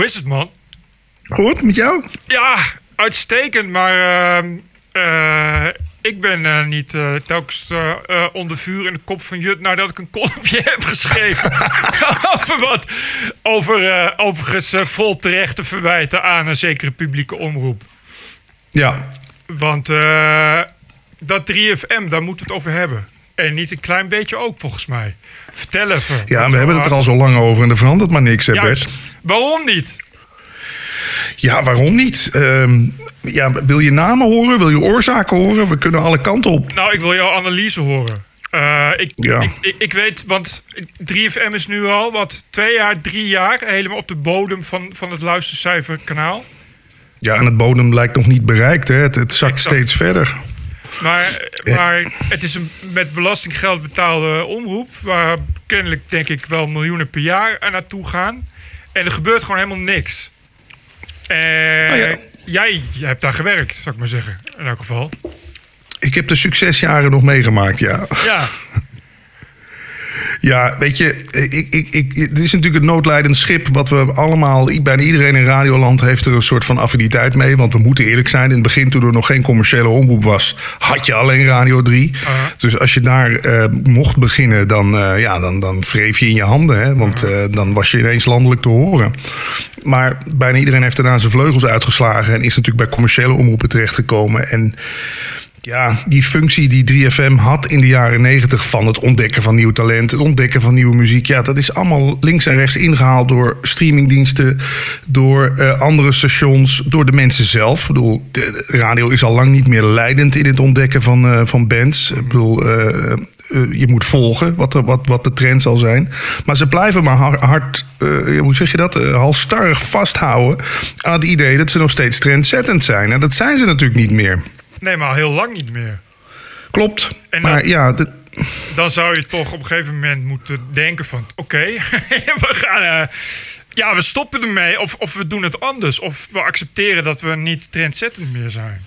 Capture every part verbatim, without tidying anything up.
Hoe is het, man? Goed, met jou? Ja, uitstekend, maar uh, uh, ik ben uh, niet uh, telkens uh, uh, onder vuur in de kop van Jut nadat ik een columnje heb geschreven over wat over uh, overigens uh, vol terecht te verwijten aan een zekere publieke omroep. Ja. Want uh, dat drie F M, daar moeten we het over hebben. En niet een klein beetje ook, volgens mij. Vertel even. Ja, we hebben het er al zo lang over en er verandert maar niks, hè, Juist. Bert? Waarom niet? Ja, waarom niet? Um, ja, wil je namen horen? Wil je oorzaken horen? We kunnen alle kanten op. Nou, ik wil jouw analyse horen. Uh, ik, ja. ik, ik, ik weet, want drie F M is nu al, wat, twee jaar, drie jaar... helemaal op de bodem van, van het luistercijferkanaal. Ja, en het bodem lijkt nog niet bereikt, hè? Het, het zakt exact. steeds verder. Maar, maar het is een met belastinggeld betaalde omroep... waar kennelijk, denk ik, wel miljoenen per jaar naartoe gaan. En er gebeurt gewoon helemaal niks. En oh ja. Jij hebt daar gewerkt, zou ik maar zeggen, in elk geval. Ik heb de succesjaren nog meegemaakt, ja. Ja. Ja, weet je, ik, ik, ik, dit is natuurlijk het noodlijdend schip... wat we allemaal, bijna iedereen in Radioland heeft er een soort van affiniteit mee. Want we moeten eerlijk zijn, in het begin toen er nog geen commerciële omroep was... had je alleen Radio drie. Uh-huh. Dus als je daar uh, mocht beginnen, dan, uh, ja, dan, dan wreef je in je handen. Hè? Want uh, dan was je ineens landelijk te horen. Maar bijna iedereen heeft daarna zijn vleugels uitgeslagen... en is natuurlijk bij commerciële omroepen terechtgekomen. En... ja, die functie die drie F M had in de jaren negentig... van het ontdekken van nieuw talent, het ontdekken van nieuwe muziek... ja, dat is allemaal links en rechts ingehaald door streamingdiensten... door uh, andere stations, door de mensen zelf. Ik bedoel, de radio is al lang niet meer leidend in het ontdekken van, uh, van bands. Ik bedoel, uh, uh, je moet volgen wat, er, wat, wat de trend zal zijn. Maar ze blijven maar hard... hard uh, hoe zeg je dat? Uh, halstarrig vasthouden aan het idee dat ze nog steeds trendzettend zijn. En dat zijn ze natuurlijk niet meer. Nee, maar al heel lang niet meer. Klopt. En maar dan, ja, de... dan zou je toch op een gegeven moment moeten denken van... oké, okay, we gaan... Uh, ja, we stoppen ermee. Of, of we doen het anders. Of we accepteren dat we niet trendzettend meer zijn.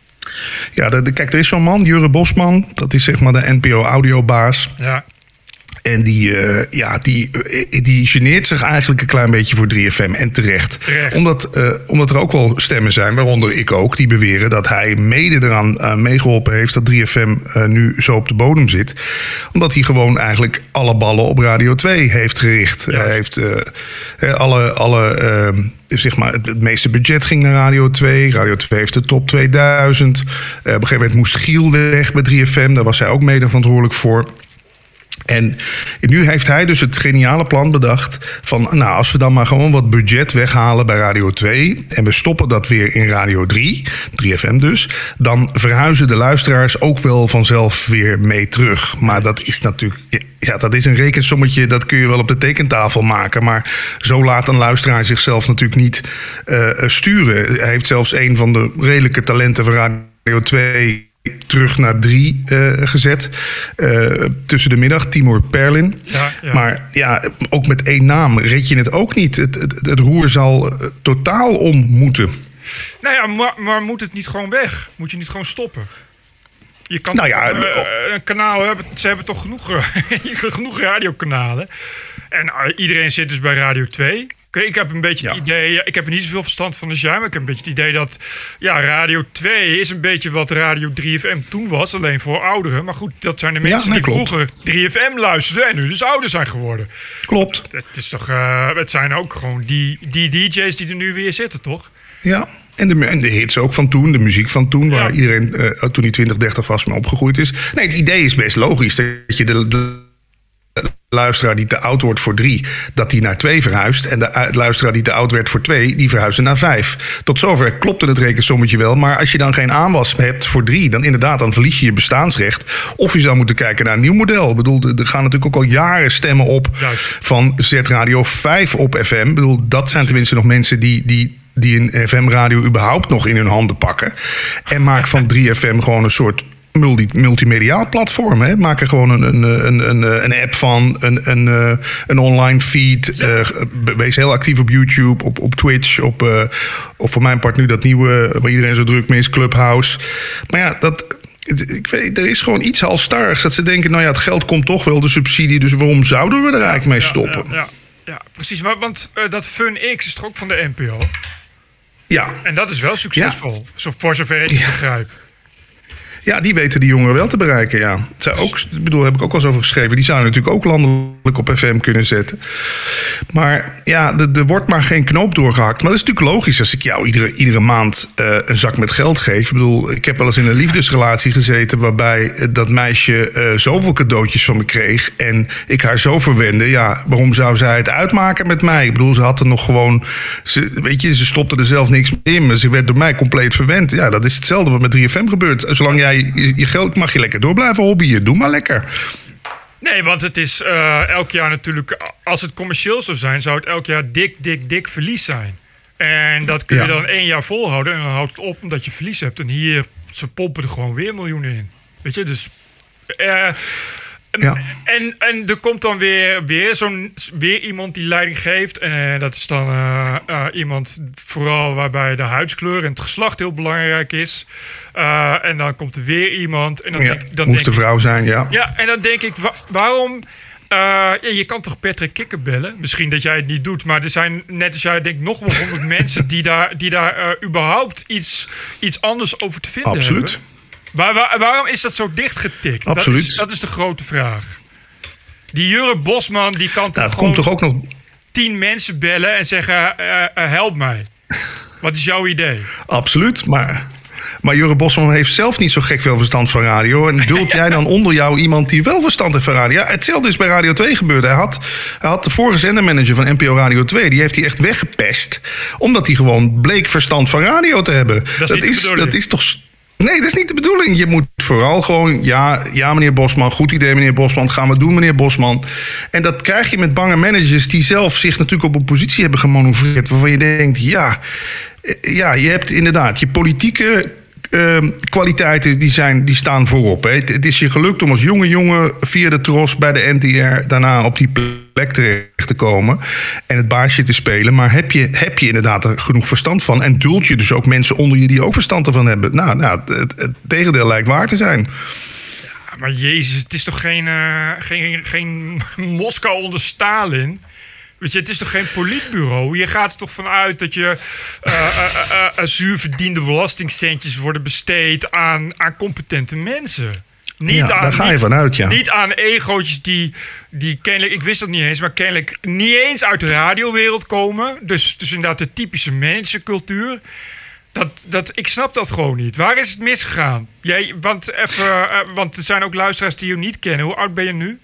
Ja, de, de, kijk, er is zo'n man, Jurre Bosman. Dat is zeg maar de N P O-audiobaas. Ja. En die, uh, ja, die, uh, die geneert zich eigenlijk een klein beetje voor drie F M. En terecht. terecht. Omdat, uh, omdat er ook wel stemmen zijn, waaronder ik ook... die beweren dat hij mede eraan uh, meegeholpen heeft... dat drie F M uh, nu zo op de bodem zit. Omdat hij gewoon eigenlijk alle ballen op Radio twee heeft gericht. Hij uh, heeft uh, alle... alle uh, zeg maar, het meeste budget ging naar Radio twee. Radio twee heeft de top tweeduizend. Uh, op een gegeven moment moest Giel weg bij drie F M. Daar was hij ook mede verantwoordelijk voor... En nu heeft hij dus het geniale plan bedacht van... nou, als we dan maar gewoon wat budget weghalen bij Radio twee... en we stoppen dat weer in Radio drie, drie F M dus... dan verhuizen de luisteraars ook wel vanzelf weer mee terug. Maar dat is natuurlijk... ja, dat is een rekensommetje, dat kun je wel op de tekentafel maken... maar zo laat een luisteraar zichzelf natuurlijk niet uh, sturen. Hij heeft zelfs een van de redelijke talenten van Radio twee... terug naar drie uh, gezet. Uh, tussen de middag, Timur Perlin. Ja, ja. Maar ja, ook met één naam red je het ook niet. Het, het, het roer zal uh, totaal om moeten. Nou ja, maar, maar moet het niet gewoon weg? Moet je niet gewoon stoppen? Je kan nou ja, uh, een kanaal hebben. Ze hebben toch genoeg, genoeg radiokanalen. En uh, iedereen zit dus bij Radio twee... Ik heb een beetje ja. het idee, ik heb er niet zoveel verstand van als jij, maar ik heb een beetje het idee dat ja, Radio twee is een beetje wat Radio drie F M toen was, alleen voor ouderen. Maar goed, dat zijn de mensen ja, nee, die klopt. vroeger drie F M luisterden en nu dus ouder zijn geworden. Klopt. Het, is toch, uh, het zijn ook gewoon die, die D J's die er nu weer zitten, toch? Ja. En de, en de hits ook van toen, de muziek van toen, waar ja. iedereen uh, toen hij twintig, dertig was mee opgegroeid is. Nee, het idee is best logisch dat je de, de luisteraar die te oud wordt voor drie, dat die naar twee verhuist. En de luisteraar die te oud werd voor twee, die verhuisde naar vijf. Tot zover klopte het rekensommetje wel. Maar als je dan geen aanwas hebt voor drie, dan inderdaad, dan verlies je je bestaansrecht. Of je zou moeten kijken naar een nieuw model. Ik bedoel, er gaan natuurlijk ook al jaren stemmen op Juist. van zet Radio vijf op F M. Ik bedoel, dat zijn tenminste nog mensen die... die die een F M-radio überhaupt nog in hun handen pakken. En maak van drie F M gewoon een soort multi, multimediaal platform. Hè. Maak er gewoon een, een, een, een, een app van, een, een, een online feed. Ja. Uh, wees heel actief op YouTube, op, op Twitch, op, uh, op voor mijn part nu dat nieuwe, waar iedereen zo druk mee is, Clubhouse. Maar ja, dat... Ik weet, er is gewoon iets halstarrigs dat ze denken, nou ja, het geld komt toch wel, de subsidie, dus waarom zouden we er eigenlijk mee stoppen? Ja, ja, ja. Ja, precies. Maar, want uh, dat FunX is toch ook van de N P O? Ja. En dat is wel succesvol, ja. zo, voor zover ik het ja. begrijp. Ja, die weten die jongeren wel te bereiken, ja. Zij ook, ik bedoel, daar heb ik ook wel eens over geschreven. Die zouden natuurlijk ook landelijk op F M kunnen zetten. Maar ja, er wordt maar geen knoop doorgehakt. Maar dat is natuurlijk logisch als ik jou iedere, iedere maand uh, een zak met geld geef. Ik bedoel, ik heb wel eens in een liefdesrelatie gezeten waarbij dat meisje uh, zoveel cadeautjes van me kreeg en ik haar zo verwende. Ja, waarom zou zij het uitmaken met mij? Ik bedoel, ze had er nog gewoon, ze, weet je, ze stopte er zelf niks meer in, maar ze werd door mij compleet verwend. Ja, dat is hetzelfde wat met drie F M gebeurt. Zolang jij Je, je geld mag je lekker door blijven hobbyen. Doe maar lekker. Nee, want het is uh, elk jaar natuurlijk... Als het commercieel zou zijn, zou het elk jaar dik, dik, dik verlies zijn. En dat kun je ja. dan één jaar volhouden. En dan houdt het op omdat je verlies hebt. En hier, ze pompen er gewoon weer miljoenen in. Weet je, dus... Uh, Ja. En, en er komt dan weer, weer, zo'n, weer iemand die leiding geeft. En dat is dan uh, uh, iemand vooral waarbij de huidskleur en het geslacht heel belangrijk is. Uh, en dan komt er weer iemand. En dan ja, denk, dan moest denk de vrouw ik, zijn, ja. Ja, en dan denk ik, wa- waarom... Uh, ja, je kan toch Patrick Kikker bellen? Misschien dat jij het niet doet, maar er zijn net als jij denk ik nog wel honderd mensen die daar, die daar uh, überhaupt iets, iets anders over te vinden Absoluut. hebben. Waar, waar, waarom is dat zo dichtgetikt? Absoluut. Dat is, dat is de grote vraag. Die Jurre Bosman die kan toch nou, gewoon komt toch ook nog tien mensen bellen en zeggen, uh, uh, help mij. Wat is jouw idee? Absoluut, maar... Maar Jurre Bosman heeft zelf niet zo gek veel verstand van radio. En duld jij dan onder jou iemand die wel verstand heeft van radio? Ja, hetzelfde is bij Radio twee gebeurd. Hij had, hij had de vorige zendermanager van N P O Radio twee... die heeft hij echt weggepest. Omdat hij gewoon bleek verstand van radio te hebben. Dat is, dat is, dat is toch... Nee, dat is niet de bedoeling. Je moet vooral gewoon... Ja, ja, meneer Bosman, goed idee, meneer Bosman. Gaan we doen, meneer Bosman. En dat krijg je met bange managers... die zelf zich natuurlijk op een positie hebben gemanoeuvreerd... waarvan je denkt, ja... Ja, je hebt inderdaad je politieke... Uh, kwaliteiten die, zijn, die staan voorop. Hè. Het, het is je gelukt om als jonge jongen via de tros bij de N T R daarna op die plek terecht te komen en het baasje te spelen. Maar heb je, heb je inderdaad er genoeg verstand van en duld je dus ook mensen onder je die ook verstand ervan hebben? Nou, nou het, het, het tegendeel lijkt waar te zijn. Ja, maar Jezus, het is toch geen, uh, geen, geen Moskou onder Stalin? Weet je, het is toch geen politbureau? Je gaat er toch vanuit dat je uh, uh, uh, uh, zuur verdiende belastingcentjes worden besteed aan, aan competente mensen. Niet ja, aan, daar ga je niet, vanuit, ja. Niet aan egootjes die, die kennelijk, ik wist dat niet eens, maar kennelijk niet eens uit de radiowereld komen. Dus, dus inderdaad de typische managercultuur. Dat, dat, ik snap dat gewoon niet. Waar is het misgegaan? Jij, want, even, uh, want er zijn ook luisteraars die je niet kennen. Hoe oud ben je nu?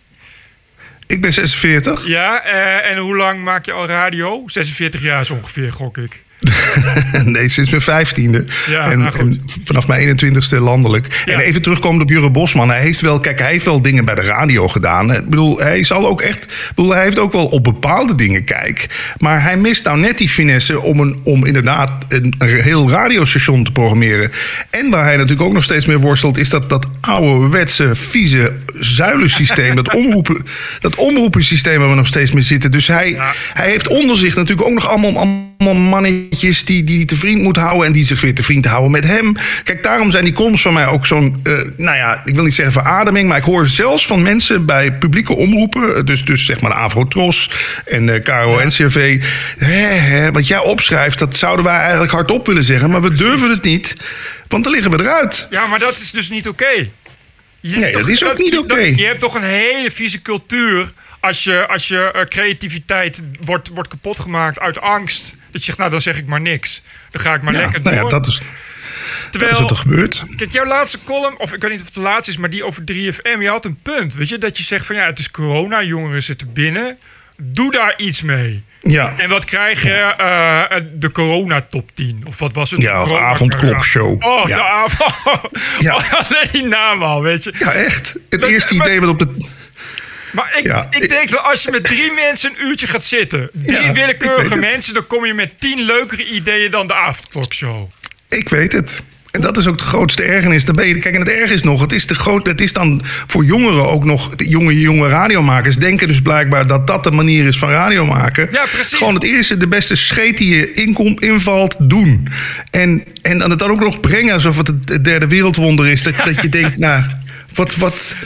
Ik ben zesenveertig. Ja, uh, en hoe lang maak je al radio? zesenveertig jaar is ongeveer, gok ik. Nee, sinds mijn vijftiende. Ja, en, nou en vanaf mijn eenentwintigste landelijk. Ja. En even terugkomen op Jurre Bosman. Hij heeft wel, kijk, hij heeft wel dingen bij de radio gedaan. Ik bedoel, hij zal ook echt. Ik bedoel, hij heeft ook wel op bepaalde dingen kijk. Maar hij mist nou net die finesse om, een, om inderdaad een, een heel radiostation te programmeren. En waar hij natuurlijk ook nog steeds mee worstelt, is dat, dat ouderwetse, vieze zuilensysteem. dat, omroepen, dat omroepensysteem waar we nog steeds mee zitten. Dus hij, ja. hij heeft onder zich natuurlijk ook nog allemaal, allemaal mannetjes die die te vriend moet houden en die zich weer te vriend houden met hem. Kijk, daarom zijn die columns van mij ook zo'n, uh, nou ja, ik wil niet zeggen verademing, maar ik hoor zelfs van mensen bij publieke omroepen, dus, dus zeg maar de Avrotros en uh, K R O N C R V, hè, hè, wat jij opschrijft, dat zouden wij eigenlijk hardop willen zeggen, maar we Precies. durven het niet, want dan liggen we eruit. Ja, maar dat is dus niet oké. Okay. Nee, toch, dat is ook dat, niet oké. Okay. Je hebt toch een hele vieze cultuur als je, als je uh, creativiteit wordt, wordt kapot gemaakt uit angst. Dat je zegt, nou, dan zeg ik maar niks. Dan ga ik maar ja, lekker door. Nou ja, dat is, Terwijl, dat is wat er gebeurt. Kijk, jouw laatste column, of ik weet niet of het de laatste is, maar die over drie F M, je had een punt. Weet je, dat je zegt van ja, het is corona, jongeren zitten binnen. Doe daar iets mee. Ja. En wat krijg je? Uh, de corona-top tien. Of wat was het? Ja, of avondklopshow. Oh, ja. de avond. Ja. Oh, die naam al, weet je. Ja, echt. Het dat, eerste maar, idee wat op de... Maar ik, ja, ik, ik denk dat als je met drie mensen een uurtje gaat zitten, drie ja, willekeurige mensen, dan kom je met tien leukere ideeën dan de avondklokshow. Ik weet het. En dat is ook de grootste ergernis. Dan ben je, kijk, en het erg is nog, het is, de groot, het is dan voor jongeren ook nog, de jonge, jonge radiomakers denken dus blijkbaar dat dat de manier is van radio maken. Ja, precies. Gewoon het eerste, de beste scheet die je inkomt, invalt, doen. En, en dan het dan ook nog brengen alsof het het derde wereldwonder is. Dat, ja. dat je denkt, nou, wat... wat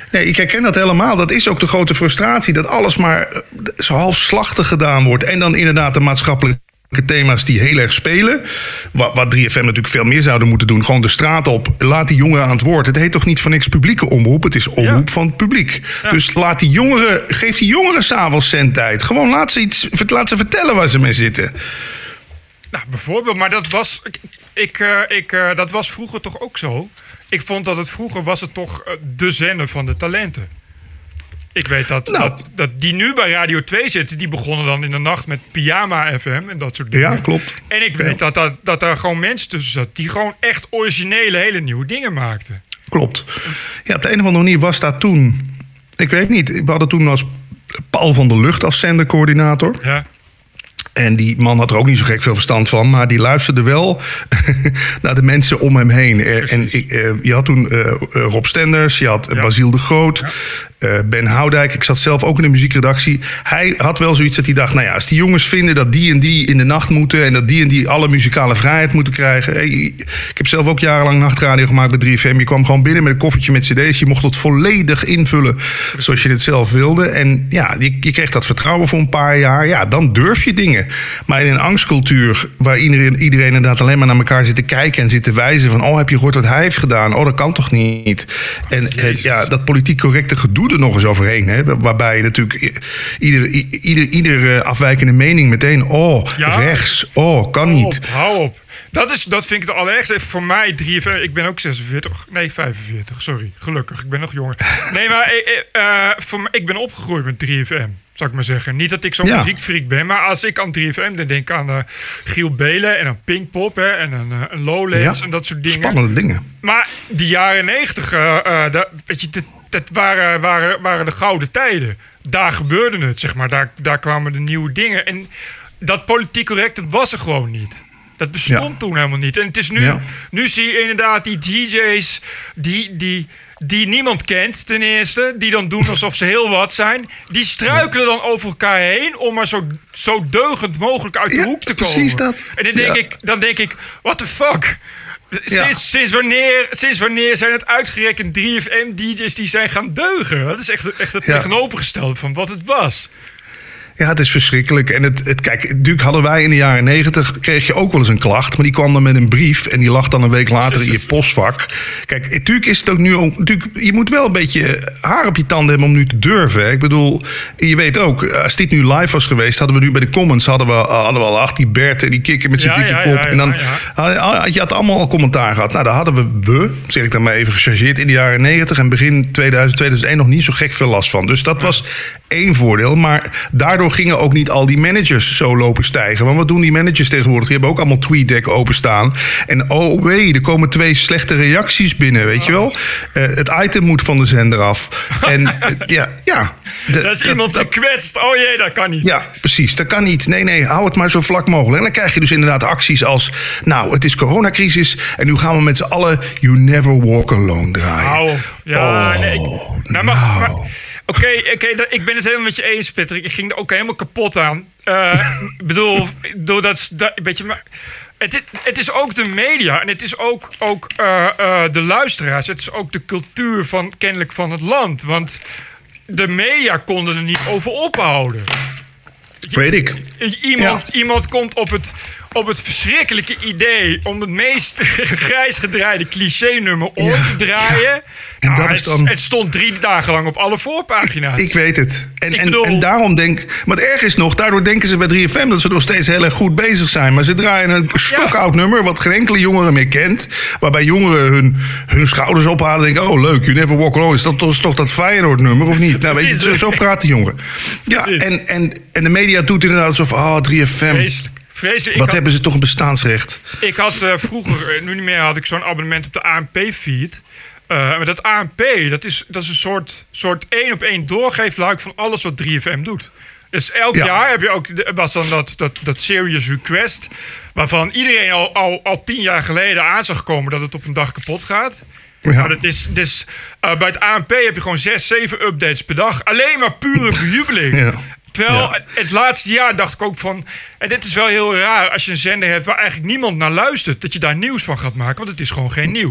Nee, ik herken dat helemaal. Dat is ook de grote frustratie. Dat alles maar zo halfslachtig gedaan wordt. En dan inderdaad de maatschappelijke thema's die heel erg spelen. Wat, wat drie F M natuurlijk veel meer zouden moeten doen. Gewoon de straat op. Laat die jongeren aan het woord. Het heet toch niet voor niks publieke omroep? Het is omroep ja. van het publiek. Ja. Dus laat die jongeren, geef die jongeren s'avonds zendtijd. Gewoon laat ze, iets, laat ze vertellen waar ze mee zitten. Nou, bijvoorbeeld. Maar dat was, ik, ik, uh, ik, uh, dat was vroeger toch ook zo? Ik vond dat het vroeger was het toch uh, de zender van de talenten. Ik weet dat, nou, dat, dat die nu bij Radio twee zitten, die begonnen dan in de nacht met Pyjama F M en dat soort dingen. Ja, klopt. En ik weet ja. dat, dat, dat daar gewoon mensen tussen zaten die gewoon echt originele, hele nieuwe dingen maakten. Klopt. Ja, op de een of andere manier was dat toen, ik weet niet, we hadden toen als Paul van der Lucht als zendercoördinator. Ja. En die man had er ook niet zo gek veel verstand van, maar die luisterde wel naar de mensen om hem heen. Precies. En ik, uh, je had toen uh, Rob Stenders, je had ja. Basiel de Groot, ja. uh, Ben Houdijk. Ik zat zelf ook in de muziekredactie. Hij had wel zoiets dat hij dacht, nou ja, als die jongens vinden dat die en die in de nacht moeten en dat die en die alle muzikale vrijheid moeten krijgen. Hey, ik heb zelf ook jarenlang nachtradio gemaakt bij drie F M. Je kwam gewoon binnen met een koffertje met cd's. Je mocht het volledig invullen Precies. zoals je het zelf wilde. En ja, je, je kreeg dat vertrouwen voor een paar jaar. Ja, dan durf je dingen. Maar in een angstcultuur waar iedereen, iedereen inderdaad alleen maar naar elkaar zit te kijken en zit te wijzen van, oh, heb je gehoord wat hij heeft gedaan? Oh, dat kan toch niet? En eh, ja, dat politiek correcte gedoe er nog eens overheen. Hè, waarbij je natuurlijk ieder, ieder, ieder afwijkende mening meteen, oh, ja. rechts, oh, kan hou niet. Op, hou op. Dat, is, dat vind ik het allerergste. Voor mij drie F M. Ik ben ook zesenveertig. Nee, vijfenveertig. Sorry. Gelukkig. Ik ben nog jonger. Nee, maar uh, voor mij, ik ben opgegroeid met drie F M. Zou ik maar zeggen. Niet dat ik zo'n ja. muziekfreak ben. Maar als ik aan drie F M dan denk ik aan uh, Giel Belen en aan Pinkpop. Hè, en aan uh, Lowlands ja. en dat soort dingen. Spannende dingen. Maar die jaren negentig. Uh, uh, dat, weet je, dat, dat waren, waren, waren de gouden tijden. Daar gebeurde het, zeg maar. Daar, daar kwamen de nieuwe dingen. En dat politiek correcte was er gewoon niet. Dat bestond ja. toen helemaal niet. En het is nu, ja. nu zie je inderdaad die D J's die, die, die niemand kent ten eerste. Die dan doen alsof ze heel wat zijn. Die struikelen ja. dan over elkaar heen om maar zo, zo deugend mogelijk uit de ja, hoek te komen. Precies dat. En dan denk, ja. ik, dan denk ik, what the fuck? Sinds, ja. sinds, wanneer, sinds wanneer zijn het uitgerekend drie F M D J's die zijn gaan deugen? Dat is echt, echt het ja. tegenovergestelde van wat het was. Ja, het is verschrikkelijk. En het, het, kijk, natuurlijk hadden wij in de jaren negentig, kreeg je ook wel eens een klacht. Maar die kwam dan met een brief en die lag dan een week later in je postvak. Kijk, natuurlijk is het ook nu ook, natuurlijk, je moet wel een beetje haar op je tanden hebben om nu te durven. Hè. Ik bedoel, je weet ook, als dit nu live was geweest, hadden we nu bij de comments, hadden we, hadden we al acht die Bert en die kikker met zijn ja, dikke ja, kop. Ja, ja, en dan ja, ja. had je had allemaal al commentaar gehad. Nou, daar hadden we, we, zeg ik dan maar even gechargeerd, in de jaren negentig en begin tweeduizend, tweeduizend één nog niet zo gek veel last van. Dus dat was één voordeel. Maar daardoor gingen ook niet al die managers zo lopen stijgen. Want wat doen die managers tegenwoordig? Die hebben ook allemaal TweetDeck openstaan. En oh wee, er komen twee slechte reacties binnen, weet je wel? Uh, het item moet van de zender af. En uh, ja, ja. De, dat is dat, iemand dat, gekwetst. Oh jee, dat kan niet. Ja, precies. Dat kan niet. Nee, nee, hou het maar zo vlak mogelijk. En dan krijg je dus inderdaad acties als, nou, het is coronacrisis en nu gaan we met z'n allen You Never Walk Alone draaien. Nou, ja, oh, nee. Ik, nou, maar, nou. maar Oké, okay, okay, ik ben het helemaal met je eens, Patrick. Ik ging er ook helemaal kapot aan. Uh, Ik bedoel, doordat, dat, weet je, maar het, het is ook de media en het is ook, ook uh, uh, de luisteraars. Het is ook de cultuur van, kennelijk van het land. Want de media konden er niet over ophouden. Weet ik. Iemand, ja. iemand komt op het, op het verschrikkelijke idee om het meest grijs gedraaide cliché-nummer om ja. te draaien. Ja. En nou, dat is dan... Het stond drie dagen lang op alle voorpagina's. Ik weet het. En, en, bedoel... en daarom denk maar het erg is nog, daardoor denken ze bij drie F M dat ze nog steeds heel erg goed bezig zijn. Maar ze draaien een stokoud ja. nummer wat geen enkele jongere meer kent. Waarbij jongeren hun, hun schouders ophalen en denken, oh leuk, You Never Walk Alone. Is dat toch, toch dat Feyenoord nummer of niet? Nou, weet je, zo, zo praten jongeren. Ja, en, en, en de media doet inderdaad alsof, oh, drie F M. Vreselijk. Vreselijk. Wat had, hebben ze toch een bestaansrecht? Ik had uh, vroeger, nu niet meer, had ik zo'n abonnement op de A N P-feed. Uh, maar dat A N P, dat is, dat is een soort, soort één op één doorgeefluik van alles wat drie F M doet. Dus elk ja. jaar heb je ook, was dan dat, dat, dat Serious Request, waarvan iedereen al, al, al tien jaar geleden aan zag komen dat het op een dag kapot gaat. Ja. Maar dat is, dus, uh, bij het A N P heb je gewoon zes, zeven updates per dag. Alleen maar pure verjubeling. Ja. Terwijl ja. het laatste jaar dacht ik ook van, en dit is wel heel raar als je een zender hebt waar eigenlijk niemand naar luistert, dat je daar nieuws van gaat maken, want het is gewoon geen nieuws.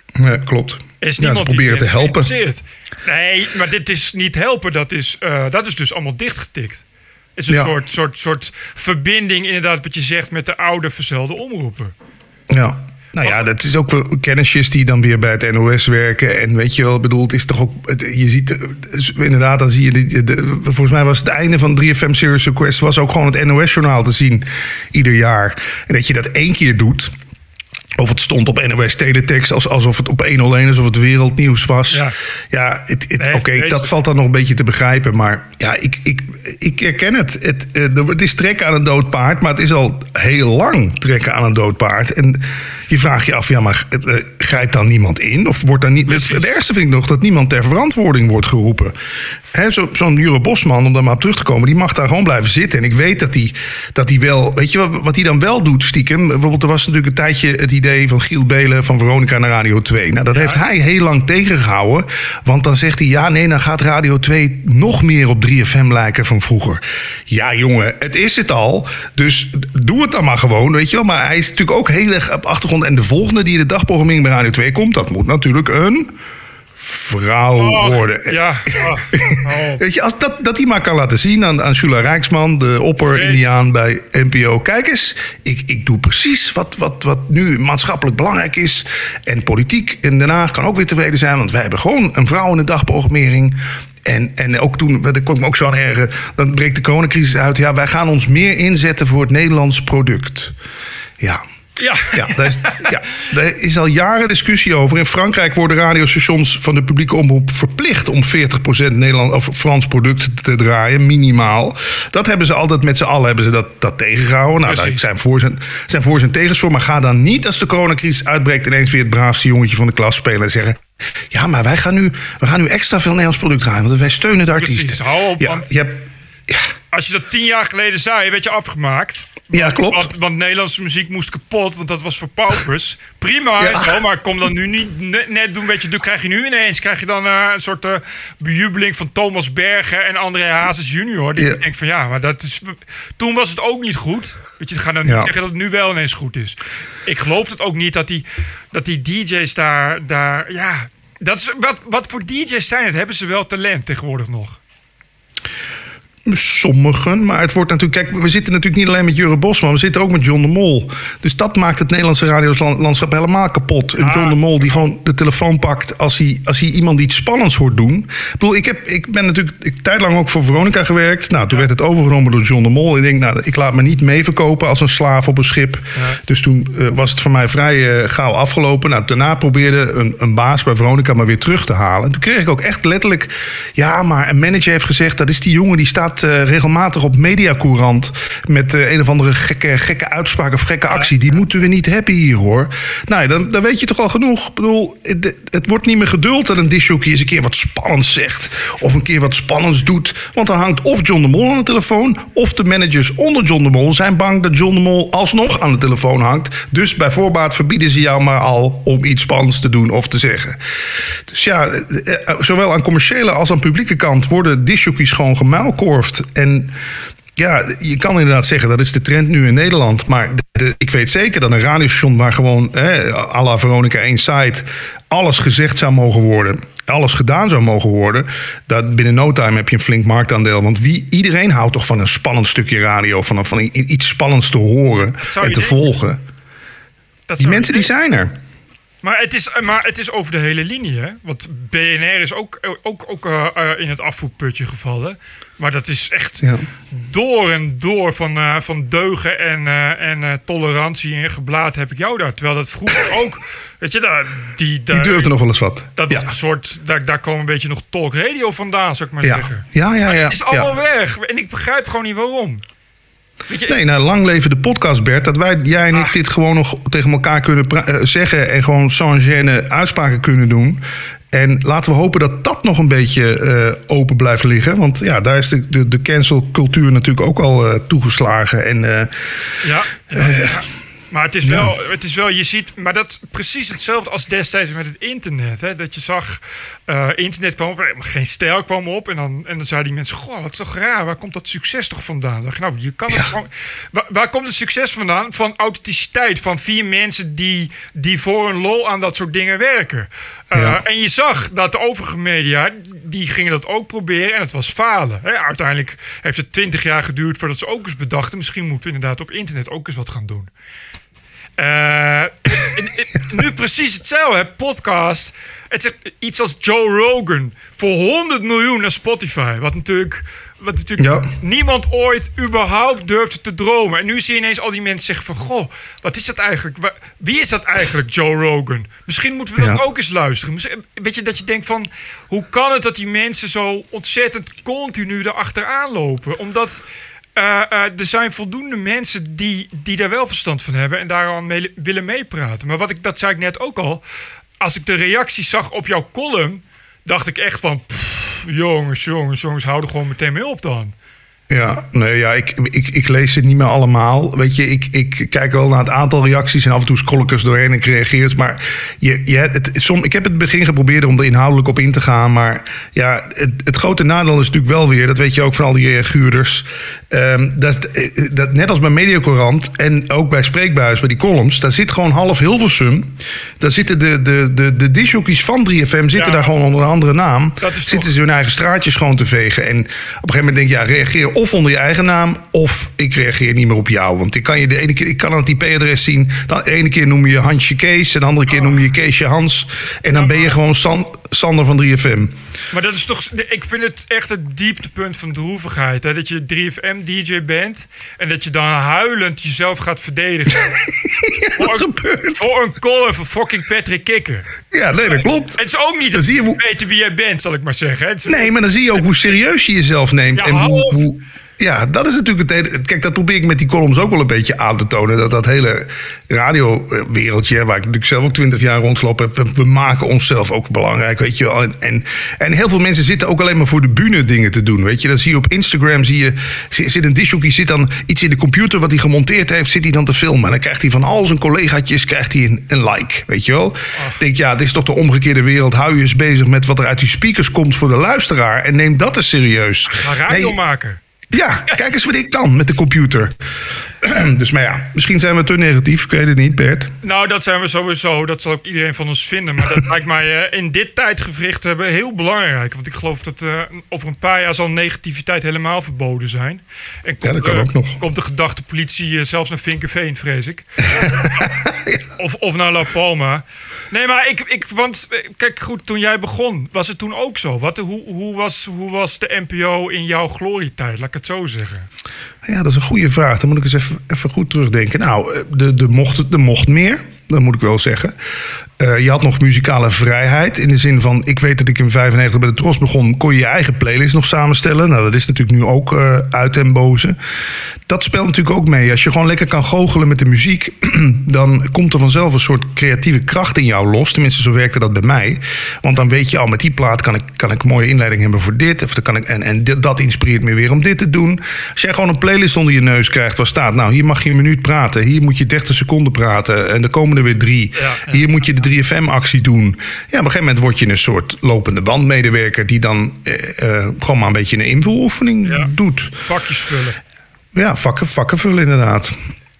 Ja, klopt. Is ja, ze proberen te helpen. Nee, maar dit is niet helpen. Dat is, uh, dat is dus allemaal dichtgetikt. Het is een ja. soort, soort, soort verbinding, inderdaad, wat je zegt, met de oude verzuilde omroepen. Ja. Nou ja, dat is ook wel kennisjes die dan weer bij het N O S werken. En weet je wel, bedoel, het is toch ook... Je ziet, inderdaad, dan zie je... De, de, volgens mij was het einde van drie F M Serious Request... was ook gewoon het N O S-journaal te zien ieder jaar. En dat je dat één keer doet... Of het stond op N O S Teletext als, alsof het op honderdéén is, alsof het wereldnieuws was. Ja, ja oké, okay, dat valt dan nog een beetje te begrijpen. Maar ja, ik, ik, ik herken het. Het, het is trekken aan een dood paard, maar het is al heel lang trekken aan een dood paard. En je vraagt je af, ja, maar uh, grijpt dan niemand in? Of wordt dan niet... Het, het ergste vind ik nog dat niemand ter verantwoording wordt geroepen. He, zo, zo'n Jure Bosman, om daar maar op terug te komen, die mag daar gewoon blijven zitten. En ik weet dat hij dat die wel... Weet je wat, wat hij dan wel doet, stiekem? Bijvoorbeeld, er was natuurlijk een tijdje het idee van Giel Belen van Veronica naar Radio twee. Nou, dat ja. heeft hij heel lang tegengehouden. Want dan zegt hij, ja, nee, dan gaat Radio twee nog meer op drie F M lijken van vroeger. Ja, jongen, het is het al. Dus doe het dan maar gewoon, weet je wel. Maar hij is natuurlijk ook heel erg op achtergrond. En de volgende die de dagprogrammering bij Radio twee komt, dat moet natuurlijk een... vrouw oh, worden. Ja. Oh, oh. Weet je, als dat, dat hij maar kan laten zien aan, aan Shula Rijksman, de opper-Indiaan bij N P O. Kijk eens, ik, ik doe precies wat, wat, wat nu maatschappelijk belangrijk is. En politiek in Den Haag kan ook weer tevreden zijn, want wij hebben gewoon een vrouw in de dagprogrammering. En, en ook toen, dat kon ik me ook zo aan ergeren, dan breekt de coronacrisis uit. Ja, wij gaan ons meer inzetten voor het Nederlands product. Ja. Ja. Ja, daar is, ja, daar is al jaren discussie over. In Frankrijk worden radiostations van de publieke omroep verplicht om veertig procent Nederland of Frans product te draaien, minimaal. Dat hebben ze altijd met z'n allen hebben ze dat, dat tegengehouden. Nou, daar zijn voor zijn, zijn voor zijn tegens voor. Maar ga dan niet, als de coronacrisis uitbreekt, ineens weer het braafste jongetje van de klas spelen en zeggen: ja, maar wij gaan nu, we gaan nu extra veel Nederlands product draaien, want wij steunen de artiesten. Precies, hou op, ja, want je hebt, ja. Als je dat tien jaar geleden zei, werd je afgemaakt. Ja, klopt. Want, want Nederlandse muziek moest kapot, want dat was voor paupers. Prima, ja. Zo, maar kom dan nu niet net doen. Weet je, dan krijg je nu ineens krijg je dan uh, een soort uh, bejubeling van Thomas Bergen en André Hazes junior. Die ja. denkt van ja, maar dat is. Toen was het ook niet goed. Weet je, ga dan niet ja. zeggen dat het nu wel ineens goed is. Ik geloof het ook niet dat die, dat die D J's daar, daar. Ja, dat is, wat, wat voor D J's zijn het? Hebben ze wel talent tegenwoordig nog? Sommigen, maar het wordt natuurlijk... Kijk, we zitten natuurlijk niet alleen met Jure Bosman, we zitten ook met John de Mol. Dus dat maakt het Nederlandse radiolandschap helemaal kapot. En John de Mol die gewoon de telefoon pakt als hij, als hij iemand iets spannends hoort doen. Ik bedoel, ik, heb, ik ben natuurlijk ik, tijdlang ook voor Veronica gewerkt. Nou, toen werd het overgenomen door John de Mol. Ik denk, nou, ik laat me niet meeverkopen als een slaaf op een schip. Ja. Dus toen uh, was het voor mij vrij uh, gauw afgelopen. Nou, daarna probeerde een, een baas bij Veronica me weer terug te halen. En toen kreeg ik ook echt letterlijk... Ja, maar een manager heeft gezegd, dat is die jongen die staat Uh, regelmatig op Mediacourant met uh, een of andere gekke, gekke uitspraak of gekke actie. Die moeten we niet hebben hier, hoor. Nou, dan, dan weet je toch al genoeg. Ik bedoel, het, het wordt niet meer geduld dat een discjockey eens een keer wat spannends zegt. Of een keer wat spannends doet. Want dan hangt of John de Mol aan de telefoon, of de managers onder John de Mol zijn bang dat John de Mol alsnog aan de telefoon hangt. Dus bij voorbaat verbieden ze jou maar al om iets spannends te doen of te zeggen. Dus ja, zowel aan commerciële als aan publieke kant worden discjockeys gewoon gemuilkorfd. En ja, je kan inderdaad zeggen, dat is de trend nu in Nederland. Maar de, de, ik weet zeker dat een radiostation waar gewoon, hè, à la Veronica Inside, alles gezegd zou mogen worden, alles gedaan zou mogen worden, dat binnen no time heb je een flink marktaandeel. Want wie, iedereen houdt toch van een spannend stukje radio, van, van iets spannends te horen en te denken. volgen. Dat die mensen die zijn er. Maar het, is, maar het is over de hele linie, hè? Want B N R is ook, ook, ook uh, in het afvoerputje gevallen. Maar dat is echt ja. door en door van, uh, van deugen en, uh, en uh, tolerantie en geblaad heb ik jou daar. Terwijl dat vroeger ook, weet je, daar, die, daar, die durfde nog wel eens wat. Dat ja. een soort, daar, daar kwam een beetje nog talkradio vandaan, zou ik maar ja. zeggen. Ja, ja, ja. Het is allemaal ja. weg. En ik begrijp gewoon niet waarom. Je, nee, nou, lang leven de podcast, Bert. Dat wij, jij en ik, dit gewoon nog tegen elkaar kunnen pra- uh, zeggen en gewoon sans gêne uitspraken kunnen doen. En laten we hopen dat dat nog een beetje uh, open blijft liggen. Want ja, daar is de, de, de cancelcultuur natuurlijk ook al uh, toegeslagen. En, uh, ja, ja, uh, ja. Maar het is, ja. wel, het is wel, je ziet, maar dat precies hetzelfde als destijds met het internet. Hè? Dat je zag, uh, internet kwam op, geen stijl kwam op. En dan, en dan zeiden die mensen, goh, wat is toch raar, waar komt dat succes toch vandaan? Dan dacht ik, nou, je kan het ja. gewoon, waar, waar komt het succes vandaan? Van authenticiteit, van vier mensen die, die voor een lol aan dat soort dingen werken. Uh, ja. En je zag dat de overige media, die gingen dat ook proberen en het was falen. Hè? Uiteindelijk heeft het twintig jaar geduurd voordat ze ook eens bedachten, misschien moeten we inderdaad op internet ook eens wat gaan doen. Uh, nu precies hetzelfde, hè? Podcast. Het is iets als Joe Rogan voor honderd miljoen naar Spotify. Wat natuurlijk, wat natuurlijk ja. niemand ooit überhaupt durfde te dromen. En nu zie je ineens al die mensen zeggen van, goh, wat is dat eigenlijk? Wie is dat eigenlijk, Joe Rogan? Misschien moeten we dat ja. ook eens luisteren. Weet je, dat je denkt van, hoe kan het dat die mensen zo ontzettend continu erachteraan lopen? Omdat Uh, uh, er zijn voldoende mensen die, die daar wel verstand van hebben en daar aan mee, willen meepraten. Maar wat ik, dat zei ik net ook al, als ik de reacties zag op jouw column, dacht ik echt van, pff, jongens, jongens, jongens, hou er gewoon meteen mee op dan. Ja, nee, ja, ik, ik, ik lees het niet meer allemaal. Weet je, ik, ik kijk wel naar het aantal reacties en af en toe scroll ik eens doorheen en ik reageer het. Maar je, je, het, som, ik heb het begin geprobeerd om er inhoudelijk op in te gaan. Maar ja, het, het grote nadeel is natuurlijk wel weer, dat weet je ook van al die uh, guurders. Um, dat, dat net als bij Mediacourant en ook bij Spreekbuis, bij die columns, daar zit gewoon half Hilversum. Daar zitten de, de, de, de discjockeys van drie F M zitten ja. daar gewoon onder een andere naam. Zitten toch... ze hun eigen straatjes schoon te vegen. En op een gegeven moment denk je, ja, reageer of onder je eigen naam, of ik reageer niet meer op jou. Want ik kan je de ene keer, ik kan aan het I P-adres zien. De ene keer noem je Hansje Kees en de andere keer noem je Keesje Hans. En dan ben je gewoon San, Sander van drie F M. Maar dat is toch, ik vind het echt het dieptepunt van droevigheid. Hè? Dat je drie F M D J bent en dat je dan huilend jezelf gaat verdedigen. ja, voor, dat gebeurt. Voor een column van fucking Patrick Kikker. Ja, nee, dat klopt. Het is ook niet dat je weten wie jij bent, zal ik maar zeggen. Het is... Nee, maar dan zie je ook hoe serieus je jezelf neemt. Ja, en hoe, hoe, ja, dat is natuurlijk het hele... Kijk, dat probeer ik met die columns ook wel een beetje aan te tonen. Dat dat hele radiowereldje, waar ik natuurlijk zelf ook twintig jaar rondgelopen heb, we maken onszelf ook belangrijk, weet je wel. En, en, en heel veel mensen zitten ook alleen maar voor de bühne dingen te doen, weet je. Dan zie je op Instagram, zie je, zit een discjockey, zit dan iets in de computer wat hij gemonteerd heeft, zit hij dan te filmen. En dan krijgt hij van al zijn collegaatjes, krijgt hij een, een like, weet je wel. Ik denk, ja, dit is toch de omgekeerde wereld. Hou je eens bezig met wat er uit die speakers komt voor de luisteraar en neem dat eens serieus. Ga radio nee, maken. Ja, kijk eens wat ik kan met de computer. Dus maar ja, misschien zijn we te negatief. Ik weet het niet, Bert. Nou, dat zijn we sowieso. Dat zal ook iedereen van ons vinden. Maar dat lijkt mij uh, in dit tijdgevricht hebben heel belangrijk. Want ik geloof dat uh, over een paar jaar zal negativiteit helemaal verboden zijn. En komt, ja, dat kan uh, ook nog. Komt de gedachte politie uh, zelfs naar Vinkenveen, vrees ik. ja. of, of naar La Palma. Nee, maar ik, ik, want kijk goed, toen jij begon, was het toen ook zo? Wat, hoe, hoe, was, hoe was de N P O in jouw glorietijd, laat ik het zo zeggen? Ja, dat is een goede vraag. Dan moet ik eens even, even goed terugdenken. Nou, de, de mocht, de mocht meer, dat moet ik wel zeggen. Uh, je had nog muzikale vrijheid. In de zin van, ik weet dat ik in vijfennegentig bij de Tros begon, kon je je eigen playlist nog samenstellen. Nou, dat is natuurlijk nu ook uh, uit en boze. Dat speelt natuurlijk ook mee. Als je gewoon lekker kan goochelen met de muziek, dan komt er vanzelf een soort creatieve kracht in jou los. Tenminste, zo werkte dat bij mij. Want dan weet je al, met die plaat kan ik, kan ik een mooie inleiding hebben voor dit. Of dan kan ik, en, en dat inspireert me weer om dit te doen. Als jij gewoon een playlist onder je neus krijgt waar staat, nou, hier mag je een minuut praten. Hier moet je dertig seconden praten. En er komen er weer drie. Ja, ja. Hier moet je de drie F M-actie doen. Ja, op een gegeven moment word je een soort lopende bandmedewerker die dan eh, uh, gewoon maar een beetje een invuloefening ja. doet. Vakjes vullen. Ja, vakken, vakken vullen inderdaad.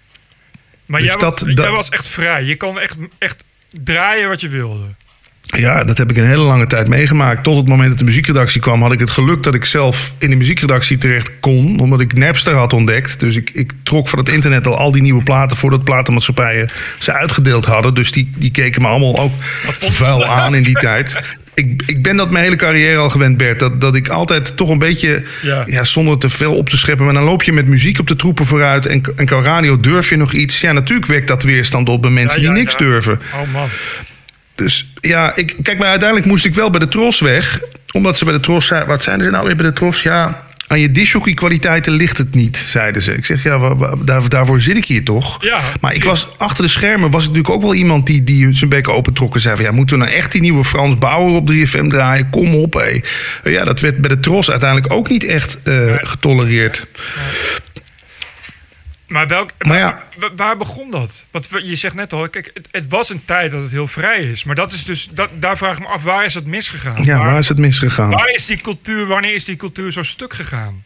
Maar dus jij, dat, was, jij was echt vrij. Je kon echt, echt draaien wat je wilde. Ja, dat heb ik een hele lange tijd meegemaakt. Tot het moment dat de muziekredactie kwam, had ik het geluk dat ik zelf in de muziekredactie terecht kon. Omdat ik Napster had ontdekt. Dus ik, ik trok van het internet al al die nieuwe platen voordat platenmaatschappijen ze uitgedeeld hadden. Dus die, die keken me allemaal ook vuil aan in die tijd. Ik, ik ben dat mijn hele carrière al gewend, Bert. Dat, dat ik altijd toch een beetje, ja. Ja, zonder te veel op te scheppen. Maar dan loop je met muziek op de troepen vooruit. En, en qua radio durf je nog iets. Ja, natuurlijk wekt dat weerstand op bij mensen ja, ja, die niks ja. durven. Oh man. Dus ja, ik, kijk, maar uiteindelijk moest ik wel bij de Tros weg. Omdat ze bij de Tros zeiden, wat zeiden ze nou weer bij de Tros? Ja, aan je disjockey-kwaliteiten ligt het niet, zeiden ze. Ik zeg, ja, waar, waar, daar, daarvoor zit ik hier toch? Ja, maar ik was achter de schermen, was ik natuurlijk ook wel iemand die, die zijn bek opentrok en zei van, ja, moeten we nou echt die nieuwe Frans Bauer op drie F M draaien? Kom op, hé. Ja, dat werd bij de Tros uiteindelijk ook niet echt uh, getolereerd. Maar, welk, maar ja. waar, waar begon dat? Want je zegt net al, kijk, het, het was een tijd dat het heel vrij is. Maar dat is dus, dat, daar vraag ik me af, waar is het misgegaan? Ja, waar, waar is het misgegaan? Waar is die cultuur, wanneer is die cultuur zo stuk gegaan?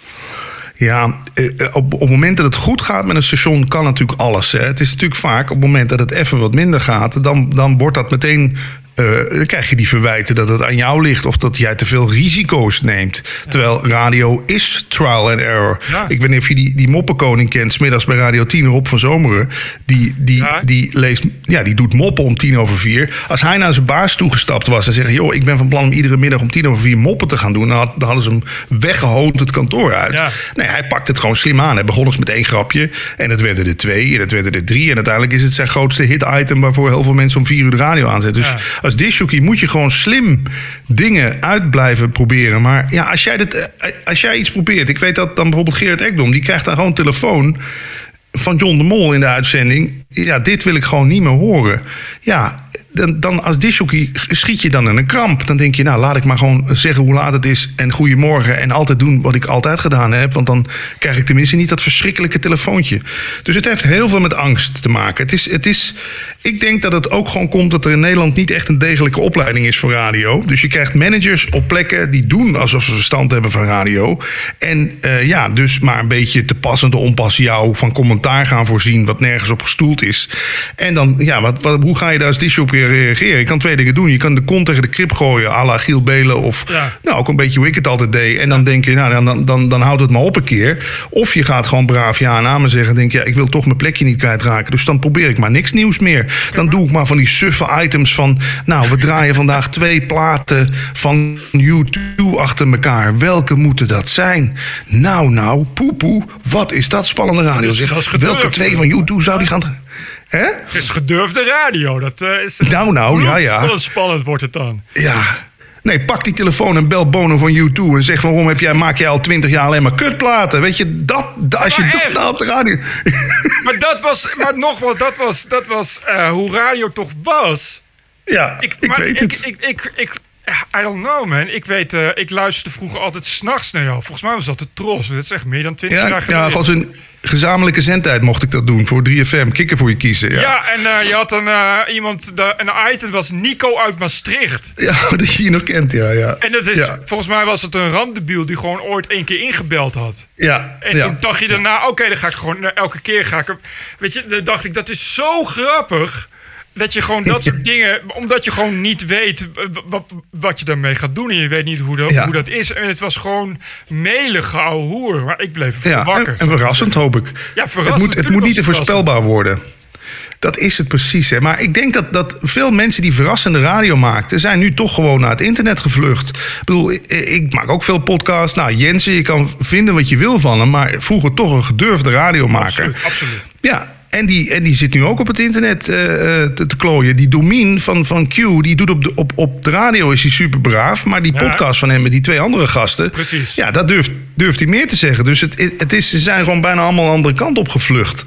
Ja, op, op het moment dat het goed gaat met een station kan natuurlijk alles. Hè. Het is natuurlijk vaak op het moment dat het even wat minder gaat, dan, dan wordt dat meteen. Uh, dan krijg je die verwijten dat het aan jou ligt of dat jij te veel risico's neemt. Ja. Terwijl radio is trial and error. Ja. Ik weet niet of je die, die moppenkoning kent, 's middags bij Radio tien, Rob van Zomeren. Die, die, ja. die, leest, ja, die doet moppen om tien over vier. Als hij naar zijn baas toegestapt was en zegt, joh, ik ben van plan om iedere middag om tien over vier moppen te gaan doen, dan, had, dan hadden ze hem weggehoond het kantoor uit. Ja. Nee, hij pakt het gewoon slim aan. Hij begon eens met één grapje en het werden er twee en het werden er drie. En uiteindelijk is het zijn grootste hit-item waarvoor heel veel mensen om vier uur de radio aanzetten. Dus ja. als discjockey moet je gewoon slim dingen uit blijven proberen. Maar ja, als jij, dit, als jij iets probeert... Ik weet dat dan bijvoorbeeld Gerrit Ekdom, die krijgt dan gewoon een telefoon van John de Mol in de uitzending. Ja, dit wil ik gewoon niet meer horen. Ja, dan, dan als discjockey schiet je dan in een kramp. Dan denk je, nou, laat ik maar gewoon zeggen hoe laat het is en goedemorgen en altijd doen wat ik altijd gedaan heb. Want dan krijg ik tenminste niet dat verschrikkelijke telefoontje. Dus het heeft heel veel met angst te maken. Het is, het is, ik denk dat het ook gewoon komt dat er in Nederland niet echt een degelijke opleiding is voor radio. Dus je krijgt managers op plekken die doen alsof ze verstand hebben van radio. En uh, ja, dus maar een beetje te passend te onpas jou van commentaar gaan voorzien wat nergens op gestoeld is. En dan, ja, wat, wat, hoe ga je daar als discjockey reageren? Je kan twee dingen doen. Je kan de kont tegen de krip gooien, à la Giel Belen of ja. nou, ook een beetje hoe ik het altijd deed. En dan denk je, nou, dan, dan, dan houdt het maar op een keer. Of je gaat gewoon braaf ja en amen zeggen. Denk je, ja, ik wil toch mijn plekje niet kwijtraken. Dus dan probeer ik maar niks nieuws meer. Dan doe ik maar van die suffe items van, nou, we draaien vandaag twee platen van U twee achter elkaar. Welke moeten dat zijn? Nou, nou, poepoe, wat is dat spannende radio? Zeg, welke twee van U twee zou die gaan... Hè? Het is gedurfde radio. Dat uh, is nou, nou, ja, ja. Spannend, spannend wordt het dan. Ja. Nee, pak die telefoon en bel Bono van U twee en zeg waarom heb jij, maak jij al twintig jaar alleen maar kutplaten? Weet je, dat, dat als je maar dat echt. nou op de radio... Maar dat was, maar nogmaals, dat was, dat was uh, hoe radio toch was. Ja, ik, ik weet ik, het. Ik, ik, ik, ik, I don't know, man. Ik weet, uh, ik luisterde vroeger altijd 's nachts naar jou. Volgens mij was dat de Tros. Dat is echt meer dan twintig ja, jaar geleden. Ja, als een gezamenlijke zendtijd mocht ik dat doen voor drie F M. Kikken voor je kiezen. Ja, ja en uh, je had dan uh, iemand, de, een item was Nico uit Maastricht. Ja, dat je je nog kent, ja. ja. En dat is, ja. volgens mij was het een randebiel die gewoon ooit één keer ingebeld had. Ja. En ja. toen dacht je daarna, oké, okay, dan ga ik gewoon, elke keer ga ik... Weet je, dan dacht ik, dat is zo grappig... Dat je gewoon dat soort dingen... Omdat je gewoon niet weet wat, wat je daarmee gaat doen. En je weet niet hoe, de, ja. hoe dat is. En het was gewoon melig ouwe hoer. Maar ik bleef ervan ja, wakker. En, en verrassend, hoop ik. Ja, verrassend. Het moet, het moet niet te voorspelbaar worden. Dat is het precies. Hè. Maar ik denk dat, dat veel mensen die verrassende radio maakten... zijn nu toch gewoon naar het internet gevlucht. Ik bedoel, ik, ik maak ook veel podcasts. Nou, Jensen, je kan vinden wat je wil van hem... maar vroeger toch een gedurfde radiomaker. Absoluut, absoluut. Ja, en die, en die zit nu ook op het internet uh, te, te klooien. Die Domien van, van Q, die doet op de, op, op de radio is hij super braaf. Maar die podcast ja. van hem met die twee andere gasten... Precies. Ja, dat durft, durft hij meer te zeggen. Dus het, het is, ze zijn gewoon bijna allemaal een andere kant op gevlucht.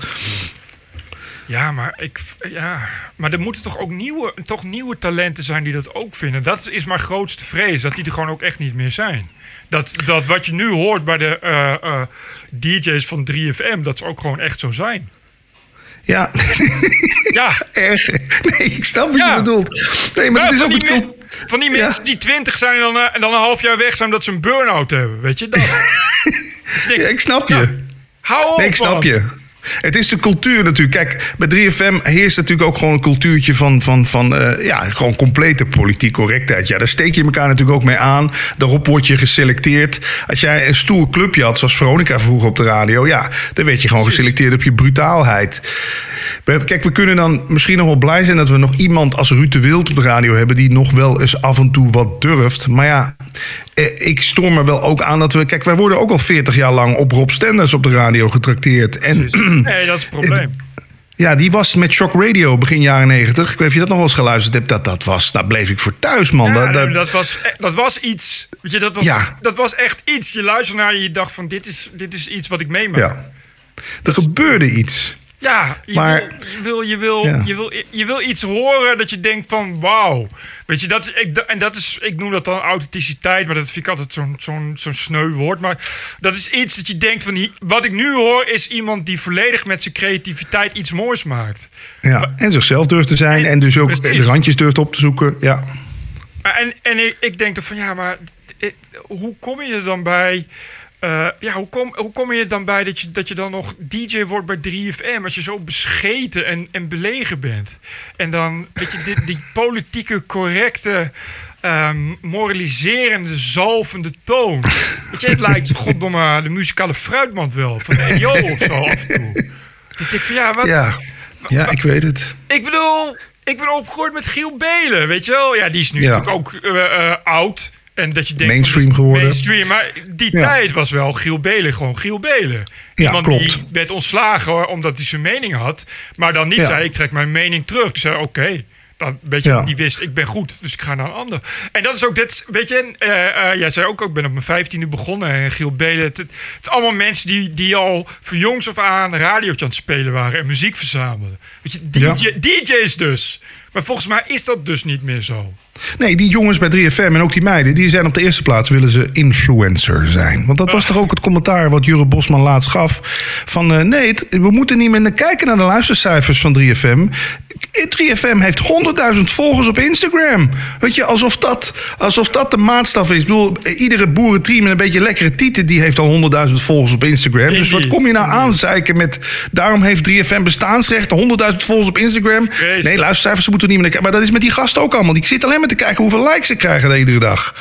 Ja, maar, ik, ja, maar er moeten toch ook nieuwe, toch nieuwe talenten zijn die dat ook vinden. Dat is mijn grootste vrees, dat die er gewoon ook echt niet meer zijn. Dat, dat wat je nu hoort bij de uh, uh, D J's van drie F M, dat ze ook gewoon echt zo zijn. Ja. Ja. Erg. Nee, ik snap wat ja. je bedoelt. Nee, maar ja, het is ook het me- Van die mensen ja. die twintig zijn en dan, uh, en dan een half jaar weg zijn omdat ze een burn-out hebben. Weet je dat? Dus denk, ja, ik snap je. Ja, hou op, nee, ik snap man. je. Het is de cultuur natuurlijk. Kijk, bij drie F M heerst natuurlijk ook gewoon een cultuurtje van, van, van uh, ja, gewoon complete politiek correctheid. Ja, daar steek je elkaar natuurlijk ook mee aan. Daarop word je geselecteerd. Als jij een stoer clubje had, zoals Veronica vroeger op de radio, ja, dan werd je gewoon Precies. geselecteerd op je brutaalheid. Kijk, we kunnen dan misschien nog wel blij zijn dat we nog iemand als Ruud de Wild op de radio hebben die nog wel eens af en toe wat durft. Maar ja, ik stoor me wel ook aan dat we... Kijk, wij worden ook al veertig jaar lang op Rob Stenders op de radio getrakteerd. En, nee, dat is het probleem. Ja, die was met Shock Radio begin jaren negentig. Ik weet niet of je dat nog wel eens geluisterd hebt. Dat, dat was, daar bleef ik voor thuis, man. Ja, dat, dat, dat, was, dat was iets. Weet je, dat was, ja. dat was echt iets. Je luisterde naar je, je dacht van dit is, dit is iets wat ik meemaak. Ja. Er gebeurde iets. Ja, je, maar, wil, je, wil, je, wil, ja. je, wil, je wil iets horen dat je denkt van wauw. Weet je, dat is, ik, en dat is, ik noem dat dan authenticiteit, maar dat vind ik altijd zo'n zo'n zo'n sneu woord. Maar dat is iets dat je denkt van, wat ik nu hoor is iemand die volledig met zijn creativiteit iets moois maakt. Ja, maar, en zichzelf durft te zijn en, en dus ook precies. de randjes durft op te zoeken. Ja. En, en ik, ik denk dan van, ja, maar het, hoe kom je er dan bij... Uh, ja, hoe kom, hoe kom je er dan bij dat je, dat je dan nog D J wordt bij drie F M... als je zo bescheten en, en belegen bent? En dan, weet je, die, die politieke correcte, um, moraliserende, zalvende toon. Weet je, het lijkt goddomme de muzikale fruitmand wel. Van de N O of zo af en toe. Ik denk van, ja, wat... Ja, ja wat, ik weet het. Ik bedoel, ik ben opgegroeid met Giel Belen, weet je wel? Ja, die is nu ja. natuurlijk ook uh, uh, oud... En dat je denkt mainstream van, geworden. Mainstream, maar die ja. tijd was wel Giel Belen, gewoon Giel Belen. Ja, Iemand klopt. die werd ontslagen hoor, omdat hij zijn mening had. Maar dan niet ja. zei, ik trek mijn mening terug. Die zei, oké. Okay. Dan, weet je, ja. die wist, ik ben goed, dus ik ga naar een ander. En dat is ook dit, weet je, uh, uh, jij zei ook, ik ben op mijn vijftiende begonnen. En Giel Belen, het, het is allemaal mensen die, die al van jongs af aan radiootje aan het spelen waren en muziek verzamelden. Weet je, D J, ja. D J's dus. Maar volgens mij is dat dus niet meer zo. Nee, die jongens bij drie F M en ook die meiden... die zijn op de eerste plaats willen ze influencer zijn. Want dat was toch ook het commentaar wat Jure Bosman laatst gaf... van uh, nee, het, we moeten niet meer kijken naar de luistercijfers van drie F M... drie F M heeft honderdduizend volgers op Instagram. Weet je, alsof dat, alsof dat de maatstaf is. Ik bedoel, iedere boerenteam met een beetje lekkere tieten... die heeft al honderdduizend volgers op Instagram. Indeed. Dus wat kom je nou aanzeiken met... daarom heeft drie F M bestaansrecht, honderdduizend volgers op Instagram. Jezus. Nee, luistercijfers moeten niet meer kijken. Maar dat is met die gasten ook allemaal. Die zitten alleen maar te kijken hoeveel likes ze krijgen iedere dag.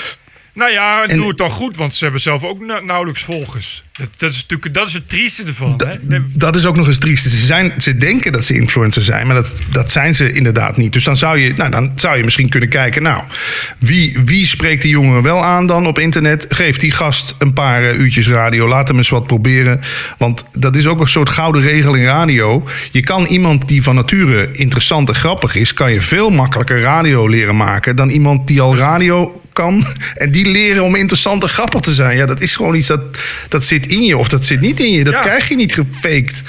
Nou ja, en, doe het dan goed, want ze hebben zelf ook na- nauwelijks volgers. Dat, dat is natuurlijk dat is het trieste ervan. Da, hè? Dat is ook nog eens triest. Ze, zijn, ze denken dat ze influencer zijn, maar dat, dat zijn ze inderdaad niet. Dus dan zou je, nou, dan zou je misschien kunnen kijken... nou, wie, wie spreekt die jongeren wel aan dan op internet? Geef die gast een paar uh, uurtjes radio. Laat hem eens wat proberen. Want dat is ook een soort gouden regel in radio. Je kan iemand die van nature interessant en grappig is... kan je veel makkelijker radio leren maken... dan iemand die al radio... kan. En die leren om interessant en grappig te zijn. Ja, dat is gewoon iets dat, dat zit in je of dat zit niet in je. Dat ja. krijg je niet gefaked.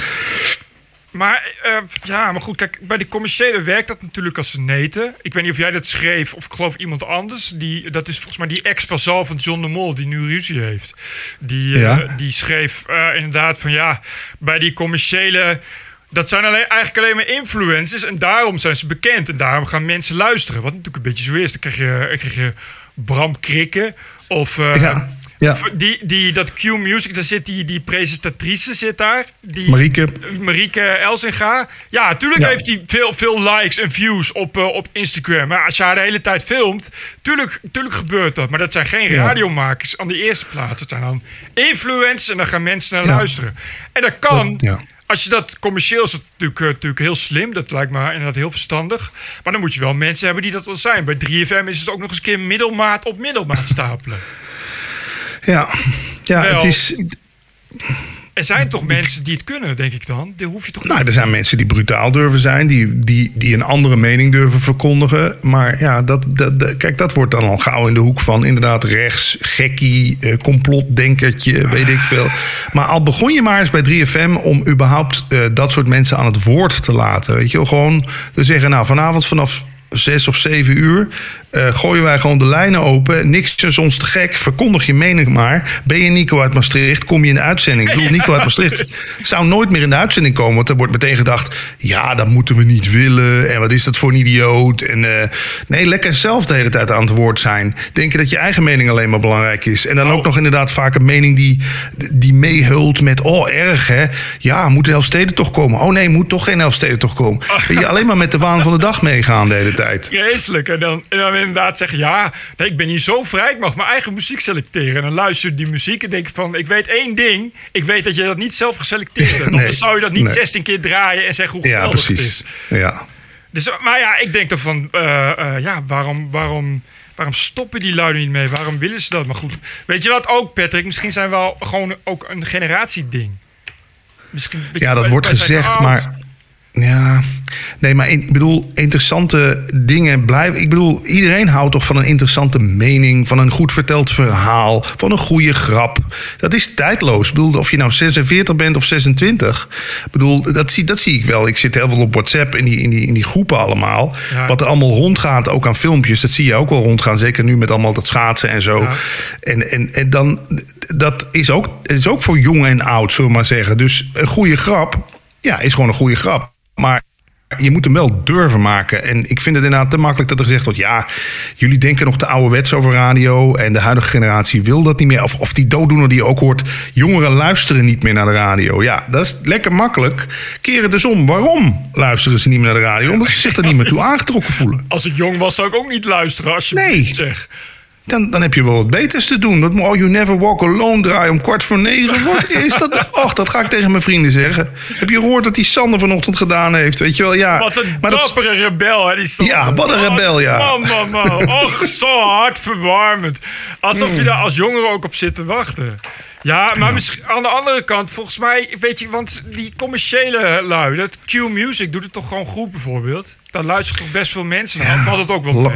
Maar uh, ja, maar goed, kijk, bij de commerciële werkt dat natuurlijk als een neten. Ik weet niet of jij dat schreef of ik geloof iemand anders. Die, dat is volgens mij die ex van Zal van John de Mol die nu ruzie heeft. Die, ja. uh, die schreef uh, inderdaad van ja, bij die commerciële... Dat zijn alleen, eigenlijk alleen maar influencers en daarom zijn ze bekend. En daarom gaan mensen luisteren. Wat natuurlijk een beetje zo is. Dan krijg je, dan krijg je Bram Krikke of... Uh, ja. Ja. Of die, die, dat Q-Music, daar zit die, die presentatrice zit daar. Die, Marieke. Marieke Elsinga. Ja, natuurlijk ja. heeft hij veel, veel likes en views op, uh, op Instagram. Maar als je haar de hele tijd filmt, tuurlijk, tuurlijk gebeurt dat. Maar dat zijn geen ja. radiomakers aan die eerste plaats. Het zijn dan influencers en dan gaan mensen naar ja. luisteren. En dat kan... Dat, ja. Als je dat commercieel is, dat natuurlijk, uh, natuurlijk heel slim. Dat lijkt me inderdaad heel verstandig. Maar dan moet je wel mensen hebben die dat wel zijn. Bij drie F M is het ook nog eens een keer middelmaat op middelmaat stapelen. Ja, ja wel, het is... Er zijn toch mensen die het kunnen, denk ik dan? Die hoef je toch niet... Nou, er zijn mensen die brutaal durven zijn, die, die, die een andere mening durven verkondigen. Maar ja, dat, dat, dat, kijk, dat wordt dan al gauw in de hoek van inderdaad rechts, gekkie, eh, complotdenkertje, weet ik veel. Maar al begon je maar eens bij drie F M om überhaupt uh, dat soort mensen aan het woord te laten. Weet je wel, gewoon te zeggen, nou, vanavond vanaf zes of zeven uur... Uh, gooien wij gewoon de lijnen open. Niks is ons te gek. Verkondig je mening maar. Ben je Nico uit Maastricht, kom je in de uitzending. Ik bedoel, Nico uit Maastricht zou nooit meer in de uitzending komen. Want er wordt meteen gedacht... ja, dat moeten we niet willen. En wat is dat voor een idioot? En, uh, nee, lekker zelf de hele tijd aan het woord zijn. Denken dat je eigen mening alleen maar belangrijk is. En dan oh. ook nog inderdaad vaak een mening die, die meehult met... oh, erg hè. Ja, moeten Elfsteden toch komen? Oh nee, moet toch geen Elfsteden toch komen? Ben je alleen maar met de waan van de dag meegaan de hele tijd. Vreselijk. En dan... En dan inderdaad zeggen, ja, nee, ik ben hier zo vrij, ik mag mijn eigen muziek selecteren. En dan luister je die muziek en denk je van, ik weet één ding, ik weet dat je dat niet zelf geselecteerd hebt. Nee, anders zou je dat niet nee. zestien keer draaien en zeggen hoe geweldig ja, het is. Ja. Dus, maar ja, ik denk dan van, uh, uh, ja, waarom, waarom, waarom stoppen die lui niet mee? Waarom willen ze dat? Maar goed, weet je wat ook, Patrick? Misschien zijn we wel gewoon ook een generatieding. Misschien, ja, dat wij, wordt wij gezegd, maar... Ja, nee, maar in, ik bedoel, interessante dingen blijven. Ik bedoel, iedereen houdt toch van een interessante mening, van een goed verteld verhaal, van een goede grap. Dat is tijdloos. Ik bedoel, of je nou zesenveertig bent of zesentwintig. Ik bedoel, dat zie, dat zie ik wel. Ik zit heel veel op WhatsApp in die, in die, in die groepen allemaal. Ja. Wat er allemaal rondgaat, ook aan filmpjes, dat zie je ook wel rondgaan. Zeker nu met allemaal dat schaatsen en zo. Ja. En, en, en dan, dat is ook, is ook voor jong en oud, zullen we maar zeggen. Dus een goede grap, ja, is gewoon een goede grap. Maar je moet hem wel durven maken. En ik vind het inderdaad te makkelijk dat er gezegd wordt, ja, jullie denken nog te ouderwets over radio en de huidige generatie wil dat niet meer. Of, of die dooddoener die je ook hoort, jongeren luisteren niet meer naar de radio. Ja, dat is lekker makkelijk. Keer het dus om. Waarom luisteren ze niet meer naar de radio? Omdat ze zich er niet meer toe aangetrokken voelen. Als ik jong was, zou ik ook niet luisteren, als je nee. het zegt. Dan, dan heb je wel wat beters te doen. Dat Oh You Never Walk Alone draaien om kwart voor negen. Wat is dat? Och, dat ga ik tegen mijn vrienden zeggen. Heb je gehoord wat die Sander vanochtend gedaan heeft? Weet je wel, ja. Wat een maar dappere dat... rebel, hè, die Sander. Ja, wat een rebel, ja. Man, man, man. Och, zo hartverwarmend. Alsof mm. je daar als jongere ook op zit te wachten. Ja, maar ja. misschien aan de andere kant, volgens mij, weet je, want die commerciële lui, dat Q-Music doet het toch gewoon goed bijvoorbeeld. Daar luisteren toch best veel mensen naar. Ja. Valt het ook wel mee.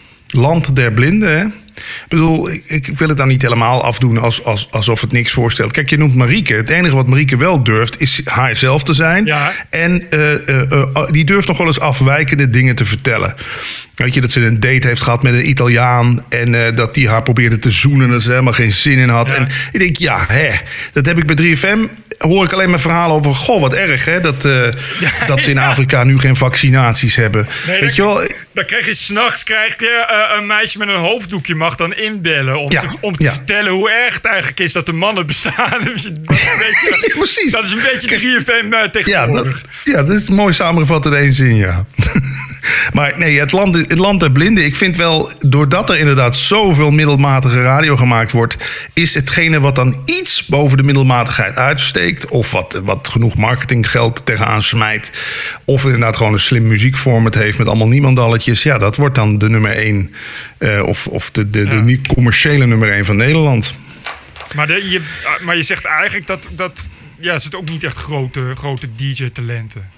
Land der blinden, hè? Ik bedoel, ik, ik wil het dan niet helemaal afdoen als, als, alsof het niks voorstelt. Kijk, je noemt Marieke. Het enige wat Marieke wel durft, is haarzelf te zijn. Ja. En uh, uh, uh, die durft nog wel eens afwijkende dingen te vertellen. Weet je, dat ze een date heeft gehad met een Italiaan en uh, dat die haar probeerde te zoenen en dat ze helemaal geen zin in had. Ja. En ik denk, ja, hè, dat heb ik bij drie F M. Hoor ik alleen maar verhalen over, goh, wat erg, hè, dat, uh, ja, dat ze in ja. Afrika nu geen vaccinaties hebben. Nee, weet dan, je wel? Dan krijg je s'nachts krijg je uh, een meisje met een hoofddoekje mag dan inbellen om ja. te, om te ja. vertellen hoe erg het eigenlijk is dat er mannen bestaan. dat, is een beetje, Precies. dat is een beetje drie F M uh, tegenwoordig. Ja dat, ja, dat is mooi samengevat in één zin, ja. Maar nee, het land, het land der blinden. Ik vind wel, doordat er inderdaad zoveel middelmatige radio gemaakt wordt, is hetgene wat dan iets boven de middelmatigheid uitsteekt, of wat, wat genoeg marketinggeld tegenaan smijt, of inderdaad gewoon een slim muziekformat heeft met allemaal niemandalletjes, ja, dat wordt dan de nummer één. Uh, of of de, de, de, ja. de commerciële nummer één van Nederland. Maar, de, je, maar je zegt eigenlijk dat, dat ja, er zitten ook niet echt grote, grote D J-talenten.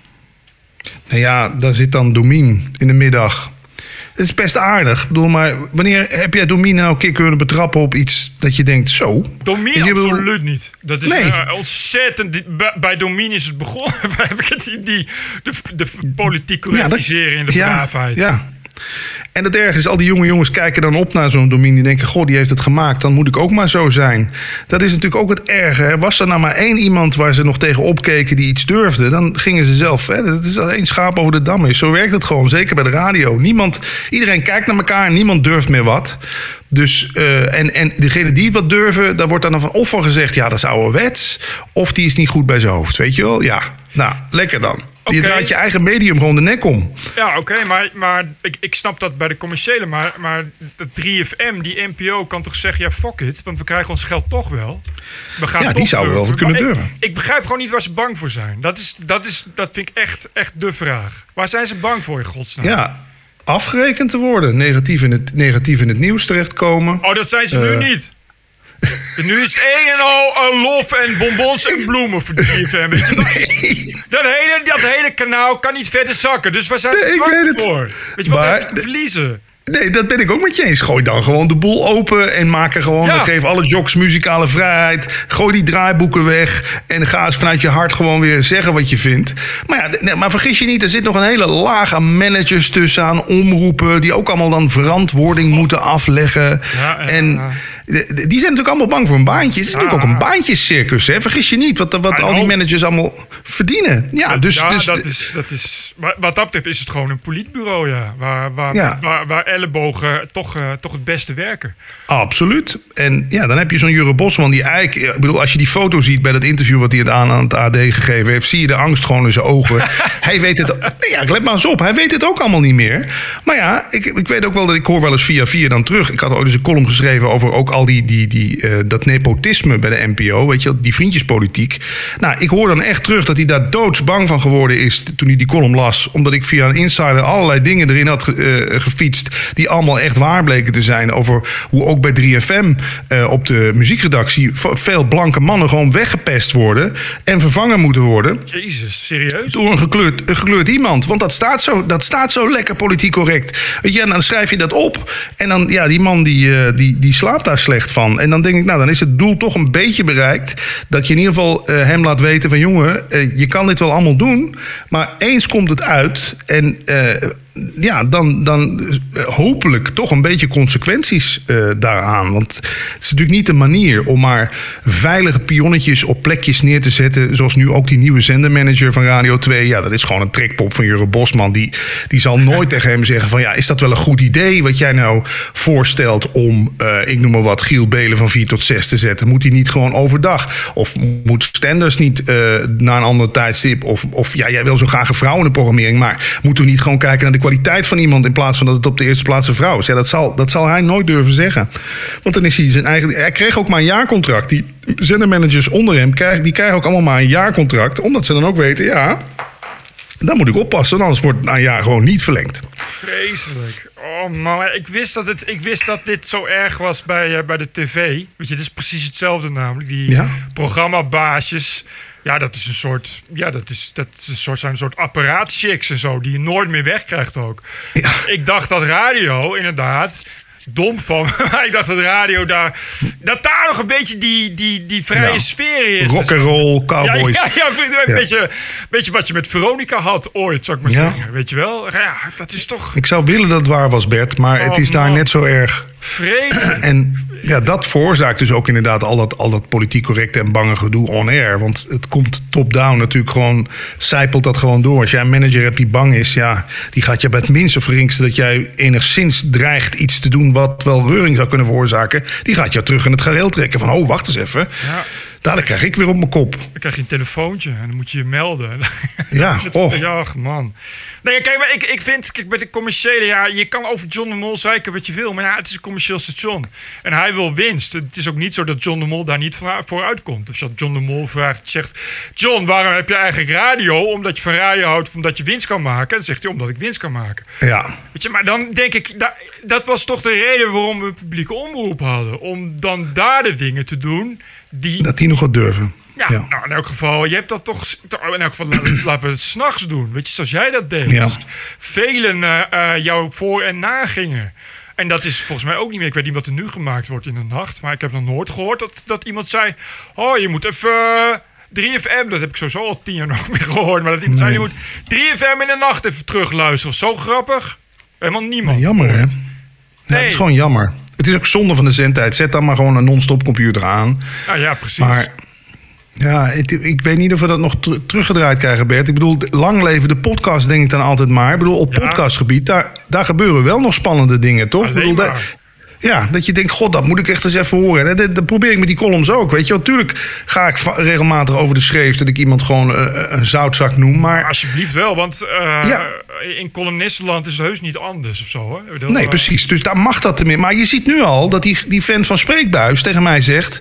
Nou ja, daar zit dan Domien in de middag. Het is best aardig. Ik bedoel, maar wanneer heb jij Domien nou een keer kunnen betrappen op iets dat je denkt, zo? Domien absoluut bedoel... niet. Dat is nee. uh, ontzettend. Bij Domien is het begonnen. Heb ik het die de, de politiek correctiseren ja, in de ja, braafheid. Ja. En het erg is, al die jonge jongens kijken dan op naar zo'n Domien. Die denken, goh, die heeft het gemaakt. Dan moet ik ook maar zo zijn. Dat is natuurlijk ook het erge. Hè? Was er nou maar één iemand waar ze nog tegen opkeken die iets durfde, dan gingen ze zelf. Hè? Dat is één schaap over de dam is. Zo werkt het gewoon, zeker bij de radio. Niemand, iedereen kijkt naar elkaar en niemand durft meer wat. Dus, uh, en, en degene die wat durven, daar wordt dan van of van gezegd, ja, dat is ouderwets. Of die is niet goed bij zijn hoofd, weet je wel? Ja, nou, lekker dan. Okay. Je draait je eigen medium gewoon de nek om. Ja, oké, okay, maar, maar ik, ik snap dat bij de commerciële. Maar, maar de drie F M, die N P O, kan toch zeggen, ja, fuck it. Want we krijgen ons geld toch wel. We gaan ja, toch die zouden wel wat kunnen maar durven. Ik, ik begrijp gewoon niet waar ze bang voor zijn. Dat, is, dat, is, dat vind ik echt, echt de vraag. Waar zijn ze bang voor, in godsnaam? Ja, afgerekend te worden. Negatief in het, negatief in het nieuws terechtkomen. Oh, dat zijn ze uh, nu niet. Nu is het een en al een lof en bonbons en bloemen voor drie F M. Weet je, nee. dat, hele, dat hele kanaal kan niet verder zakken. Dus waar zijn ze nee, bang voor? Weet je wat maar, heb je te verliezen? Nee, dat ben ik ook met je eens. Gooi dan gewoon de boel open en maak er gewoon... Ja. Geef alle jocks muzikale vrijheid. Gooi die draaiboeken weg. En ga eens vanuit je hart gewoon weer zeggen wat je vindt. Maar ja, nee, maar vergis je niet, er zit nog een hele laag aan managers tussen, aan omroepen, die ook allemaal dan verantwoording moeten afleggen. Ja, ja, en... Ja. Die zijn natuurlijk allemaal bang voor een baantje. Het is ah, natuurlijk ook een baantjescircus, hè? Vergis je niet wat, wat al die managers allemaal verdienen. Ja, dus, ja dus, dat is, dat is, wat dat betreft is het gewoon een politbureau, ja. Waar, waar, ja. waar, waar ellebogen toch, uh, toch het beste werken. Absoluut. En ja, dan heb je zo'n Jure Bosman die eigenlijk... Ik bedoel, als je die foto ziet bij dat interview wat hij het aan, aan het A D gegeven heeft, zie je de angst gewoon in zijn ogen. Hij weet het... Ja, let maar eens op. Hij weet het ook allemaal niet meer. Maar ja, ik, ik weet ook wel dat ik hoor wel eens via via dan terug. Ik had ooit eens een column geschreven over ook al die, die, die, uh, dat nepotisme bij de N P O, weet je, die vriendjespolitiek. Nou, ik hoor dan echt terug dat hij daar doodsbang van geworden is toen hij die column las, omdat ik via een insider allerlei dingen erin had ge, uh, gefietst die allemaal echt waar bleken te zijn over hoe ook bij drie F M uh, op de muziekredactie veel blanke mannen gewoon weggepest worden en vervangen moeten worden. Jezus, serieus? Door een gekleurd, een gekleurd iemand. Want dat staat zo, dat staat zo lekker politiek correct. Weet je, en dan schrijf je dat op en dan, ja, die man die, uh, die, die slaapt daar slecht van. En dan denk ik, nou, dan is het doel toch een beetje bereikt dat je in ieder geval uh, hem laat weten van jongen, uh, je kan dit wel allemaal doen, maar eens komt het uit en uh, ja, dan, dan uh, hopelijk toch een beetje consequenties uh, daaraan. Want het is natuurlijk niet de manier om maar veilige pionnetjes op plekjes neer te zetten, zoals nu ook die nieuwe zendermanager van Radio twee. Ja, dat is gewoon een trekpop van Jurre Bosman. Die, die zal nooit tegen hem zeggen van ja, is dat wel een goed idee wat jij nou voorstelt om, uh, ik noem maar wat, Giel Belen van vier tot zes te zetten? Moet hij niet gewoon overdag? Of moet Stenders niet uh, naar een ander tijdstip? Of, of ja, jij wil zo graag een vrouw in de programmering, maar moeten we niet gewoon kijken naar de kwaliteit van iemand in plaats van dat het op de eerste plaats een vrouw is? Ja, dat zal, dat zal hij nooit durven zeggen. Want dan is hij zijn eigen. Hij kreeg ook maar een jaarcontract. Die zendermanagers onder hem krijgen, die krijgen ook allemaal maar een jaarcontract, omdat ze dan ook weten, ja, dan moet ik oppassen, anders wordt een jaar gewoon niet verlengd. Vreselijk. Oh man, ik wist dat, het, ik wist dat dit zo erg was bij, uh, bij de tv. Weet je, het is precies hetzelfde namelijk. Die ja? programmabaasjes. Ja, dat is een soort, ja, dat is, dat is een soort, zijn een soort apparaatchicks en zo, die je nooit meer wegkrijgt ook. Ja. Ik dacht dat radio inderdaad, dom van, ik dacht dat radio daar, dat daar nog een beetje die, die, die vrije ja. sfeer is. Rock'n'roll, cowboys. Ja, ja, ja, een ja. beetje, beetje wat je met Veronica had ooit, zou ik maar ja. zeggen. Weet je wel? Ja, dat is toch... Ik zou willen dat het waar was, Bert, maar oh, het is man. daar net zo erg. Vreselijk. En ja, dat veroorzaakt dus ook inderdaad al dat, al dat politiek correcte en bange gedoe on-air. Want het komt top-down natuurlijk gewoon, zijpelt dat gewoon door. Als jij een manager hebt die bang is, ja, die gaat je bij het minste of geringste dat jij enigszins dreigt iets te doen wat wel reuring zou kunnen veroorzaken, die gaat jou terug in het gareel trekken van, oh, wacht eens even. Ja. Daar krijg ik weer op mijn kop. Dan krijg je een telefoontje en dan moet je je melden. Ja, oh. Ja, man. Nee, kijk, maar ik, ik vind, kijk, bij de commerciële, ja, je kan over John de Mol zeiken wat je wil, maar ja, het is een commercieel station. En hij wil winst. Het is ook niet zo dat John de Mol daar niet vooruit komt. Dus dat John de Mol vraagt, zegt, John, waarom heb je eigenlijk radio? Omdat je van radio houdt, omdat je winst kan maken. En dan zegt hij, omdat ik winst kan maken. Ja. Weet je, maar dan denk ik, dat, dat was toch de reden waarom we een publieke omroep hadden. Om dan daar de dingen te doen die... Dat die nog wat durven. Ja, ja. Nou, in elk geval, je hebt dat toch... In elk geval, laten we het 's nachts doen. Weet je, zoals jij dat deed. Ja. Dus velen uh, uh, jou voor en na gingen. En dat is volgens mij ook niet meer... Ik weet niet wat er nu gemaakt wordt in de nacht. Maar ik heb nog nooit gehoord dat, dat iemand zei... Oh, je moet even... Uh, drie F M, dat heb ik sowieso al tien jaar nog meer gehoord. Maar dat iemand nee. zei, je moet drie F M in de nacht even terugluisteren. Zo grappig. Helemaal niemand. Nee, jammer, hoort. hè? Ja, nee. Het is gewoon jammer. Het is ook zonde van de zendtijd. Zet dan maar gewoon een non-stop computer aan. Ah, ja, precies. Maar... Ja, het, ik weet niet of we dat nog ter, teruggedraaid krijgen, Bert. Ik bedoel, lang leven de podcast, denk ik dan altijd maar. Ik bedoel, op ja. podcastgebied, daar, daar gebeuren wel nog spannende dingen, toch? Ik bedoel, daar, ja, dat je denkt, god, dat moet ik echt eens even horen. En dat, dat probeer ik met die columns ook, weet je. Natuurlijk ga ik regelmatig over de schreef dat ik iemand gewoon een, een zoutzak noem, maar... Alsjeblieft wel, want uh, ja. in columnistenland is het heus niet anders of zo, hè? Bedoel, nee, uh... precies. Dus daar mag dat tenminste. Maar je ziet nu al dat die, die vent van Spreekbuis tegen mij zegt...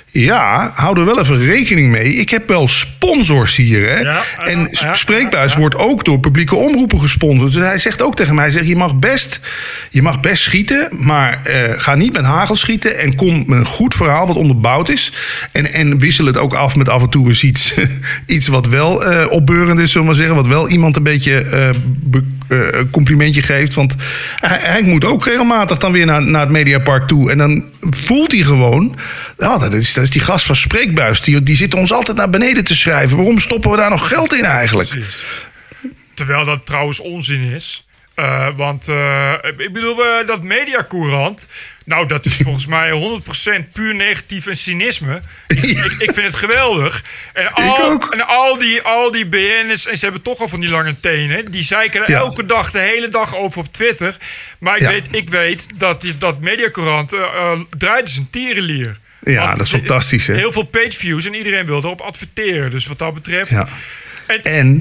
Ja, hou er wel even rekening mee. Ik heb wel sponsors hier. Hè? Ja, en ja, Spreekbuis ja, ja. wordt ook door publieke omroepen gesponsord. Dus hij zegt ook tegen mij, zegt, je, mag best, je mag best schieten... maar uh, ga niet met hagel schieten... en kom met een goed verhaal wat onderbouwd is. En, en wissel het ook af met af en toe eens iets, iets wat wel uh, opbeurend is, zullen we maar zeggen. Wat wel iemand een beetje uh, be, uh, een complimentje geeft. Want hij, hij moet ook regelmatig dan weer naar, naar het Mediapark toe. En dan voelt hij gewoon... Nou, dat is, dat is die gast van Spreekbuis. Die, die zit ons altijd naar beneden te schrijven. Waarom stoppen we daar nog geld in eigenlijk? Precies. Terwijl dat trouwens onzin is. Uh, want uh, ik bedoel, uh, dat Mediacourant... Nou, dat is volgens mij honderd procent puur negatief en cynisme. Ik, ik, ik vind het geweldig. En al, en al die, al die B N'ers, en ze hebben toch al van die lange tenen... die zeiken er ja. elke dag, de hele dag over op Twitter. Maar ik, ja. weet, ik weet dat die, dat Mediacourant uh, uh, draait als een tierenlier. Ja, want dat is fantastisch, hè? Heel veel pageviews en iedereen wil erop adverteren. Dus wat dat betreft... Ja. En... en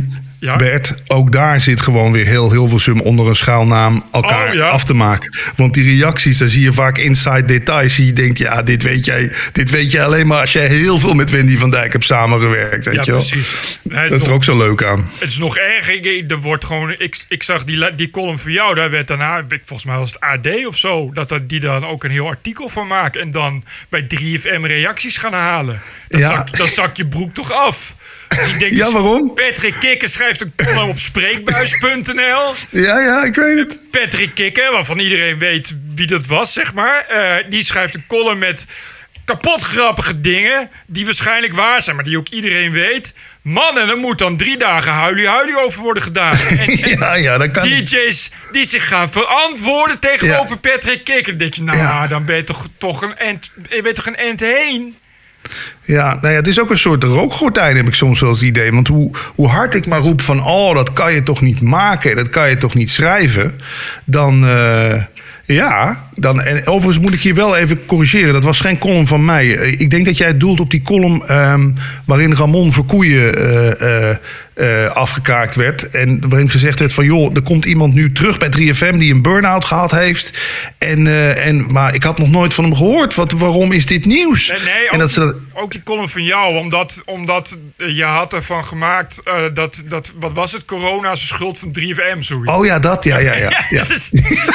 Ja? Bert, ook daar zit gewoon weer heel Hilversum onder een schuilnaam elkaar oh, ja. af te maken. Want die reacties, daar zie je vaak inside details. Je denkt, ja, dit weet jij, dit weet jij alleen maar als jij heel veel met Wendy van Dijk hebt samengewerkt. Weet ja, je wel? precies. Nee, dat is nog, er ook zo leuk aan. Het is nog erger. Er wordt gewoon, ik, ik zag die, die column van jou, daar werd daarna, volgens mij was het A D of zo, dat die dan ook een heel artikel van maken en dan bij drie F M reacties gaan halen. Dan, ja. zak, dan zak je broek toch af. Die denkt, ja, waarom? Patrick Kikker schrijft een column op spreekbuis punt n l. Ja, ja, ik weet het. Patrick Kikker, waarvan iedereen weet wie dat was, zeg maar. Uh, die schrijft een column met kapot grappige dingen die waarschijnlijk waar zijn, maar die ook iedereen weet. Man, en er moet dan drie dagen huilie-huilie over worden gedaan. En, en ja, ja, dat kan. D J's die zich gaan verantwoorden tegenover ja. Patrick Kikker. Dan denk je, nou, ja. dan ben je toch, toch een end, je bent toch een end heen? Ja, nou ja, het is ook een soort rookgordijn, heb ik soms wel eens het idee. Want hoe, hoe hard ik maar roep van, oh, dat kan je toch niet maken, dat kan je toch niet schrijven, dan... Uh, Ja, dan, en overigens moet ik hier wel even corrigeren. Dat was geen column van mij. Ik denk dat jij doelt op die column um, waarin Ramon Verkoeien uh, uh, uh, afgekaakt werd. En waarin gezegd werd van, joh, er komt iemand nu terug bij drie F M die een burn-out gehad heeft. En, uh, en, maar ik had nog nooit van hem gehoord. Wat, waarom is dit nieuws? Nee, nee en ook, dat ze dat... ook die column van jou. Omdat, omdat je had ervan gemaakt uh, dat, dat, wat was het, corona is de schuld van drie F M. Zoiets. Oh ja, dat, ja, ja, ja. ja. ja is...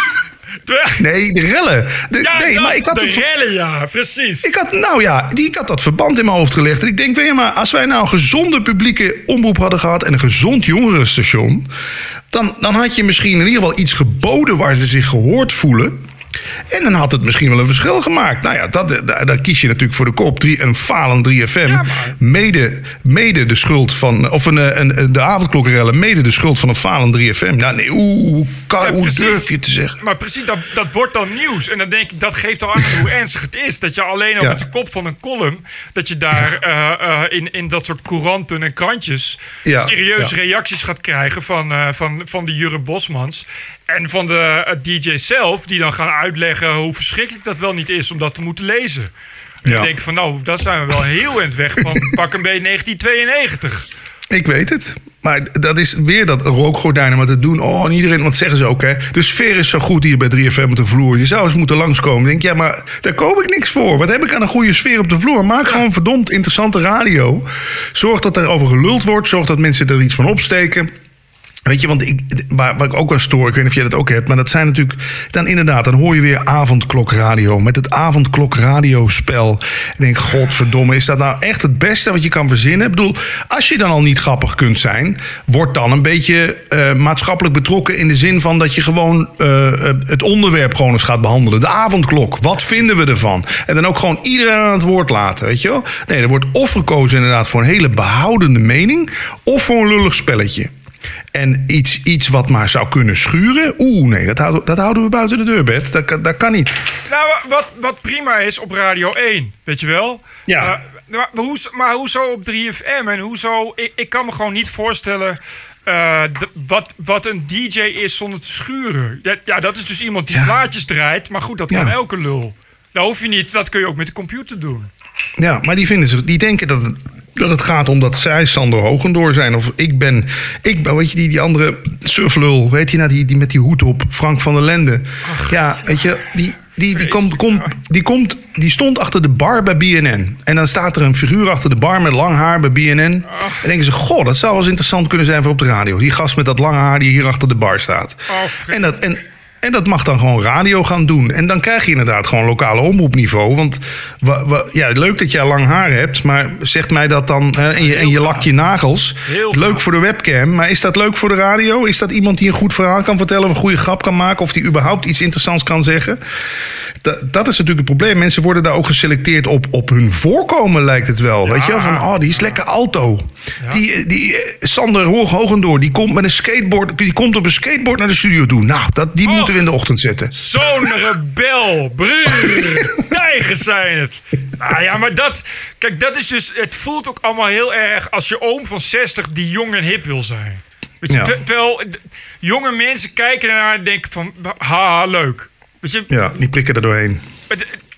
Nee, de rellen. De, ja, nee, dat, maar ik had de het, rellen, ja, precies. Ik had, nou ja, die, ik had dat verband in mijn hoofd gelegd. En ik denk, weet je maar, als wij nou een gezonde publieke omroep hadden gehad en een gezond jongerenstation, dan, dan had je misschien in ieder geval iets geboden waar ze zich gehoord voelen. En dan had het misschien wel een verschil gemaakt. Nou ja, dat, dan kies je natuurlijk voor de kop. Drie, een falend drie F M. Ja, maar... mede, mede de schuld van... Of een, een, de avondklokkerellen. Mede de schuld van een falend drie F M. Nou nee, hoe, kan, ja, hoe durf je te zeggen? Maar precies, dat, dat wordt dan nieuws. En dan denk ik, dat geeft al aan hoe ernstig het is. Dat je alleen al ja. met de kop van een column... dat je daar uh, uh, in, in dat soort couranten en krantjes... Ja. serieuze ja. reacties gaat krijgen van, uh, van, van de Jurre Bosmans... En van de uh, D J's zelf, die dan gaan uitleggen hoe verschrikkelijk dat wel niet is om dat te moeten lezen. Ja. Ik denk van, nou, daar zijn we wel heel eind weg van pak een beetje negentien tweeënnegentig. Ik weet het. Maar dat is weer dat rookgordijnen wat het doen. Oh, en iedereen, want zeggen ze ook, hè. De sfeer is zo goed hier bij drie F M op de vloer. Je zou eens moeten langskomen. Ik denk, ja, maar daar koop ik niks voor. Wat heb ik aan een goede sfeer op de vloer? Maak ja. gewoon verdomd interessante radio. Zorg dat er over geluld wordt. Zorg dat mensen er iets van opsteken. Weet je, want ik, waar, waar ik ook wel stoor, ik weet niet of jij dat ook hebt... maar dat zijn natuurlijk... dan inderdaad, dan hoor je weer avondklokradio... met het avondklokradiospel. En ik denk, godverdomme, is dat nou echt het beste wat je kan verzinnen? Ik bedoel, als je dan al niet grappig kunt zijn... word dan een beetje uh, maatschappelijk betrokken... in de zin van dat je gewoon uh, het onderwerp gewoon eens gaat behandelen. De avondklok, wat vinden we ervan? En dan ook gewoon iedereen aan het woord laten, weet je wel? Nee, er wordt of gekozen inderdaad voor een hele behoudende mening... of voor een lullig spelletje. En iets, iets wat maar zou kunnen schuren... Oeh, nee, dat houden, dat houden we buiten de deur, Bert. Dat, dat kan niet. Nou, wat, wat prima is op Radio één, weet je wel? Ja. Uh, maar, hoe, maar hoezo op drie F M? En hoezo... Ik, ik kan me gewoon niet voorstellen... Uh, de, wat, wat een D J is zonder te schuren. Ja, ja dat is dus iemand die ja. plaatjes draait. Maar goed, dat kan ja. elke lul. Dat hoef je niet. Dat kun je ook met de computer doen. Ja, maar die, vinden ze, die denken dat het... dat het gaat om dat zij Sander Hoogendoor zijn. Of ik ben... Ik ben, weet je, die, die andere suflul... weet je nou, die, die met die hoed op... Frank van der Lende. Ach, ja, weet je... Die, die, die, komt, komt, die, komt, die stond achter de bar bij B N N. En dan staat er een figuur achter de bar met lang haar bij B N N. Ach. En denken ze... Goh, dat zou wel eens interessant kunnen zijn voor op de radio. Die gast met dat lange haar die hier achter de bar staat. Oh, en dat... En, En dat mag dan gewoon radio gaan doen. En dan krijg je inderdaad gewoon lokale omroepniveau. Want wa, wa, ja, leuk dat jij lang haar hebt. Maar zegt mij dat dan... Hè, en je, en je lakt je nagels. Heel leuk gaaf. Voor de webcam. Maar is dat leuk voor de radio? Is dat iemand die een goed verhaal kan vertellen... of een goede grap kan maken? Of die überhaupt iets interessants kan zeggen? Dat, dat is natuurlijk het probleem. Mensen worden daar ook geselecteerd op, op hun voorkomen, lijkt het wel. Ja. Weet je wel? Van, oh, die is lekker alto. Ja. Die, die Sander Hoogendoor, die komt met een skateboard... die komt op een skateboard naar de studio toe. Nou, dat, die oh, moeten we in de ochtend zetten. Zo'n rebel. Brrr. Tijgers zijn het. Nou ja, maar dat... Kijk, dat is dus... Het voelt ook allemaal heel erg als je oom van zestig die jong en hip wil zijn. Weet je, ja. Terwijl jonge mensen kijken ernaar en denken van... Haha, leuk. Weet je, ja, die prikken er doorheen.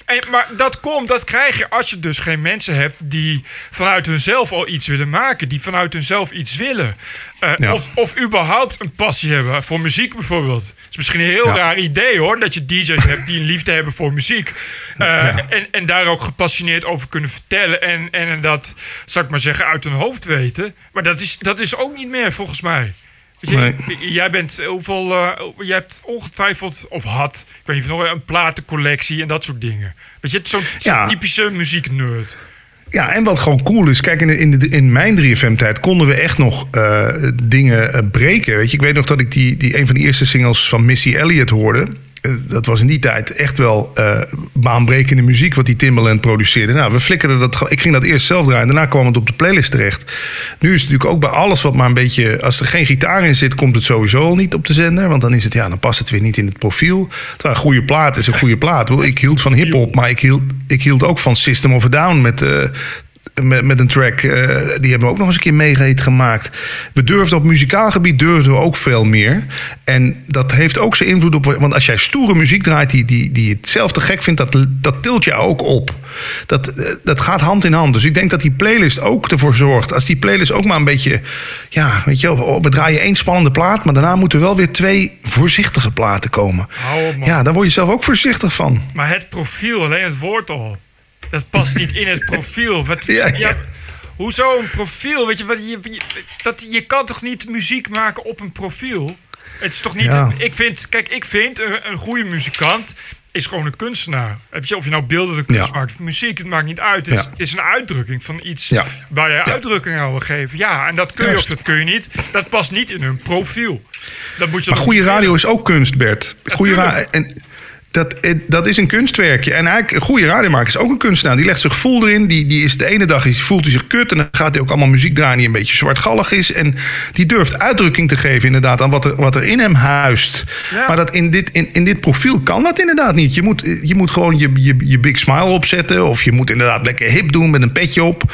En, maar dat komt, dat krijg je als je dus geen mensen hebt die vanuit hunzelf al iets willen maken. Die vanuit hunzelf iets willen. Uh, ja. of, of überhaupt een passie hebben voor muziek bijvoorbeeld. Het is misschien een heel ja. raar idee hoor. Dat je D J's hebt die een liefde hebben voor muziek. Uh, ja. en, en daar ook gepassioneerd over kunnen vertellen. En, en dat, zou ik maar zeggen, uit hun hoofd weten. Maar dat is, dat is ook niet meer volgens mij. Je, nee. Jij bent hoeveel. Uh, jij hebt ongetwijfeld of had. Ik weet niet of nog een platencollectie en dat soort dingen. Weet je, zo'n zo ja. typische muzieknerd. Ja, en wat gewoon cool is. Kijk, in, de, in, de, in mijn drie F M-tijd konden we echt nog uh, dingen uh, breken. Weet je, ik weet nog dat ik die, die een van de eerste singles van Missy Elliott hoorde. Uh, dat was in die tijd echt wel uh, baanbrekende muziek wat die Timbaland produceerde. Nou, we flikkerden dat. Ik ging dat eerst zelf draaien. Daarna kwam het op de playlist terecht. Nu is het natuurlijk ook bij alles wat maar een beetje. Als er geen gitaar in zit, komt het sowieso al niet op de zender. Want dan is het ja, dan past het weer niet in het profiel. Terwijl een goede plaat is een goede plaat. Ik hield van hip-hop, maar ik hield, ik hield ook van System of a Down met. Uh, Met, met een track, uh, die hebben we ook nog eens een keer meegeet gemaakt. We durfden op muzikaal gebied durfden we ook veel meer. En dat heeft ook zijn invloed op. Want als jij stoere muziek draait die, die, die hetzelfde gek vindt, dat, dat tilt je ook op. Dat, dat gaat hand in hand. Dus ik denk dat die playlist ook ervoor zorgt. Als die playlist ook maar een beetje. Ja, weet je wel, we draaien één spannende plaat, maar daarna moeten wel weer twee voorzichtige platen komen. Oh, ja, daar word je zelf ook voorzichtig van. Maar het profiel, alleen het woord al. Dat past niet in het profiel. Wat, ja, ja. Ja, hoezo een profiel? Weet je, wat, je, je, dat, je kan toch niet muziek maken op een profiel? Het is toch niet... Ja. Een, ik vind, kijk, ik vind een, een goede muzikant is gewoon een kunstenaar. Weet je, of je nou beeldende kunst ja. maakt of muziek, het maakt niet uit. Het is, ja. het is een uitdrukking van iets ja. waar je ja. uitdrukking aan wil geven. Ja, en dat kun je Juist. of dat kun je niet. Dat past niet in hun profiel. Dat moet je maar goede radio is ook kunst, Bert. Goede radio... En... Dat, dat is een kunstwerkje. En eigenlijk een goede radiomaker is ook een kunstenaar. Die legt zijn gevoel erin. Die, die is de ene dag is, voelt hij zich kut. En dan gaat hij ook allemaal muziek draaien die een beetje zwartgallig is. En die durft uitdrukking te geven inderdaad aan wat er, wat er in hem huist. Ja. Maar dat in, dit, in, in dit profiel kan dat inderdaad niet. Je moet, je moet gewoon je, je, je big smile opzetten. Of je moet inderdaad lekker hip doen met een petje op.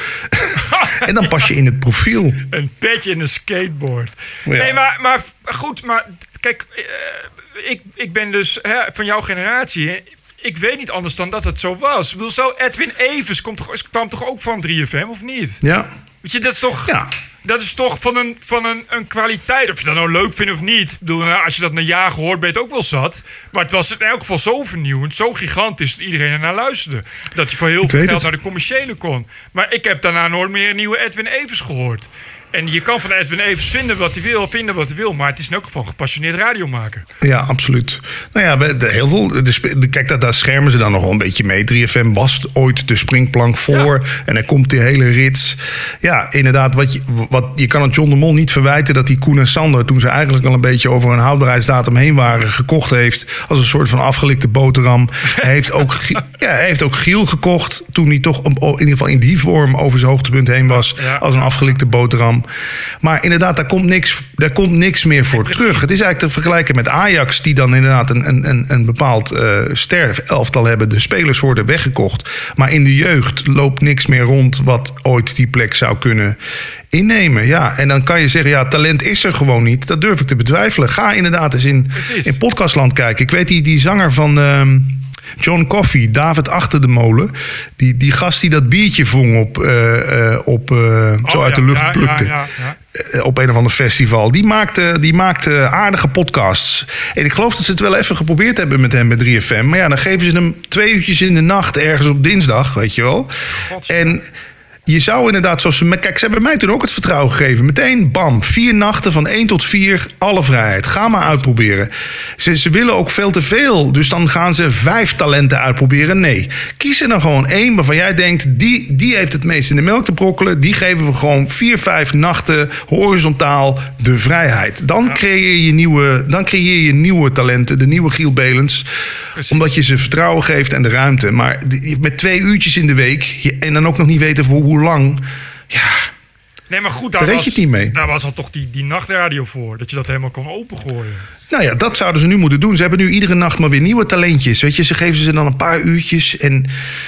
En dan pas je in het profiel. Een petje in een skateboard. Ja. Nee, maar, maar goed, maar kijk... Uh, Ik, ik ben dus hè, van jouw generatie. Ik weet niet anders dan dat het zo was. Ik bedoel, zo Edwin Evers komt toch, kwam toch ook van drie F M, of niet? Ja. Weet je, dat is toch, ja. dat is toch van, een, van een, een kwaliteit. Of je dat nou leuk vindt of niet. Ik bedoel, als je dat na jaar gehoord ben je het ook wel zat. Maar het was in elk geval zo vernieuwend, zo gigantisch dat iedereen ernaar luisterde. Dat je voor heel ik veel geld het. naar de commerciële kon. Maar ik heb daarna nooit meer een nieuwe Edwin Evers gehoord. En je kan van Edwin Evers vinden wat hij wil, vinden wat hij wil. Maar het is in elk geval gepassioneerd radio maken. Ja, absoluut. Nou ja, de, heel veel. De, de, kijk, daar, daar schermen ze dan nog wel een beetje mee. drie F M was ooit de springplank voor. Ja. En er komt die hele rits. Ja, inderdaad. Wat je, wat, je kan het John de Mol niet verwijten dat die Koen en Sander, toen ze eigenlijk al een beetje over een houdbaarheidsdatum heen waren, gekocht heeft als een soort van afgelikte boterham. Hij heeft ook, ja, hij heeft ook Giel gekocht toen hij toch in ieder geval in die vorm over zijn hoogtepunt heen was. Ja. Als een afgelikte boterham. Maar inderdaad, daar komt niks, daar komt niks meer voor nee, terug. Het is eigenlijk te vergelijken met Ajax, die dan inderdaad een, een, een bepaald uh, ster-elftal hebben. De spelers worden weggekocht. Maar in de jeugd loopt niks meer rond wat ooit die plek zou kunnen innemen. Ja, en dan kan je zeggen, ja, talent is er gewoon niet. Dat durf ik te betwijfelen. Ga inderdaad eens in, in podcastland kijken. Ik weet die, die zanger van Uh, John Coffey, David Achter de Molen. Die, die gast die dat biertje vong op, uh, uh, op uh, oh, zo uit ja, de lucht ja, plukte. Ja, ja, ja. Op een of ander festival. Die maakte, die maakte aardige podcasts. En ik geloof dat ze het wel even geprobeerd hebben met hem bij drie F M. Maar ja, dan geven ze hem twee uurtjes in de nacht ergens op dinsdag, weet je wel. God, en je zou inderdaad, zoals ze... Kijk, ze hebben mij toen ook het vertrouwen gegeven. Meteen, bam, vier nachten van één tot vier, alle vrijheid. Ga maar uitproberen. Ze, ze willen ook veel te veel. Dus dan gaan ze vijf talenten uitproberen. Nee, kies er dan gewoon één waarvan jij denkt, die, die heeft het meest in de melk te brokkelen. Die geven we gewoon vier, vijf nachten horizontaal de vrijheid. Dan creëer je nieuwe, dan creëer je nieuwe talenten. De nieuwe Giel Belens. Precies. Omdat je ze vertrouwen geeft en de ruimte. Maar met twee uurtjes in de week en dan ook nog niet weten voor hoe lang. Ja, nee, maar goed, daar, was, daar was al toch die, die nachtradio voor. Dat je dat helemaal kon opengooien. Nou ja, dat zouden ze nu moeten doen. Ze hebben nu iedere nacht maar weer nieuwe talentjes. Weet je, ze geven ze dan een paar uurtjes. En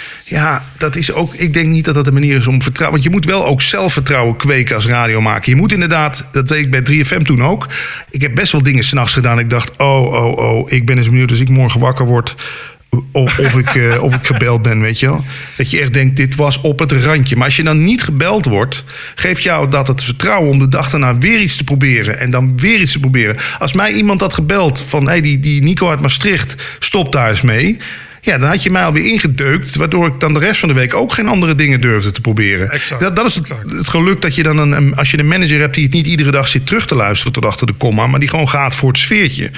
ja, dat is ook. Ik denk niet dat dat de manier is om vertrouwen. Want je moet wel ook zelfvertrouwen kweken als radiomaker. Je moet inderdaad, dat deed ik bij drie F M toen ook. Ik heb best wel dingen 's nachts gedaan. Ik dacht, oh, oh, oh, ik ben eens benieuwd als ik morgen wakker word. Of, of, ik, uh, of ik gebeld ben, weet je wel. Dat je echt denkt, dit was op het randje. Maar als je dan niet gebeld wordt, geeft jou dat het vertrouwen om de dag daarna weer iets te proberen. En dan weer iets te proberen. Als mij iemand had gebeld van, hé, hey, die, die Nico uit Maastricht, stop daar eens mee. Ja, dan had je mij alweer ingedeukt, waardoor ik dan de rest van de week ook geen andere dingen durfde te proberen. Exact, dat, dat is het, het geluk dat je dan, een, als je een manager hebt die het niet iedere dag zit terug te luisteren tot achter de komma, maar die gewoon gaat voor het sfeertje.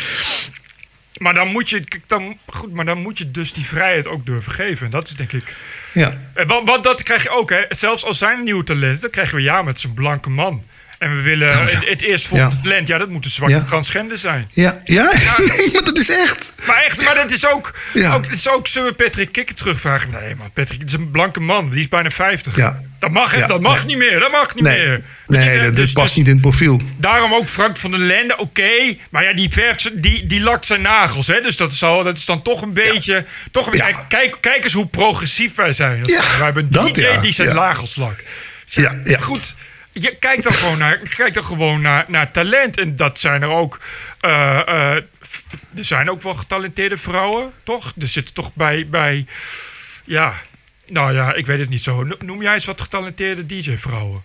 Maar dan moet je, dan, goed, maar dan moet je dus die vrijheid ook durven geven. En dat is denk ik. Ja. Want, want dat krijg je ook, hè. Zelfs als zijn nieuwe talent, dan krijgen we ja met zijn blanke man. En we willen oh, ja. het, het eerstvolgende ja. talent, ja, dat moet een zwarte ja. transgender zijn. Ja, ja? ja. Nee, maar dat is echt. Maar echt, maar dat is ook. Ja. ook, dat is ook zullen we Patrick Kikker terugvragen? Nee, maar Patrick, het is een blanke man, die is bijna vijftig. Ja. Dat mag, ja. dat mag nee. niet meer, dat mag niet nee. meer. Nee, je, dat dus, past dus, niet in het profiel. Daarom ook Frank van der Lende, oké. Okay, maar ja, die, verft, die, die lakt zijn nagels, hè. Dus dat is, al, dat is dan toch een beetje. Ja. Toch een, ja. kijk, kijk eens hoe progressief wij zijn. Ja. Wij hebben een dat, D J ja. die zijn ja. nagels lakt. Ja, ja, ja. Goed. Je kijkt dan gewoon naar, kijk dan gewoon naar, naar talent. En dat zijn er ook. Uh, uh, er zijn ook wel getalenteerde vrouwen, toch? Er zitten toch bij. bij ja, nou ja, ik weet het niet zo. Noem jij eens wat getalenteerde D J-vrouwen?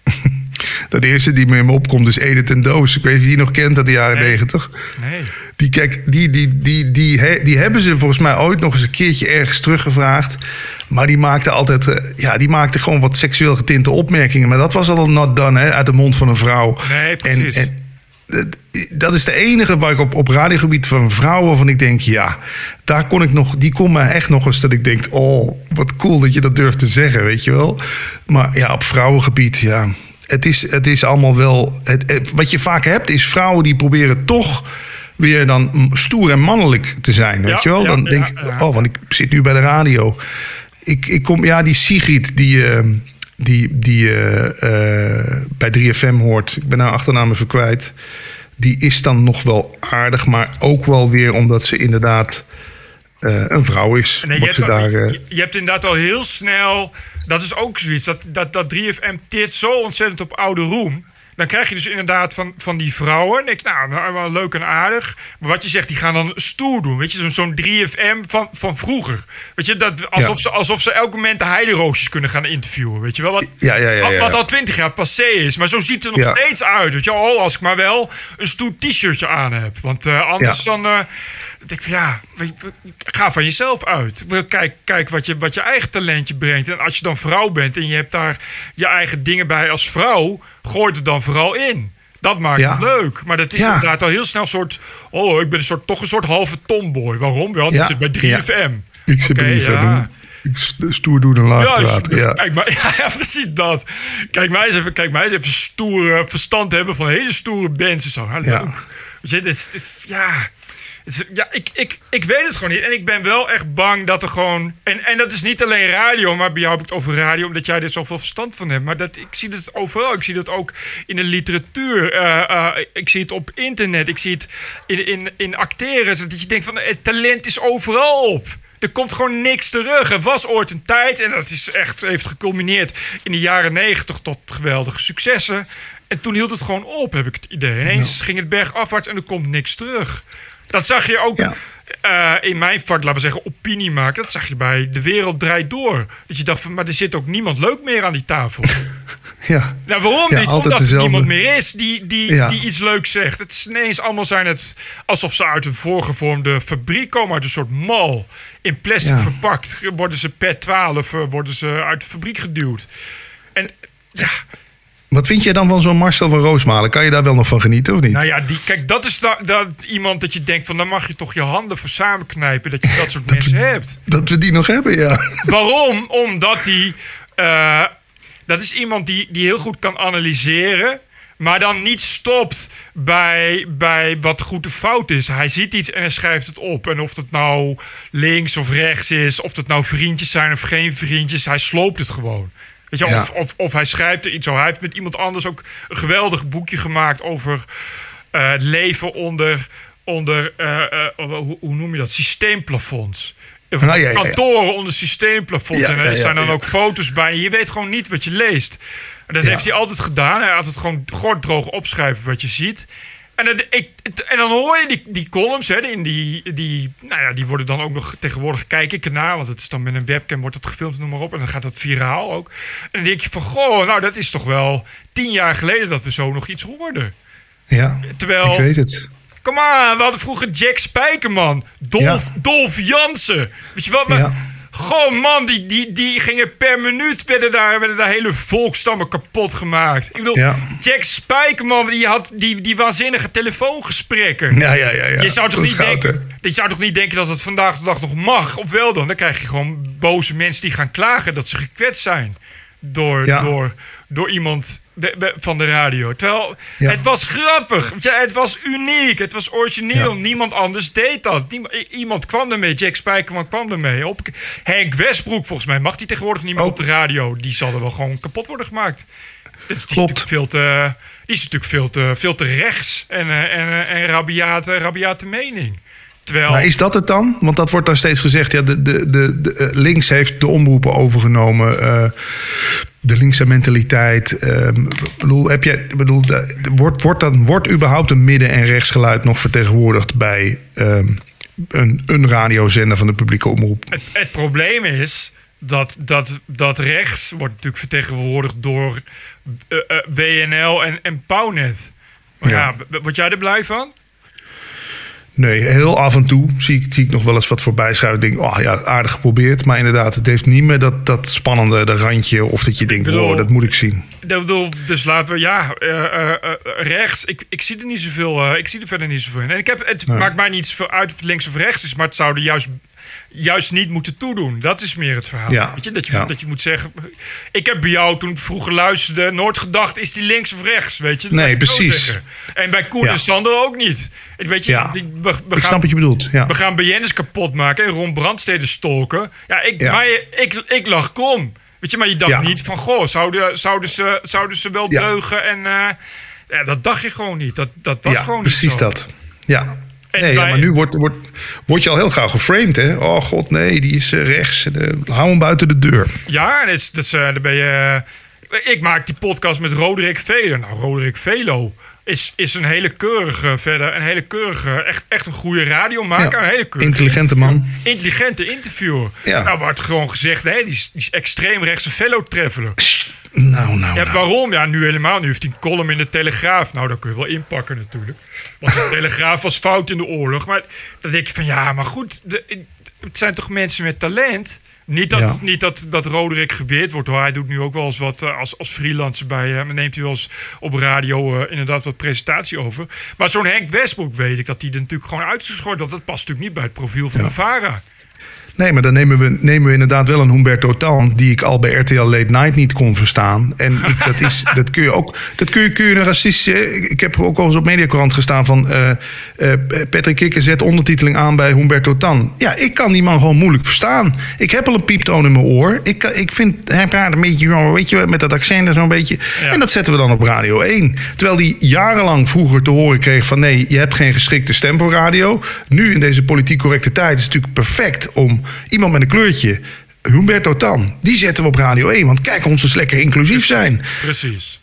De eerste die me in me opkomt is Edith en Doos. Ik weet niet of je die nog kent uit de jaren negentig. Nee. nee. Die, kijk, die, die, die, die, die, die hebben ze volgens mij ooit nog eens een keertje ergens teruggevraagd. Maar die maakte altijd, uh, ja, die maakte gewoon wat seksueel getinte opmerkingen. Maar dat was al not done, hè, uit de mond van een vrouw. Nee, precies. En, en, dat is de enige waar ik op, op radiogebied van vrouwen van ik denk, ja, daar kon ik nog, die kon me echt nog eens dat ik denk, oh, wat cool dat je dat durft te zeggen, weet je wel. Maar ja, op vrouwengebied, ja, het is, het is allemaal wel, het, het, wat je vaak hebt is vrouwen die proberen toch weer dan stoer en mannelijk te zijn, weet ja, je wel. Dan ja, denk ik, ja, ja. oh, want ik zit nu bij de radio. Ik, ik kom, ja, die Sigrid die, uh, die, die uh, uh, bij drie F M hoort. Ik ben haar achternaam even kwijt. Die is dan nog wel aardig, maar ook wel weer omdat ze inderdaad uh, een vrouw is. Nee, je, hebt al, daar, uh... je, je hebt inderdaad al heel snel. Dat is ook zoiets. Dat, dat, dat drie F M teert zo ontzettend op oude roem. Dan krijg je dus inderdaad van, van die vrouwen. En ik, nou, wel leuk en aardig. Maar wat je zegt, die gaan dan stoer doen. Weet je, zo'n, zo'n drie F M van, van vroeger. Weet je, dat, alsof, ja. ze, alsof ze elk moment de heideroosjes kunnen gaan interviewen. Weet je wel, wat, ja, ja, ja, ja. wat al twintig jaar passé is. Maar zo ziet het er nog ja. steeds uit. Weet je, oh, als ik maar wel een stoer t-shirtje aan heb. Want uh, anders ja. dan... Uh, denk ik van ja, ga van jezelf uit. Kijk, kijk wat, je, wat je eigen talentje brengt. En als je dan vrouw bent en je hebt daar je eigen dingen bij als vrouw, gooi het er dan vooral in. Dat maakt ja. het leuk. Maar dat is ja. inderdaad al heel snel een soort... Oh, ik ben een soort, toch een soort halve tomboy. Waarom? Wel, ja. ik zit bij drie F M. Ja. Ik zit okay, bij drie F M. Ja. Ik stoer doen en laag ja, praten. Ja. Kijk, maar, ja, ja, precies dat. Kijk mij eens even, kijk mij eens even stoer verstand hebben van hele stoere bands en zo. Ja, ja. Weet je, dit is, dit, ja... Ja, ik, ik, ik weet het gewoon niet. En ik ben wel echt bang dat er gewoon... En, en dat is niet alleen radio, maar bij jou heb ik het over radio, omdat jij er zoveel verstand van hebt. Maar dat, ik zie het overal. Ik zie dat ook in de literatuur. Uh, uh, ik zie het op internet. Ik zie het in, in, in acteren. Dat je denkt van, het talent is overal op. Er komt gewoon niks terug. Er was ooit een tijd, en dat is echt, heeft geculmineerd in de jaren negentig tot geweldige successen. En toen hield het gewoon op, heb ik het idee. Ineens no. ging het bergafwaarts en er komt niks terug. Dat zag je ook ja. uh, in mijn vak, laten we zeggen, opinie maken. Dat zag je bij De Wereld Draait Door. Dat je dacht van, maar er zit ook niemand leuk meer aan die tafel. Ja. Nou, waarom ja, niet? Omdat dezelfde. er niemand meer is die, die, ja. die iets leuks zegt. Het is ineens allemaal zijn het alsof ze uit een voorgevormde fabriek komen. Uit een soort mal. In plastic ja. verpakt. Worden ze per twaalf worden ze uit de fabriek geduwd. En ja... Wat vind jij dan van zo'n Marcel van Roosmalen? Kan je daar wel nog van genieten of niet? Nou ja, die, kijk, dat is da, dat, iemand dat je denkt van... dan mag je toch je handen voor samenknijpen... dat je dat soort dat mensen we, hebt. Dat we die nog hebben, ja. Waarom? Omdat die... Uh, dat is iemand die, die heel goed kan analyseren... maar dan niet stopt bij, bij wat goed of fout is. Hij ziet iets en hij schrijft het op. En of het nou links of rechts is... of het nou vriendjes zijn of geen vriendjes... hij sloopt het gewoon. Weet je, ja. of, of, of hij schrijft er iets over. Hij heeft met iemand anders ook een geweldig boekje gemaakt... over uh, het leven onder, onder uh, uh, hoe, hoe noem je dat? Systeemplafonds. Of nou, ja, ja, ja. Kantoren onder systeemplafonds. Ja, en er ja, ja, zijn dan ja. ook foto's bij. En je weet gewoon niet wat je leest. En dat ja. heeft hij altijd gedaan. Hij had het gewoon droog opschrijven wat je ziet. En, dan, ik, en dan hoor je die, die columns, hè, die, die, die, nou ja, die worden dan ook nog tegenwoordig, kijk ik ernaar, want het is dan met een webcam, wordt het gefilmd, noem maar op, en dan gaat dat viraal ook. En dan denk je van, goh, nou dat is toch wel tien jaar geleden dat we zo nog iets hoorden. Ja, Terwijl, ik weet het. Kom aan, we hadden vroeger Jack Spijkerman, Dolf, ja. Dolf Jansen, weet je wat, maar... Ja. Goh, man, die, die, die gingen per minuut... werden daar, werden daar hele volkstammen kapot gemaakt. Ik bedoel, ja. Jack Spijkerman, die had die, die waanzinnige telefoongesprekken. Ja, ja, ja. ja. Je zou toch niet goud, denken, je zou toch niet denken dat het vandaag de dag nog mag? Of wel dan? Dan krijg je gewoon boze mensen die gaan klagen... dat ze gekwetst zijn door, ja. door, door iemand de, de, van de radio. Terwijl, ja. het was grappig. Het was uniek. Het was origineel. Ja. Niemand anders deed dat. Niemand, iemand kwam ermee. Jack Spijkerman kwam ermee. Op, Henk Westbroek, volgens mij, mag die tegenwoordig niet meer oh. op de radio. Die zal er wel gewoon kapot worden gemaakt. Dat is, die, is natuurlijk veel te, die is natuurlijk veel te, veel te rechts. En, en, en rabiate, rabiate mening. Terwijl... Maar is dat het dan? Want dat wordt dan steeds gezegd. Ja, de, de, de, de, links heeft de omroepen overgenomen. Uh, de linkse mentaliteit. Uh, bedoel, heb jij, bedoel, de, wordt, wordt, dan, wordt überhaupt een midden- en rechtsgeluid nog vertegenwoordigd bij um, een, een radiozender van de publieke omroep? Het, het probleem is dat, dat, dat rechts wordt natuurlijk vertegenwoordigd door uh, uh, B N L en, en Pownet. Maar ja. ja, word jij er blij van? Nee, heel af en toe zie ik, zie ik nog wel eens wat voorbij schuiven. Ik denk, oh ja, aardig geprobeerd. Maar inderdaad, het heeft niet meer dat, dat spannende de randje. Of dat je denkt, bedoel, wow, dat moet ik zien. Dat bedoel, dus laten we, ja, uh, uh, uh, rechts. Ik, ik zie er niet zoveel, uh, ik zie er verder niet zoveel in. En ik heb, het nee. maakt mij niet zoveel uit of het links of rechts is. Maar het zou er juist... juist niet moeten toedoen. Dat is meer het verhaal. Ja. Weet je? Dat, je, ja. dat je moet zeggen... Ik heb bij jou, toen ik vroeger luisterde... nooit gedacht, is die links of rechts? Weet je? Dat nee, precies. En bij Koen ja. en Sander ook niet. Weet je, ja. we, we ik gaan, snap wat je bedoelt. Ja. We gaan B N'ers kapot maken... en Ron Brandstede stolken. Ja, ik, ja. Maar ik, ik lag krom. Weet je, maar je dacht ja. niet van... goh, zouden, zouden, ze, zouden ze wel ja. deugen? En uh, ja, dat dacht je gewoon niet. Dat, dat was ja, gewoon niet niet zo. Precies dat. Ja. Nee, ja, maar nu wordt, wordt, word je al heel gauw geframed, hè? Oh god, nee, die is uh, rechts. Uh, hou hem buiten de deur. Ja, dat is, dat is, uh, dan ben je... Uh, ik maak die podcast met Roderick Velo. Nou, Roderick Velo is, is een hele keurige, verder een hele keurige, echt, echt een goede radiomaker. Ja, een hele keurige intelligente man. Intelligente interviewer. Ja. Nou, wordt gewoon gezegd, nee, die is, die is extreem rechtse Velo-traveler. Nou, nou, ja, nou. Waarom? Ja, nu helemaal. Nu heeft hij een column in de Telegraaf. Nou, dat kun je wel inpakken natuurlijk. Want de Telegraaf was fout in de oorlog. Maar dan denk je van, ja, maar goed. De, het zijn toch mensen met talent? Niet dat, ja. niet dat, dat Roderick geweerd wordt, hoor. Hij doet nu ook wel eens wat uh, als, als freelancer bij... Uh, neemt hij wel eens op radio uh, inderdaad wat presentatie over. Maar zo'n Henk Westbroek weet ik dat hij er natuurlijk gewoon uit is geschort. Dat dat past natuurlijk niet bij het profiel van ja. de VARA. Nee, maar dan nemen we, nemen we inderdaad wel een Humberto Tan... die ik al bij R T L Late Night niet kon verstaan. En ik, dat, is, dat kun je ook... Dat kun je, kun je een racistische... Ik heb ook al eens op Mediacorant gestaan van... Uh, uh, Patrick Kikker zet ondertiteling aan bij Humberto Tan. Ja, ik kan die man gewoon moeilijk verstaan. Ik heb al een pieptoon in mijn oor. Ik, ik vind... Hij praat een beetje zo, weet je, met dat accent en zo'n beetje. Ja. En dat zetten we dan op Radio één. Terwijl die jarenlang vroeger te horen kreeg van... nee, je hebt geen geschikte stem voor radio. Nu in deze politiek correcte tijd is het natuurlijk perfect om... iemand met een kleurtje, Humberto Tan, die zetten we op Radio één. Want kijk, ons eens lekker inclusief zijn. Precies.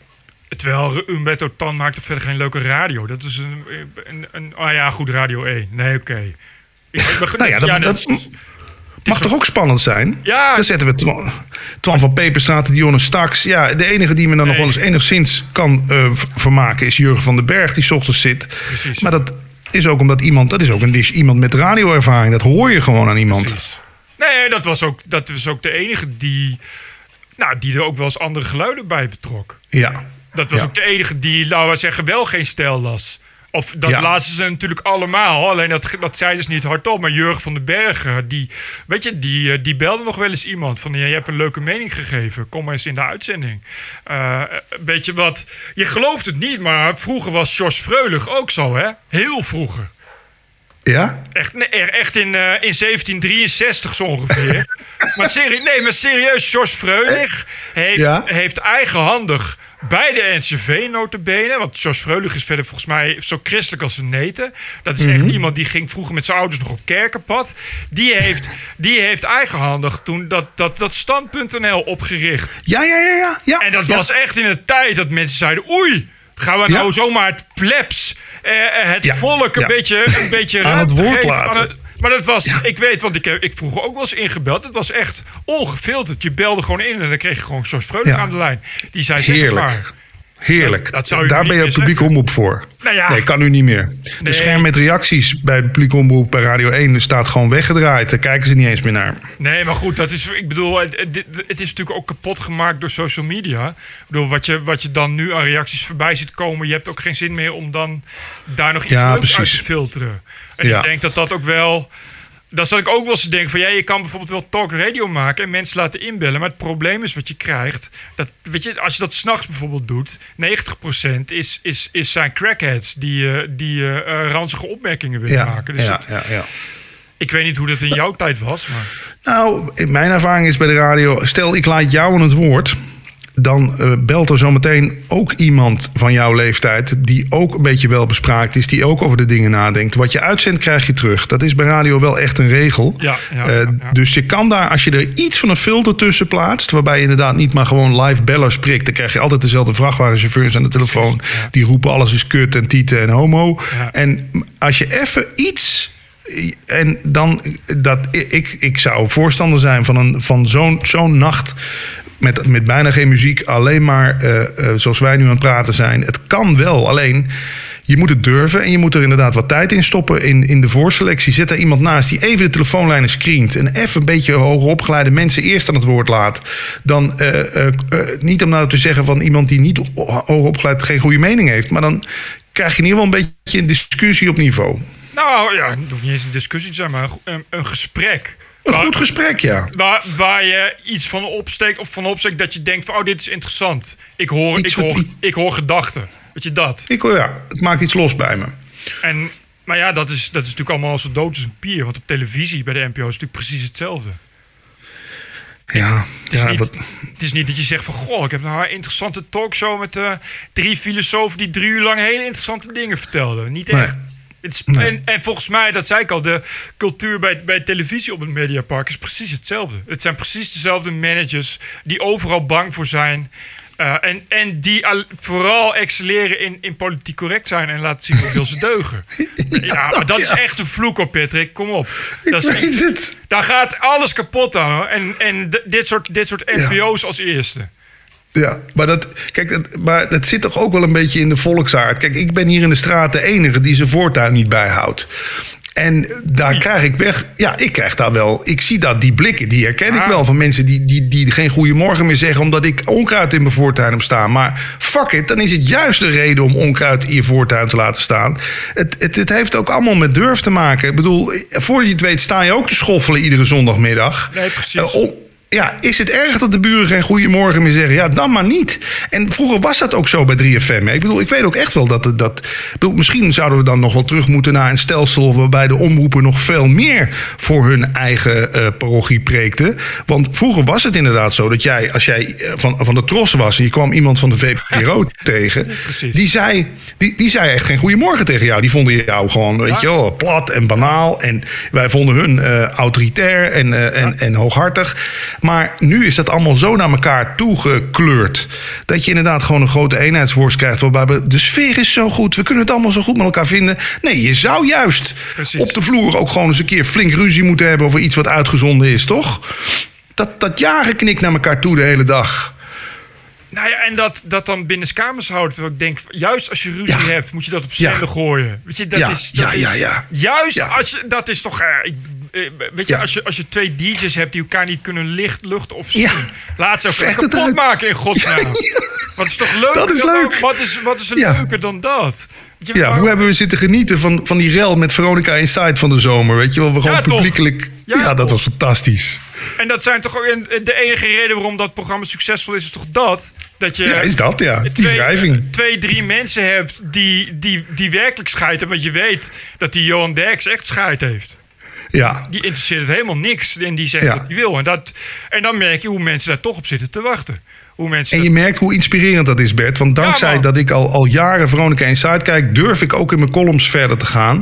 Terwijl Humberto Tan maakt er verder geen leuke radio. Dat is een... een, een oh ja, goed, Radio één. Nee, oké. Okay. Nou ja, dat, ja, dat, dat mag toch ook spannend zijn? Ja. Dan zetten we Twan, Twan van Peperstraat en Dionne Staks. Ja, de enige die me dan nee. nog wel eens enigszins kan uh, vermaken... is Jurgen van den Berg, die 's ochtends zit. Precies. Maar dat... is ook omdat iemand, dat is ook een, is iemand met radioervaring. Dat hoor je gewoon aan iemand. Precies. Nee, dat was ook, dat was ook de enige die, nou, die er ook wel eens andere geluiden bij betrok. Ja. Dat was ja. ook de enige die, laten we zeggen, wel geen stijl las. Of dat ja. lazen ze natuurlijk allemaal. Alleen dat, dat zeiden ze niet hardop. Maar Jurgen van den Bergen, die, weet je, die, die belde nog wel eens iemand. Van, ja, je hebt een leuke mening gegeven. Kom maar eens in de uitzending. Uh, weet je wat? Je gelooft het niet, maar vroeger was Jos Freulich ook zo, hè? Heel vroeger. Ja? Echt, nee, echt in, uh, in zeventien drieënzestig zo ongeveer. maar, serie, nee, maar serieus, Jos Freulich heeft, ja? heeft eigenhandig... bij de N C V notabene, want Jos Freulich is verder volgens mij zo christelijk als een neten. Dat is mm-hmm. echt iemand die ging vroeger met zijn ouders nog op kerkenpad. Die heeft, die heeft eigenhandig toen dat, dat, dat Stand punt n l opgericht. Ja, ja, ja, ja. ja en dat ja. was echt in een tijd dat mensen zeiden... oei, Gaan we nou ja. zomaar het plebs, eh, het ja. volk een ja. beetje, een beetje aan het woord laten? Het, maar dat was, ja. ik weet, want ik, ik vroeger ook wel eens ingebeld. Het was echt ongefilterd. Je belde gewoon in en dan kreeg je gewoon zo'n Freudig ja. aan de lijn. Die zei, zeg maar... Heerlijk. Dat, dat zou Daar ben je op publieke omroep voor. Nou ja. Nee, kan nu niet meer. Nee. De scherm met reacties bij de publieke omroep bij Radio één staat gewoon weggedraaid. Daar kijken ze niet eens meer naar. Nee, maar goed, dat is, ik bedoel, het, het is natuurlijk ook kapot gemaakt door social media. Ik bedoel, wat je, wat je dan nu aan reacties voorbij ziet komen, je hebt ook geen zin meer om dan daar nog iets ja, leuks precies. uit te filteren. En ja. ik denk dat dat ook wel... Dan zal ik ook wel eens denken van... ja, je kan bijvoorbeeld wel talk radio maken... en mensen laten inbellen. Maar het probleem is wat je krijgt... dat, weet je, als je dat 's nachts bijvoorbeeld doet... negentig procent is, is, is zijn crackheads... die, uh, die uh, ranzige opmerkingen willen ja, maken. Dus ja, het, ja, ja. Ik weet niet hoe dat in jouw tijd was. Maar... Nou, mijn ervaring is bij de radio... stel, ik laat jou aan het woord... dan uh, belt er zometeen ook iemand van jouw leeftijd... die ook een beetje welbespraakt is... die ook over de dingen nadenkt. Wat je uitzendt, krijg je terug. Dat is bij radio wel echt een regel. Ja, ja, uh, ja, ja. Dus je kan daar, als je er iets van een filter tussen plaatst... waarbij je inderdaad niet maar gewoon live bellers prikt... dan krijg je altijd dezelfde vrachtwagenchauffeurs aan de telefoon. Precies, ja. Die roepen alles is kut en tieten en homo. Ja. En als je even iets... En dan, dat, ik, ik zou voorstander zijn van, een, van zo'n, zo'n nacht... Met, met bijna geen muziek, alleen maar uh, uh, zoals wij nu aan het praten zijn. Het kan wel, alleen je moet het durven... en je moet er inderdaad wat tijd in stoppen in, in de voorselectie. Zet er iemand naast die even de telefoonlijnen screent... en even een beetje hoger opgeleide mensen eerst aan het woord laat. Dan uh, uh, uh, niet om nou te zeggen van iemand die niet hoger opgeleid... geen goede mening heeft, maar dan krijg je in ieder geval een beetje een discussie op niveau. Nou ja, het hoeft niet eens een discussie te zijn, maar een, een gesprek... Een goed gesprek, ja. Waar, waar je iets van opsteekt of van opsteekt dat je denkt van... oh, dit is interessant. Ik hoor, ik hoor, ik hoor gedachten. Weet je dat? Ik hoor, ja. Het maakt iets los bij me. En, maar ja, dat is, dat is natuurlijk allemaal zo dood als een pier. Want op televisie bij de N P O is het natuurlijk precies hetzelfde. Ja, het, is ja, niet, dat... het is niet dat je zegt van... goh, ik heb nou een interessante talkshow met uh, drie filosofen... die drie uur lang hele interessante dingen vertelden. Niet echt... Nee. Het is, nee. en, en volgens mij, dat zei ik al, de cultuur bij, bij televisie op het Mediapark is precies hetzelfde. Het zijn precies dezelfde managers die overal bang voor zijn. Uh, en, en die al, vooral excelleren in, in politiek correct zijn en laten zien hoeveel ze deugen. Ja, ja maar dat ja. is echt een vloek op, Patrick. Kom op. Ik dat is, weet het. Daar gaat alles kapot aan. Hoor. En, en d- dit soort, dit soort N P O's ja. als eerste. Ja, maar dat, kijk, dat, maar dat zit toch ook wel een beetje in de volksaard. Kijk, ik ben hier in de straat de enige die zijn voortuin niet bijhoudt. En daar krijg ik weg... Ja, ik krijg daar wel... Ik zie dat, die blikken, die herken ik wel van mensen... die, die, die geen goeiemorgen meer zeggen... omdat ik onkruid in mijn voortuin heb staan. Maar fuck it, dan is het juist de reden om onkruid in je voortuin te laten staan. Het, het, het heeft ook allemaal met durf te maken. Ik bedoel, voor je het weet sta je ook te schoffelen iedere zondagmiddag. Nee, precies. Uh, om, Ja, is het erg dat de buren geen goeiemorgen meer zeggen? Ja, dan maar niet. En vroeger was dat ook zo bij drie F M. Ik bedoel, ik weet ook echt wel dat... dat ik bedoel, misschien zouden we dan nog wel terug moeten naar een stelsel... waarbij de omroepen nog veel meer voor hun eigen uh, parochie preekten. Want vroeger was het inderdaad zo dat jij... als jij van, van de Tros was en je kwam iemand van de V P R O tegen... Precies. Die zei, die, die zei echt geen goeiemorgen tegen jou. Die vonden jou gewoon, weet ja. je wel, plat en banaal. En wij vonden hun uh, autoritair en, uh, en, ja. en hooghartig... Maar nu is dat allemaal zo naar elkaar toegekleurd... dat je inderdaad gewoon een grote eenheidsworst krijgt... waarbij we, de sfeer is zo goed, we kunnen het allemaal zo goed met elkaar vinden. Nee, je zou juist Precies. op de vloer ook gewoon eens een keer flink ruzie moeten hebben... over iets wat uitgezonden is, toch? Dat, dat jagen knikt naar elkaar toe de hele dag... Nou ja, en dat, dat dan binnenskamers houdt. Terwijl ik denk, juist als je ruzie ja. hebt, moet je dat op zender ja. gooien. Weet je, dat ja. is... Dat ja, ja, is, ja. Juist ja. als je... Dat is toch... Uh, ik, uh, weet je, ja. als je, als je twee D J's hebt die elkaar niet kunnen licht, luchten of zien... Ja. Laat ze even kapot maken in godsnaam. Ja, ja. Wat is toch leuk? Dat is dan, leuk. Wat is, wat is er ja. leuker dan dat? Je, ja, maar, hoe hebben we zitten genieten van, van die rel met Veronica Inside van de zomer? Weet je wel, we gewoon ja, publiekelijk... Ja, ja dat was fantastisch. En dat zijn toch ook de enige reden waarom dat programma succesvol is, is toch dat? Dat je ja, is dat, ja. Die twee, wrijving. Twee, drie mensen hebt die, die, die werkelijk scheid hebben. Want je weet dat die Johan Derks echt scheid heeft. Ja. Die interesseert het helemaal niks. En die zegt Ja. wat hij wil. En, dat, en dan merk je hoe mensen daar toch op zitten te wachten. Hoe mensen En je merkt hoe inspirerend dat is, Bert. Want dankzij Ja, dat ik al, al jaren Veronica Inside kijk, durf ik ook in mijn columns verder te gaan.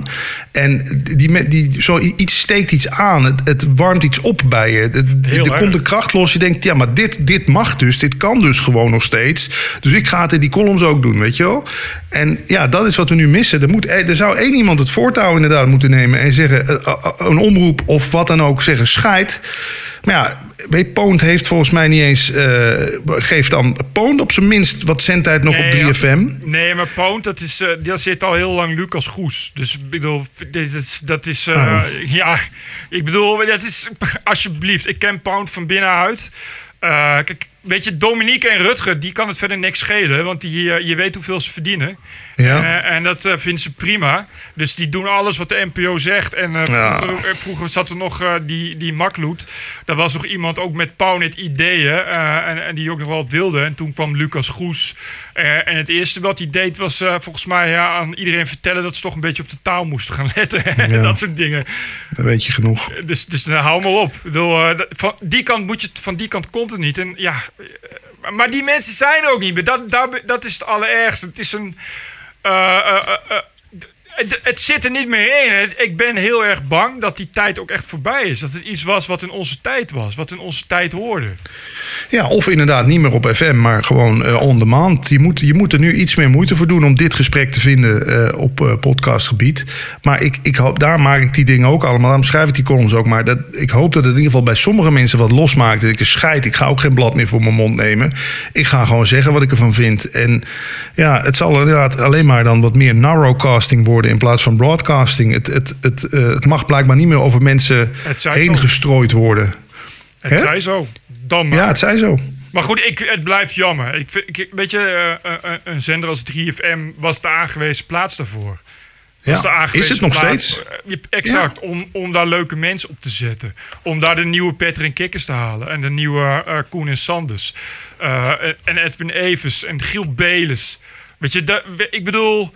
En die, die, zo, iets steekt iets aan. Het, het warmt iets op bij je. Het, er erg. komt een kracht los. Je denkt, ja, maar dit, dit mag dus. Dit kan dus gewoon nog steeds. Dus ik ga het in die columns ook doen, weet je wel. En ja, dat is wat we nu missen. Er, moet, er zou één iemand het voortouw inderdaad moeten nemen en zeggen, een omroep of wat dan ook, zeggen scheid. Maar ja, Poont heeft volgens mij niet eens... Uh, geeft dan Poont op zijn minst wat zendtijd nog nee, op drie F M. Ja. Nee, maar Poont, dat is, uh, daar zit al heel lang Lucas Goes. Dus ik bedoel, dit is, dat is... Uh, oh. Ja, ik bedoel, dat is... Alsjeblieft, ik ken Poont van binnenuit. Uh, kijk, weet je, Dominique en Rutger, die kan het verder niks schelen. Want die, uh, je weet hoeveel ze verdienen. Ja. Uh, en dat uh, vinden ze prima. Dus die doen alles wat de N P O zegt. En uh, ja. vroeger, uh, vroeger zat er nog uh, die, die Makloet. Daar was nog iemand ook met Pauwnet ideeën. Uh, en, en die ook nog wel wat wilde. En toen kwam Lucas Goes. Uh, en het eerste wat hij deed was uh, volgens mij ja, aan iedereen vertellen dat ze toch een beetje op de taal moesten gaan letten. En ja. dat soort dingen. Dat weet je genoeg. Dus, dus uh, hou maar op. Ik bedoel, uh, van, die kant moet je, van die kant komt het niet. En ja, uh, maar die mensen zijn er ook niet meer. Dat, dat, dat is het allerergste. Het is een... Uh, uh, uh, uh, het, het zit er niet meer in. Ik ben heel erg bang dat die tijd ook echt voorbij is. Dat het iets was wat in onze tijd was. Wat in onze tijd hoorde. Ja, of inderdaad niet meer op F M, maar gewoon uh, on demand. Je moet, je moet er nu iets meer moeite voor doen om dit gesprek te vinden uh, op uh, podcastgebied. Maar ik, ik hoop, daar maak ik die dingen ook allemaal. Daarom schrijf ik die columns ook. Maar dat, ik hoop dat het in ieder geval bij sommige mensen wat losmaakt. Dat ik een scheid, ik ga ook geen blad meer voor mijn mond nemen. Ik ga gewoon zeggen wat ik ervan vind. En ja, het zal inderdaad alleen maar dan wat meer narrowcasting worden in plaats van broadcasting. Het, het, het, uh, het mag blijkbaar niet meer over mensen heen zo. gestrooid worden. Het He? zij zo. Dan maar. Ja, het zij zo. Maar goed, ik, het blijft jammer. Ik, ik, weet je, uh, uh, een zender als drie F M was de aangewezen plaats daarvoor. Was ja, de is het nog plaats, steeds? Uh, exact, ja. om, om daar leuke mensen op te zetten. Om daar de nieuwe Petter en Kikkers te halen. En de nieuwe uh, Koen en Sanders. Uh, en Edwin Evers en Giel Belis. Weet je, dat, ik bedoel...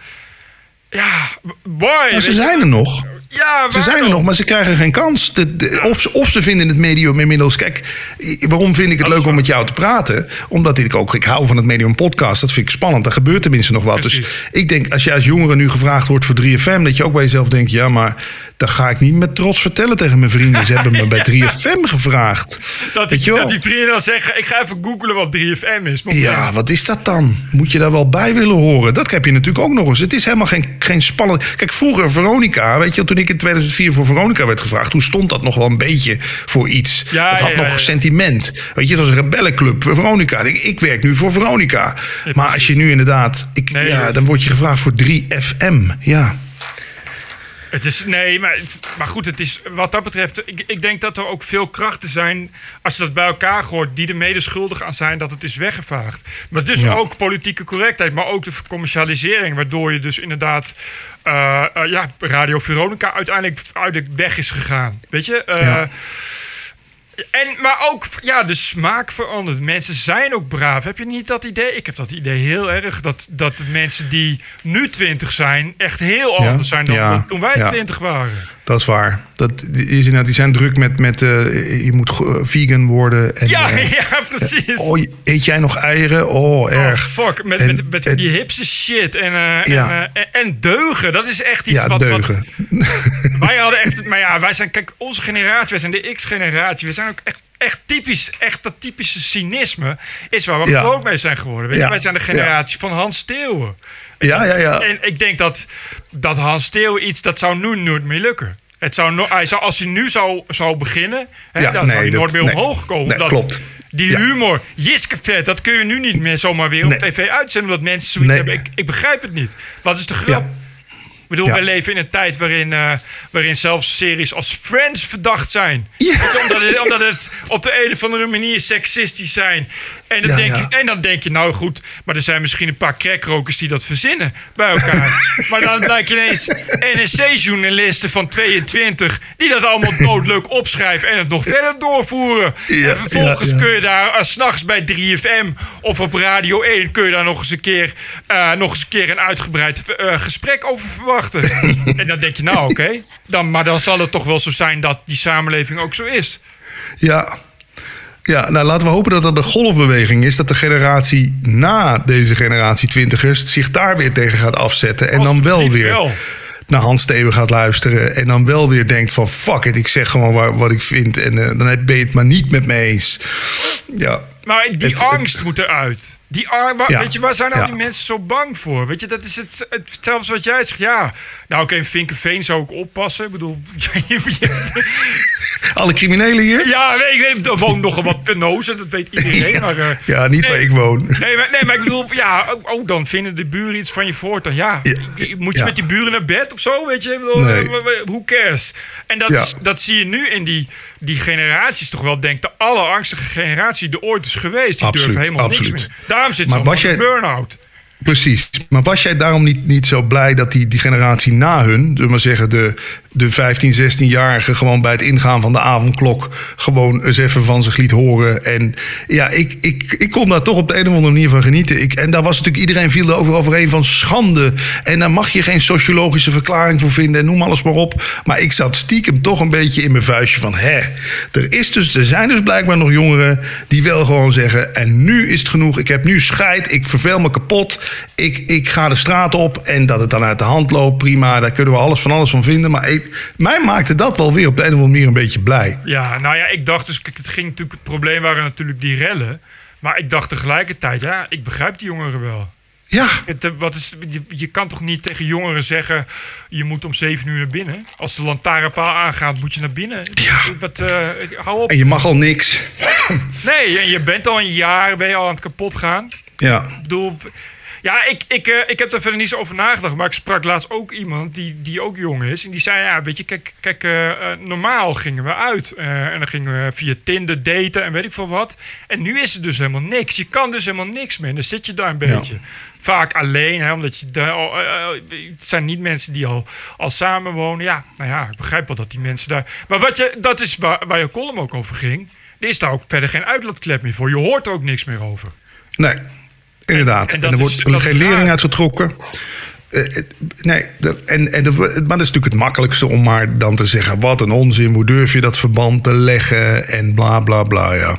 Ja, boy. Maar ze zijn er nog. Ja, ze zijn er nog? nog, maar ze krijgen geen kans. De, de, ja. of, of ze vinden het medium inmiddels... Kijk, waarom vind ik het dat leuk om met jou te praten? Omdat ik ook... Ik hou van het medium podcast. Dat vind ik spannend. Er gebeurt tenminste nog wat. Precies. Dus ik denk, als je als jongere nu gevraagd wordt voor drie F M... dat je ook bij jezelf denkt... Ja, maar dat ga ik niet met trots vertellen tegen mijn vrienden. Ze hebben me bij drie F M gevraagd. Dat, die, dat die vrienden dan zeggen... Ik ga even googlen wat drie F M is. Ja, wat is dat dan? Moet je daar wel bij willen horen? Dat heb je natuurlijk ook nog eens. Het is helemaal geen, geen spannend... Kijk, vroeger Veronica... Weet je, toen ik in tweeduizend vier voor Veronica werd gevraagd... toen stond dat nog wel een beetje voor iets. Ja, het had ja, nog ja, ja. sentiment. Weet je, het was een rebellenclub voor Veronica. Ik, ik werk nu voor Veronica. Ja, maar als je nu inderdaad... Ik, nee, ja, dan word je gevraagd voor drie F M. Ja. Het is, nee, maar, maar goed, het is, wat dat betreft... Ik, ik denk dat er ook veel krachten zijn... als je dat bij elkaar gooit... die er mede schuldig aan zijn dat het is weggevaagd. Maar dus ja. ook politieke correctheid... maar ook de commercialisering... waardoor je dus inderdaad... Uh, uh, ja, Radio Veronica uiteindelijk uit de weg is gegaan. Weet je? Uh, ja. En, maar ook, ja, de smaak verandert. Mensen zijn ook braaf. Heb je niet dat idee? Ik heb dat idee heel erg. Dat, dat de mensen die nu twintig zijn... echt heel anders ja, zijn dan, ja, dan toen wij ja. twintig waren. Dat is waar. Dat, die, die zijn druk met... met uh, je moet vegan worden. En, ja, uh, ja, precies. Uh, oh, eet jij nog eieren? Oh, erg. Oh, fuck. Met, en, met, met en, die hipste shit. En, uh, ja. en, uh, en deugen. Dat is echt iets ja, wat... deugen. Wat, wij hadden echt... Maar ja, wij zijn... Kijk, onze generatie. Wij zijn de X-generatie. We zijn ook echt, echt typisch... Echt dat typische cynisme is waar we ja. groot mee zijn geworden. Weet je? Ja. Wij zijn de generatie ja. van Hans Steeuwen. Ja, ja, ja. En ik denk dat, dat Hans Steeuwen iets... Dat zou nu nooit meer lukken. Het zou no- hij zou, als hij nu zou, zou beginnen... Hè, ja, dan nee, zou hij nooit meer nee, omhoog komen. Nee, dat, klopt. Die ja. humor, Jiskevet, dat kun je nu niet meer zomaar weer nee. op tv uitzenden... omdat mensen zoiets nee. hebben. Ik, ik begrijp het niet. Wat is de grap? Ja. Ik bedoel, ja. wij leven in een tijd waarin, uh, waarin zelfs series als Friends verdacht zijn. Ja. Omdat, het, omdat het op de een of andere manier seksistisch zijn. En dan, Ja, denk ja. Je, en dan denk je, nou goed, maar er zijn misschien een paar crackrokers die dat verzinnen bij elkaar. Maar dan lijkt je ineens N S C-journalisten van tweeëntwintig die dat allemaal doodleuk opschrijven en het nog verder doorvoeren. Ja, en vervolgens ja, ja. kun je daar uh, 's nachts bij drie F M of op Radio één kun je daar nog eens een keer, uh, nog eens een, keer een uitgebreid uh, gesprek over verwachten. En dan denk je, nou oké, okay, dan, maar dan zal het toch wel zo zijn dat die samenleving ook zo is. Ja. Ja, nou laten we hopen dat dat de golfbeweging is. Dat de generatie na deze generatie twintigers zich daar weer tegen gaat afzetten. En dan wel weer wel. naar Hans Steeuwen gaat luisteren. En dan wel weer denkt van fuck it, ik zeg gewoon waar, wat ik vind. En uh, dan ben je het maar niet met me eens. Ja. Maar die Het- angst het- moet eruit. Die ar- waar, Ja. Weet je, waar zijn nou Ja. die mensen zo bang voor? Weet je, dat is het, het zelfs wat jij zegt. Ja, nou oké, in Vinkenveen zou ik oppassen. Ik bedoel, Alle criminelen hier? ja, ik weet, er woont nogal wat pennozen, dat weet iedereen. Ja, Maar, uh, ja, niet waar nee. ik woon. Nee maar, nee, maar ik bedoel, ja, ook, ook dan vinden de buren iets van je voortaan. Ja, Ja, moet je ja. met die buren naar bed of zo? Weet je, ik bedoel, Nee. uh, who cares? En dat, Ja. is, dat zie je nu in die, die generaties toch wel. Denk de allerangstige generatie die er ooit is geweest. Die Absoluut, durven helemaal absoluut. niks meer. Daarom zit Maar zo'n was jij- burn-out. Precies. Maar was jij daarom niet, niet zo blij dat die, die generatie na hun, zullen we maar zeggen, de, de vijftien, zestienjarigen gewoon bij het ingaan van de avondklok gewoon eens even van zich liet horen? En ja, ik, ik, ik kon daar toch op de een of andere manier van genieten. Ik, en daar was natuurlijk iedereen viel er over overeen van schande. En daar mag je geen sociologische verklaring voor vinden en noem alles maar op. Maar ik zat stiekem toch een beetje in mijn vuistje van hè, er, is dus, er zijn dus blijkbaar nog jongeren die wel gewoon zeggen en nu is het genoeg. Ik heb nu scheid, ik verveel me kapot. Ik, ik ga de straat op en dat het dan uit de hand loopt, prima. Daar kunnen we alles van alles van vinden. Maar ik, mij maakte dat wel weer op de een of andere manier een beetje blij. Ja, nou ja, ik dacht dus, kijk, het ging natuurlijk, het probleem waren natuurlijk die rellen. Maar ik dacht tegelijkertijd, ja, ik begrijp die jongeren wel. Ja, Het, eh, wat is, je, je kan toch niet tegen jongeren zeggen, je moet om zeven uur naar binnen. Als de lantaarnpaal aangaat, moet je naar binnen. Ja. Wat, uh, hou op. en je mag al niks. Nee, en je bent al een jaar, ben je al aan het kapot gaan. Ja, Ik bedoel, ja, ik, ik, uh, ik heb daar verder niet zo over nagedacht. Maar ik sprak laatst ook iemand die, die ook jong is. En die zei, ja, weet je, kijk, kijk uh, uh, normaal gingen we uit. Uh, en dan gingen we via Tinder daten en weet ik veel wat. En nu is er dus helemaal niks. Je kan dus helemaal niks meer. Dan zit je daar een beetje. Ja. Vaak alleen, hè, omdat je daar al, uh, uh, het zijn niet mensen die al, al samen wonen. Ja, nou ja, ik begrijp wel dat die mensen daar... Maar wat je, dat is waar, waar je column ook over ging. Er is daar ook verder geen uitlaatklep meer voor. Je hoort er ook niks meer over. nee, inderdaad. En En, dat er is- wordt er dat geen is lering raar. uitgetrokken. Eh, het- nee, dat, en, en dat, maar dat is natuurlijk het makkelijkste om maar dan te zeggen... wat een onzin, hoe durf je dat verband te leggen en bla bla bla, ja.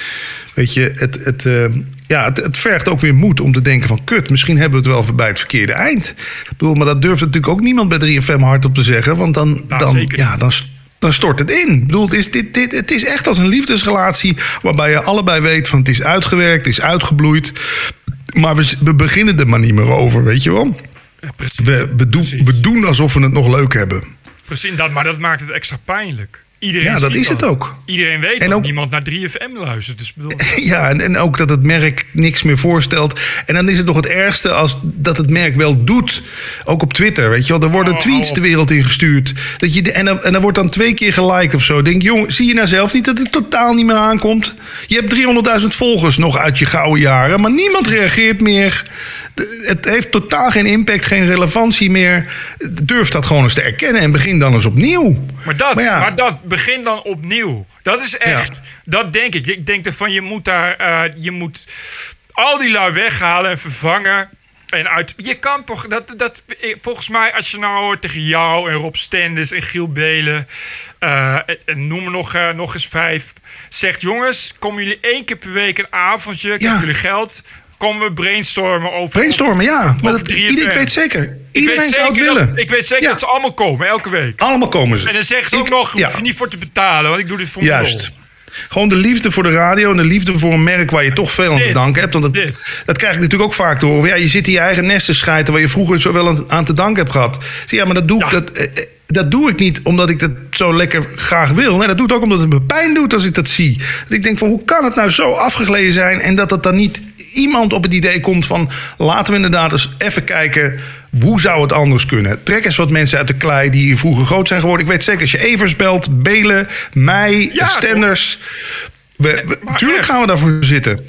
Weet je, het, het, eh, ja, het, het vergt ook weer moed om te denken van... kut, misschien hebben we het wel bij het verkeerde eind. Ik bedoel, maar dat durft natuurlijk ook niemand bij drie F M hardop te zeggen... want dan, Nou, dan, zeker ja, niet. dan, dan stort het in. Ik bedoel, het is, dit, dit, het is echt als een liefdesrelatie... waarbij je allebei weet van het is uitgewerkt, het is uitgebloeid... maar we, we beginnen er maar niet meer over, weet je wel? Ja, precies. We, we, doen, Precies. we doen alsof we het nog leuk hebben. Precies, dat, maar dat maakt het extra pijnlijk. Iedereen Ja, dat ziet is het ook. Iedereen weet En dat ook- niemand naar drie F M luistert. Dus bedoel, Ja, en, en ook dat het merk niks meer voorstelt. En dan is het nog het ergste als dat het merk wel doet. Ook op Twitter, weet je wel. Er worden Oh, tweets oh. de wereld ingestuurd. Dat je, de- en, dan, en dan wordt dan twee keer geliked of zo. Denk, jongen, zie je nou zelf niet dat het totaal niet meer aankomt? Je hebt driehonderdduizend volgers nog uit je gouden jaren. Maar niemand reageert meer. De- Het heeft totaal geen impact, geen relevantie meer. Durf dat gewoon eens te erkennen en begin dan eens opnieuw. maar, dat, Maar maar, ja. dat begint dan opnieuw. Dat is echt, dat denk ik. Ik denk ervan, je moet daar, eh, je moet al die lui weghalen en vervangen. En uit, je kan toch, dat, dat, volgens mij, als je nou hoort tegen jou en Rob Stenders en Giel Belen, eh, en, en noem er nog, eh, nog eens vijf, zegt jongens, komen jullie één keer per week een avondje, ik Ja. heb jullie geld, komen we brainstormen over... Brainstormen, ja. Maar Over dat, drie F M. iedereen weet zeker. Ik Iedereen weet zou het zeker willen. Dat, ik weet zeker Ja. dat ze allemaal komen, elke week. Allemaal komen ze. En dan zeggen ze ook Ik- nog, ja. hoef je niet voor te betalen, want ik doe dit voor mijn Juist. lol. Gewoon de liefde voor de radio en de liefde voor een merk waar je toch veel aan te Dit. danken hebt. Want dat, Dit. dat krijg ik natuurlijk ook vaak te horen. Ja, je zit in je eigen nest te schijten waar je vroeger zoveel aan, aan te danken hebt gehad. Zie, ja, maar dat doe, ik, Ja. dat, eh, eh, dat doe ik niet omdat ik dat zo lekker graag wil. Nee, dat doet ook omdat het me pijn doet als ik dat zie. Dat ik denk van, hoe kan het nou zo afgegleden zijn en dat het dan niet iemand op het idee komt van, laten we inderdaad eens even kijken, hoe zou het anders kunnen? Trek eens wat mensen uit de klei die hier vroeger groot zijn geworden. Ik weet zeker, als je Evers belt, Belen, mij, Ja, Stenders. We, we- maar tuurlijk echt. gaan we daarvoor zitten.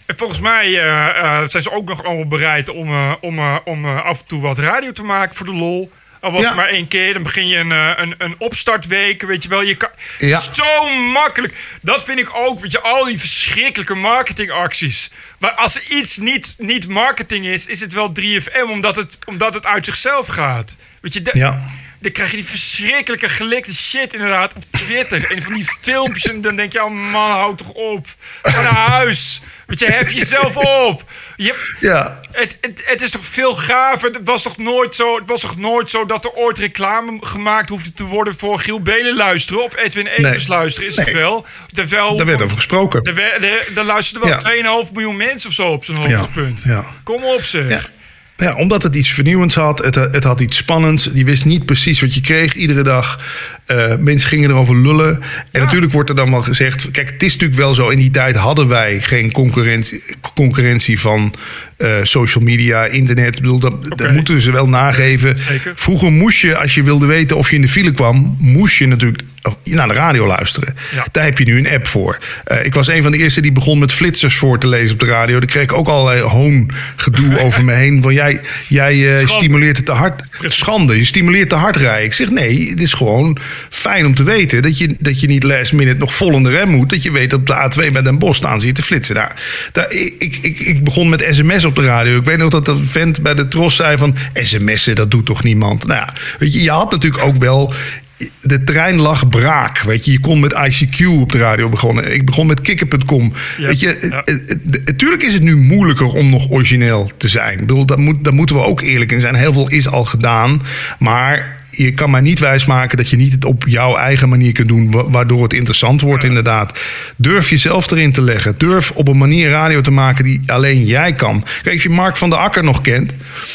En volgens mij uh, uh, zijn ze ook nog allemaal bereid om, uh, om, uh, om uh, af en toe wat radio te maken voor de lol. Al was ja. het maar één keer, dan begin je een, een, een opstartweek, weet je wel. Je kan, ja. Zo makkelijk. Dat vind ik ook, weet je, al die verschrikkelijke marketingacties. Maar als er iets niet, niet marketing is, is het wel drie F M, omdat het, omdat het uit zichzelf gaat. Weet je, de, ja. dan krijg je die verschrikkelijke gelikte shit inderdaad op Twitter. En van die filmpjes en dan denk je, oh man, houd toch op. Ga naar huis. Weet je, hef jezelf op. Je, ja. het, het, het is toch veel gaver. Het was toch nooit zo, het was toch nooit zo dat er ooit reclame gemaakt hoefde te worden voor Giel Belen luisteren of Edwin Evers nee. luisteren. Is nee. het wel? Terwijl, Daar werd over gesproken. Daar luisterden wel ja. twee komma vijf miljoen mensen of zo op zijn hoogtepunt. Ja. Ja. Kom op zeg. Ja. Ja, omdat het iets vernieuwends had. Het, het had iets spannends. Je wist niet precies wat je kreeg iedere dag. Uh, mensen gingen erover lullen. En ja. natuurlijk wordt er dan wel gezegd... Kijk, het is natuurlijk wel zo. In die tijd hadden wij geen concurrentie, concurrentie van uh, social media, internet. Ik bedoel, dat, okay. dat moeten ze wel nageven. Zeker. Vroeger moest je, als je wilde weten of je in de file kwam... moest je natuurlijk naar de radio luisteren. Ja. Daar heb je nu een app voor. Uh, ik was een van de eerste die begon met flitsers voor te lezen op de radio. Daar kreeg ik ook allerlei hoongedoe over me heen. Van jij, jij uh, stimuleert het te hard. Schande, je stimuleert te hard rijden. Ik zeg nee, het is gewoon fijn om te weten... dat je, dat je niet last minute nog vol in de rem moet. Dat je weet dat op de A twee bij Den Bosch staan zie je te flitsen. Nou, daar, ik, ik, ik begon met sms op de radio. Ik weet nog dat de vent bij de Tros zei van... sms'en, dat doet toch niemand? Nou ja, weet je, je had natuurlijk ook wel... De trein lag braak, weet je. Je kon met I C Q op de radio begonnen. Ik begon met kikker punt com. Ja, weet je, ja. Natuurlijk is het nu moeilijker om nog origineel te zijn. Ik bedoel, daar, moet, daar moeten we ook eerlijk in zijn. Heel veel is al gedaan, maar... Je kan maar niet wijsmaken dat je niet het op jouw eigen manier kunt doen... waardoor het interessant wordt, ja. inderdaad. Durf jezelf erin te leggen. Durf op een manier radio te maken die alleen jij kan. Kijk, of je Mark van der Akker nog kent...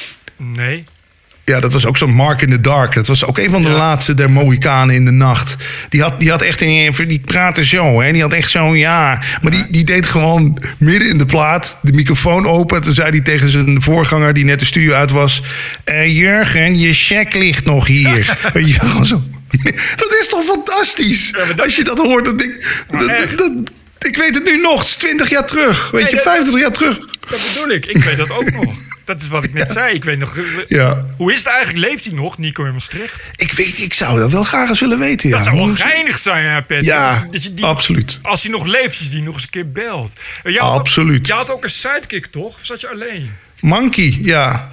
Nee. Ja, dat was ook zo'n Mark in the Dark. Dat was ook een van de ja. laatste der Mohikanen in de nacht. Die had, die had echt een... Die praatte zo, hè. Die had echt zo'n ja. Maar die, die deed gewoon midden in de plaat de microfoon open. Toen zei hij tegen zijn voorganger die net de studio uit was... Uh, Jurgen, je check ligt nog hier. Weet je, gewoon zo. Dat is toch fantastisch? Ja, als je dat hoort, dan denk ik... Dat, dat, ik weet het nu nog. Het is twintig jaar terug. Weet nee, je, vijfentwintig jaar terug. Dat bedoel ik. Ik weet dat ook nog. Dat is wat ik net ja. zei. Ik weet nog... Ja. Hoe is het eigenlijk? Leeft hij nog, Nico in Maastricht? Ik weet, ik zou dat wel graag eens willen weten. Ja. Dat zou wel geinig zijn, hè, Pet? Ja, dat je die, absoluut. Als hij nog leeft, dat je die nog eens een keer belt. Je had absoluut. Ook, je had ook een sidekick, toch? Of zat je alleen? Monkey, ja.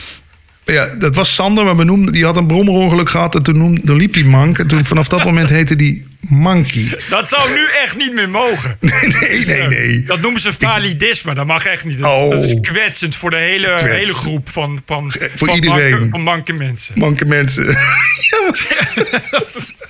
Ja, dat was Sander, maar we noemden, die had een brommerongeluk gehad en toen, noemde, toen liep die mank. En toen vanaf dat moment heette die Monkey. Dat zou nu echt niet meer mogen. Nee, nee, nee. nee. Dat noemen ze validisme, dat mag echt niet. Dat, oh. dat is kwetsend voor de hele, hele groep van, van, voor van, iedereen. Manke, van manke mensen. Manke mensen. Ja, maar...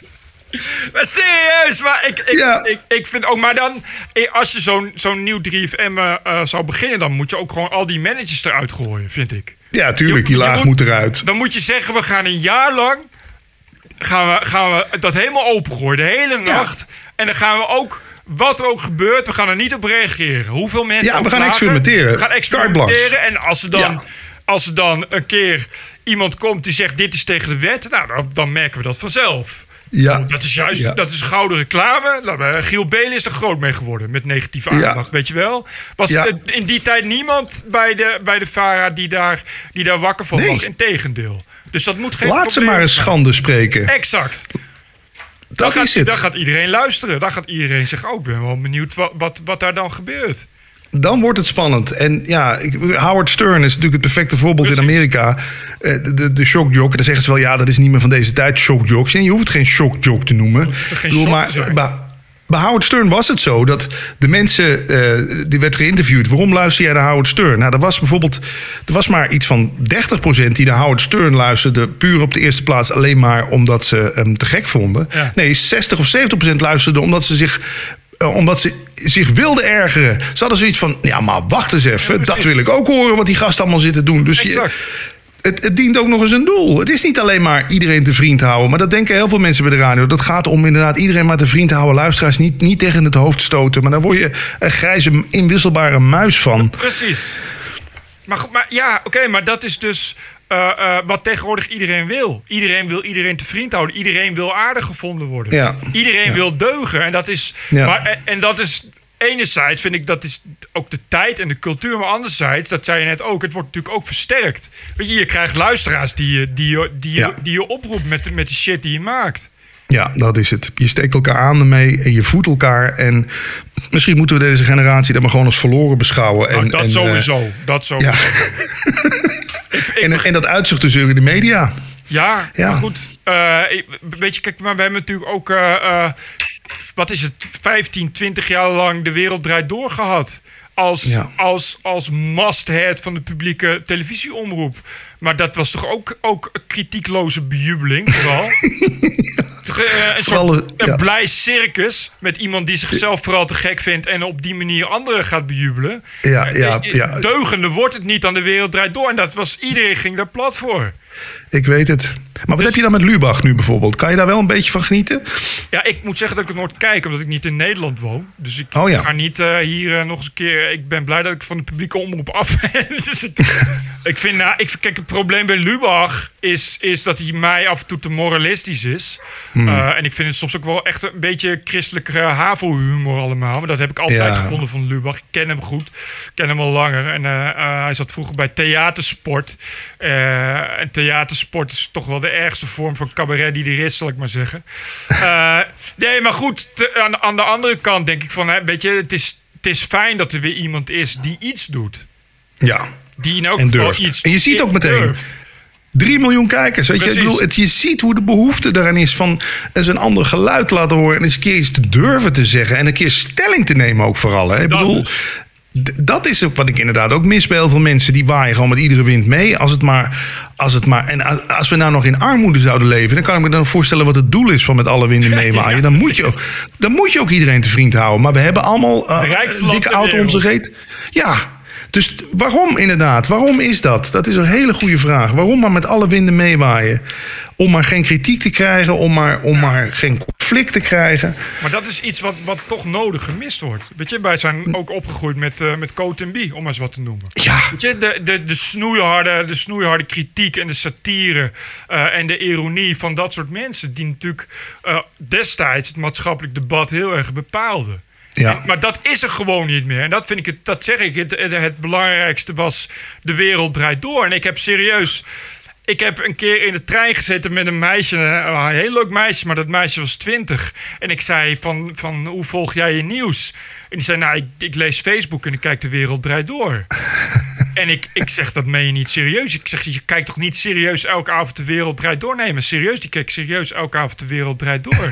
Maar serieus, maar ik, ik, ja. ik, ik vind ook... Maar dan, als je zo'n zo'n nieuw drie F M uh, zou beginnen... dan moet je ook gewoon al die managers eruit gooien, vind ik. Ja, tuurlijk, die laag moet, moet eruit. Dan moet je zeggen, we gaan een jaar lang... gaan we, gaan we dat helemaal opengooien, de hele nacht. Ja. En dan gaan we ook... Wat er ook gebeurt, we gaan er niet op reageren. Hoeveel mensen Ja, we gaan lagen, experimenteren. We gaan experimenteren. En als er dan... Ja. Als er dan een keer iemand komt die zegt... dit is tegen de wet, nou, dan, dan merken we dat vanzelf. Ja. Dat is juist ja. dat is gouden reclame. Nou, Giel Belen is er groot mee geworden met negatieve aandacht, ja. weet je wel. Was ja. in die tijd niemand bij de, bij de VARA die daar, die daar wakker van nee. lag. Integendeel. Dus dat moet geen Laat ze maar eens schande spreken. Exact. Dat dan is gaat, het. Dan gaat iedereen luisteren. Dan gaat iedereen zeggen, oh, ik ben wel benieuwd wat, wat, wat daar dan gebeurt. Dan wordt het spannend. En ja, Howard Stern is natuurlijk het perfecte voorbeeld Precies. in Amerika. De, de, de shockjock. Dan zeggen ze wel, ja, dat is niet meer van deze tijd, shockjocks. En je hoeft het geen shockjock te noemen. Het geen bedoel, maar, te maar bij Howard Stern was het zo dat de mensen, uh, die werd geïnterviewd. Waarom luister jij naar Howard Stern? Nou, er was bijvoorbeeld, er was maar iets van dertig procent die naar Howard Stern luisterde. Puur op de eerste plaats alleen maar omdat ze hem te gek vonden. Ja. Nee, zestig of zeventig procent luisterden omdat ze zich... omdat ze zich wilden ergeren. Ze hadden zoiets van, ja, maar wacht eens even. Ja, dat wil ik ook horen wat die gasten allemaal zitten doen. Dus je, het, het dient ook nog eens een doel. Het is niet alleen maar iedereen te vriend houden. Maar dat denken heel veel mensen bij de radio. Dat gaat om inderdaad iedereen maar te vriend houden. Luisteraars niet, niet tegen het hoofd stoten. Maar daar word je een grijze, inwisselbare muis van. Precies. Maar, maar ja, oké, okay, maar dat is dus... Uh, uh, wat tegenwoordig iedereen wil. Iedereen wil iedereen te vriend houden. Iedereen wil aardig gevonden worden. Ja. Iedereen ja. wil deugen. En dat is... Ja. Maar, en, en dat is... Enerzijds vind ik dat is ook de tijd en de cultuur. Maar anderzijds, dat zei je net ook, het wordt natuurlijk ook versterkt. Weet je, je krijgt luisteraars die je, die je, die je, Ja. die je oproept met, met de shit die je maakt. Ja, dat is het. Je steekt elkaar aan ermee en je voedt elkaar. En misschien moeten we deze generatie dan maar gewoon als verloren beschouwen. En, Nou, dat en, sowieso. Uh, dat sowieso. Ja. ik, ik, en, en dat uitzicht dus in de media. Ja, Ja. maar goed. Uh, weet je, kijk, maar we hebben natuurlijk ook... Uh, uh, wat is het? vijftien, twintig jaar lang De Wereld Draait Door gehad. Als, Ja. als, als must-have van de publieke televisieomroep. Maar dat was toch ook, ook een kritiekloze bejubeling, vooral? Toch, uh, een Vooral, soort ja. een blij circus met iemand die zichzelf vooral te gek vindt... en op die manier anderen gaat bejubelen. Ja, ja, Uh, ja. Deugende wordt het niet aan De Wereld Draait Door. En dat was, iedereen ging daar plat voor. Ik weet het. Maar wat Dus- heb je dan met Lubach nu bijvoorbeeld? Kan je daar wel een beetje van genieten? Ja, ik moet zeggen dat ik het nooit kijk, omdat ik niet in Nederland woon. Dus ik Oh ja. ga niet uh, hier uh, nog eens een keer... Ik ben blij dat ik van de publieke omroep af ben. dus ik, ik vind, nou, ik, kijk, het probleem bij Lubach is, is dat hij mij af en toe te moralistisch is. Hmm. Uh, en ik vind het soms ook wel echt een beetje christelijke uh, havelhumor allemaal. Maar dat heb ik altijd Ja. gevonden van Lubach. Ik ken hem goed. Ik ken hem al langer. En uh, uh, hij zat vroeger bij theatersport. Uh, en theatersport is toch wel de ergste vorm van cabaret die er is, zal ik maar zeggen. Uh, nee, maar goed, te, aan, aan de andere kant denk ik van... Hè, weet je, het is, het is fijn dat er weer iemand is die iets doet. Ja. Die in elk En geval durft. iets En je ziet ook meteen. durft. Drie miljoen kijkers. Weet je, ik Precies. bedoel, het, je ziet hoe de behoefte daarin is van eens een ander geluid laten horen. En eens een keer iets te durven te zeggen. En een keer stelling te nemen ook vooral. Hè. Ik Dat bedoel, dus. d- dat is ook wat ik inderdaad ook mis bij heel veel mensen. Die waaien gewoon met iedere wind mee. Als het maar, als het maar, en als, als we nou nog in armoede zouden leven, dan kan ik me dan voorstellen wat het doel is van met alle winden meewaaien. Ja, dan, moet je precies. ook, dan moet je ook iedereen te vriend houden. Maar we hebben allemaal uh, De rijkste land dikke ter auto om wereld. zich reet. Ja. Dus t- waarom inderdaad? Waarom is dat? Dat is een hele goede vraag. Waarom maar met alle winden meewaaien? Om maar geen kritiek te krijgen, om maar, om maar geen conflict te krijgen. Maar dat is iets wat, wat toch nodig gemist wordt. Weet je, wij zijn ook opgegroeid met, uh, met Cote en Bie, om maar eens wat te noemen. Ja, Weet je, de, de, de, snoeiharde, de snoeiharde kritiek en de satire uh, en de ironie van dat soort mensen... die natuurlijk uh, destijds het maatschappelijk debat heel erg bepaalden. ja. Maar dat is er gewoon niet meer. En dat vind ik het, dat zeg ik, het, het, het belangrijkste was De Wereld Draait Door. En ik heb serieus... Ik heb een keer in de trein gezeten met een meisje, een heel leuk meisje, maar dat meisje was twintig. En ik zei van, van hoe volg jij je nieuws? En die zei, nou, ik, ik lees Facebook en ik kijk De Wereld Draait Door. En ik, ik zeg, dat meen je niet serieus. Ik zeg, je kijkt toch niet serieus elke avond De Wereld Draait Door? Nee, maar serieus, die kijkt serieus elke avond De Wereld Draait Door.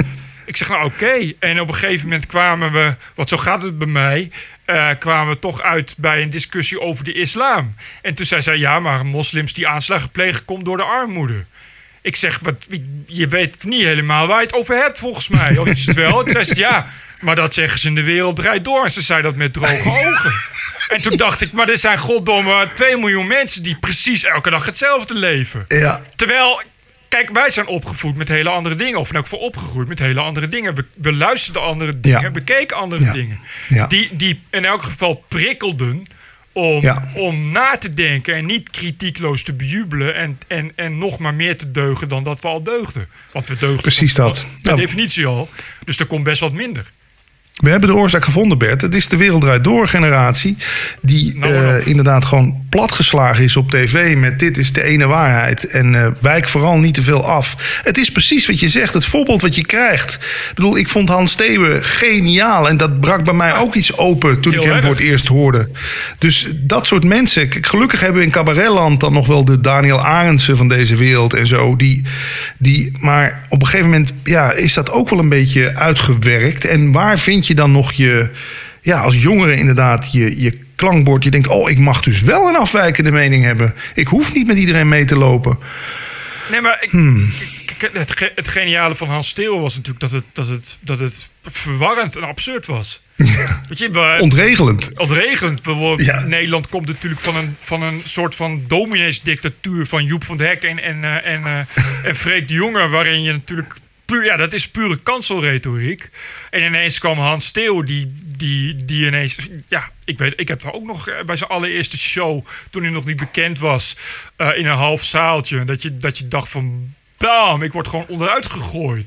Ik zeg, nou oké. Okay. En op een gegeven moment kwamen we, want zo gaat het bij mij... Uh, kwamen we toch uit bij een discussie over de islam. En toen zei zij, ja, maar moslims die aanslagen plegen... komt door de armoede. Ik zeg, wat, je weet niet helemaal waar je het over hebt, volgens mij. Of is het wel? Toen zei ze, ja, maar dat zeggen ze in De Wereld Draait Door. En ze zei dat met droge ogen. En toen dacht ik, maar er zijn goddomme twee miljoen mensen... die precies elke dag hetzelfde leven. Ja. Terwijl... Kijk, wij zijn opgevoed met hele andere dingen. Of in elk geval opgegroeid met hele andere dingen. We, we luisterden andere dingen, Ja. bekeken andere Ja. dingen. Ja. Die, die in elk geval prikkelden om, Ja. om na te denken... en niet kritiekloos te bejubelen... En, en, en nog maar meer te deugen dan dat we al deugden. Want we deugden Precies per dat. per Ja. definitie al. Dus er komt best wat minder. We hebben de oorzaak gevonden, Bert. Het is de Wereld Draait Door generatie... die Nou, uh, nou. inderdaad gewoon platgeslagen is op tv... met dit is de ene waarheid. En uh, wijk vooral niet te veel af. Het is precies wat je zegt, het voorbeeld wat je krijgt. Ik bedoel, ik vond Hans Steeuwen geniaal... en dat brak bij mij ook iets open toen Heel ik hem erg. voor het eerst hoorde. Dus dat soort mensen... Kijk, gelukkig hebben we in cabaretland dan nog wel de Daniel Arendsen van deze wereld en zo. Die, die, maar op een gegeven moment ja, is dat ook wel een beetje uitgewerkt. En waar vind je dan nog je... Ja, als jongere inderdaad je, je klankbord. Je denkt, oh, ik mag dus wel een afwijkende mening hebben. Ik hoef niet met iedereen mee te lopen. Nee, maar ik, Hmm. k- het, ge- het geniale van Hans Steeuwen was natuurlijk... dat het, dat het, dat het verwarrend en absurd was. Weet je, we, Ontregelend. ontregend. We- Ja. Nederland komt natuurlijk van een, van een soort van domineesdictatuur... van Joep van het Hek en, en, eh, en, eh, en Freek de Jonge... waarin je natuurlijk... Puur, ja, dat is pure kanselretoriek. En ineens kwam Hans Steeuw, die, die, die ineens... Ja, ik weet, ik heb er ook nog eh, bij zijn allereerste show... toen hij nog niet bekend was, uh, in een half zaaltje... dat je, dat je dacht van... Bam, ik word gewoon onderuit gegooid.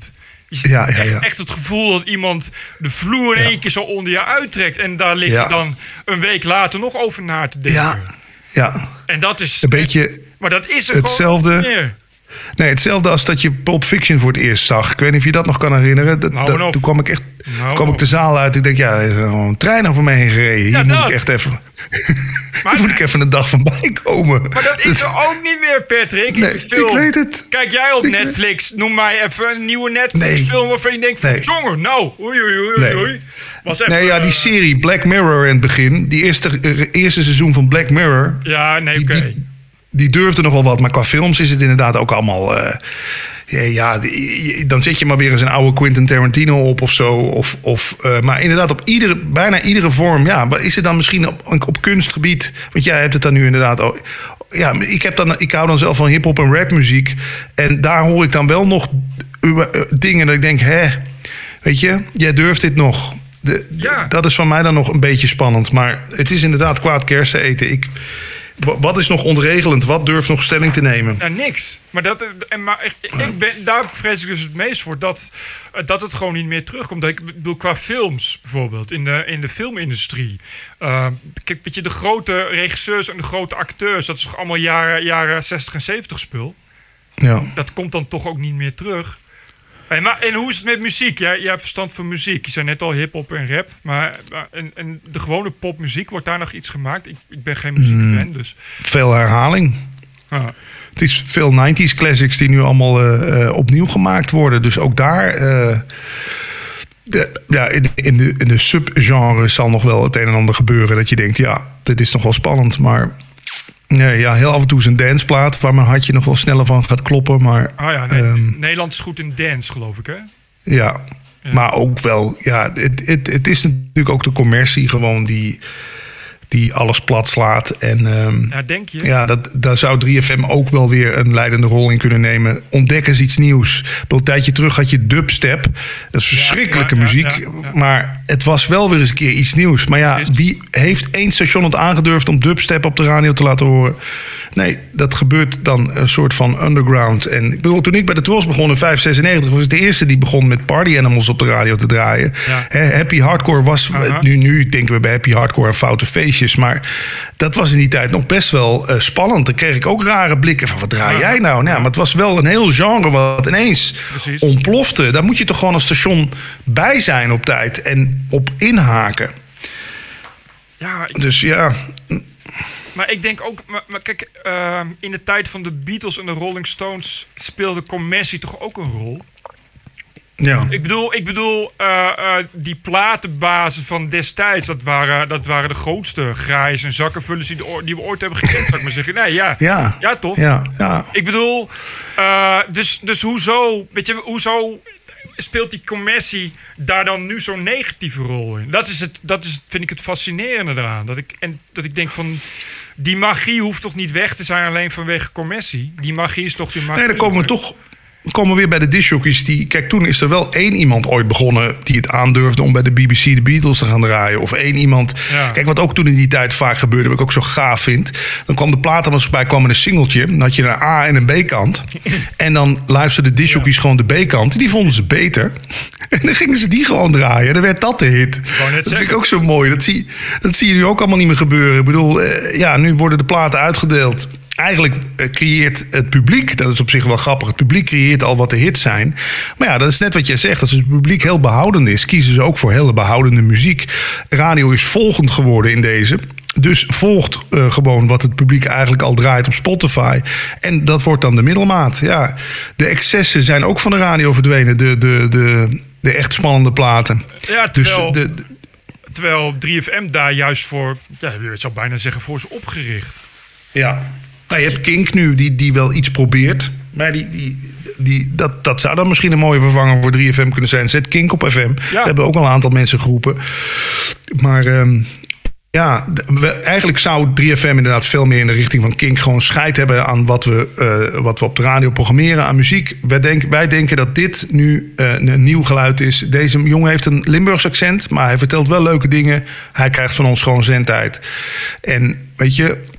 Je ja, ja, echt, ja. echt het gevoel dat iemand de vloer in ja. één keer zo onder je uittrekt. En daar lig je Ja. dan een week later nog over na te denken. Ja, ja. En dat is... Een beetje Maar dat is er hetzelfde. gewoon niet meer. Nee, hetzelfde als dat je Pulp Fiction voor het eerst zag. Ik weet niet of je dat nog kan herinneren. Dat, Nou, dat, nou. toen kwam ik echt Nou, kwam ik de zaal uit. Ik denk, ja, er is gewoon een trein over me heen gereden. Hier Ja, moet dat. ik echt even... Maar, Hier moet ik even een dag van bijkomen. maar dat is er ook niet meer, Patrick. Nee, Die film. ik weet het. Kijk jij op Ik Netflix, noem mij even een nieuwe Netflix-film... Nee. waarvan je denkt van, Nee. jongen, nou, oei, oei, oei, Nee. oei. Was even, Nee, ja, die eh, serie Black Mirror in het begin. Die eerste, eh, eerste seizoen van Black Mirror. Ja, nee, Die, oké. die, die durfde nog wel wat. Maar qua films is het inderdaad ook allemaal... eh, ja, ja, die- dan zet je maar weer eens een oude Quentin Tarantino op of zo. Of, of, eh, maar inderdaad, op iedere, bijna iedere vorm. Ja, maar is het dan misschien op, op kunstgebied? Want jij hebt het dan nu inderdaad ook. Ja, ik, heb dan, ik hou dan zelf van hip-hop en rapmuziek. En daar hoor ik dan wel nog uh, uh, dingen dat ik denk, hè, weet je, jij durft dit nog. De, Ja. Dat is van mij dan nog een beetje spannend. Maar het is inderdaad kwaad kersen eten. Ik, wa- wat is nog ontregelend? Wat durft nog stelling te nemen? Nou, niks. Maar, dat, en, maar ik, ik ben, daar vrees ik dus het meest voor dat, eh, dat het gewoon niet meer terugkomt. Dat ik bedoel, qua films bijvoorbeeld, in de, in de filmindustrie. Uh, kijk, weet je, de grote regisseurs en de grote acteurs, dat is toch allemaal jaren, jaren zestig en zeventig spul. Ja. Dat komt dan toch ook niet meer terug. Hey, maar, en hoe is het met muziek? Jij, jij hebt verstand van muziek. Je zei net al hip-hop en rap. Maar maar- en, en de gewone popmuziek, wordt daar nog iets gemaakt? Ik, ik ben geen muziekfan, dus... Veel herhaling. Ah. Het is veel nineties classics die nu allemaal eh, eh, opnieuw gemaakt worden. Dus ook daar... eh, de, ja, in, in de, in de subgenres zal nog wel het een en ander gebeuren. Dat je denkt, ja, dit is nog wel spannend. Maar nee, ja, heel af en toe is een danceplaat... waar mijn hartje nog wel sneller van gaat kloppen. Maar Ah ja, nee, ehm, Nederland is goed in dance, geloof ik, hè? ja, maar ook wel... Ja, het, het, het is natuurlijk ook de commercie gewoon die... die alles plat slaat. En ehm, Ja, denk je? ja, dat, daar zou drie F M ook wel weer een leidende rol in kunnen nemen. Ontdek eens iets nieuws. Een tijdje terug had je dubstep. Dat is verschrikkelijke ja, ja, muziek. ja, ja. Maar het was wel weer eens een keer iets nieuws. Maar ja, Precies. wie heeft één station het aangedurfd om dubstep op de radio te laten horen? Nee, dat gebeurt dan een soort van underground. En ik bedoel, toen ik bij de Tros begon in vijf zesennegentig... was ik de eerste die begon met Party Animals op de radio te draaien. Ja. Hè, Happy Hardcore was... Aha. Nu, nu denken we bij Happy Hardcore aan foute feestjes. Maar dat was in die tijd nog best wel eh, spannend. Dan kreeg ik ook rare blikken van, wat draai Ja. jij nou? Nou ja, maar het was wel een heel genre wat ineens Precies. ontplofte. Daar moet je toch gewoon als station bij zijn op tijd. En op inhaken. Ja, ik- Dus ja... maar ik denk ook... Maar, maar kijk, ehm, in de tijd van de Beatles en de Rolling Stones... speelde commercie toch ook een rol? ja. Ik bedoel, ik bedoel eh, eh, die platenbazen van destijds... dat waren, dat waren de grootste graaiers en zakkenvullers... die, de oor- die we ooit hebben gekend, zou ik maar zeggen. Nee, ja. Ja. Ja, toch? Ja, ja. Ik bedoel, eh, dus, dus hoezo, weet je, hoezo speelt die commercie daar dan nu zo'n negatieve rol in? Dat is het, dat is, vind ik het fascinerende eraan. Dat ik, en dat ik denk van, die magie hoeft toch niet weg te zijn alleen vanwege commercie? Die magie is toch die magie? Nee, dan komen we toch... We komen weer bij de discjockeys. Die, kijk, toen is er wel één iemand ooit begonnen... die het aandurfde om bij de B B C de Beatles te gaan draaien. Of één iemand... Ja. Kijk, wat ook toen in die tijd vaak gebeurde... wat ik ook zo gaaf vind... dan kwam de platenmaatschappij kwam met een singeltje... dan had je een A- en een B-kant... en dan luisterden de discjockeys gewoon de B-kant... die vonden ze beter... en dan gingen ze die gewoon draaien... en dan werd dat de hit. Dat net vind zeggen. ik ook zo mooi. Dat zie, dat zie je nu ook allemaal niet meer gebeuren. Ik bedoel, eh, ja, nu worden de platen uitgedeeld... Eigenlijk eh, creëert het publiek, dat is op zich wel grappig... het publiek creëert al wat de hits zijn. Maar ja, dat is net wat jij zegt. Als het publiek heel behoudend is... kiezen ze ook voor hele behoudende muziek. Radio is volgend geworden in deze... Dus volgt uh, gewoon wat het publiek eigenlijk al draait op Spotify. En dat wordt dan de middelmaat. Ja, de excessen zijn ook van de radio verdwenen. De, de, de, de echt spannende platen. Ja, Dus terwijl, de, de- terwijl drie F M daar juist voor, ja, je zou bijna zeggen, voor is opgericht. ja. Nou, je hebt Kink nu, die, die wel iets probeert. Maar die, die, die, dat, dat zou dan misschien een mooie vervanger voor drie F M kunnen zijn. Zet Kink op F M. Daar hebben ook al een aantal mensen geroepen. Maar um, ja, we, eigenlijk zou drie F M inderdaad veel meer in de richting van Kink... gewoon scheid hebben aan wat we, uh, wat we op de radio programmeren aan muziek. Wij, denk, wij denken dat dit nu uh, een nieuw geluid is. Deze jongen heeft een Limburgs accent, maar hij vertelt wel leuke dingen. Hij krijgt van ons gewoon zendtijd. En weet je...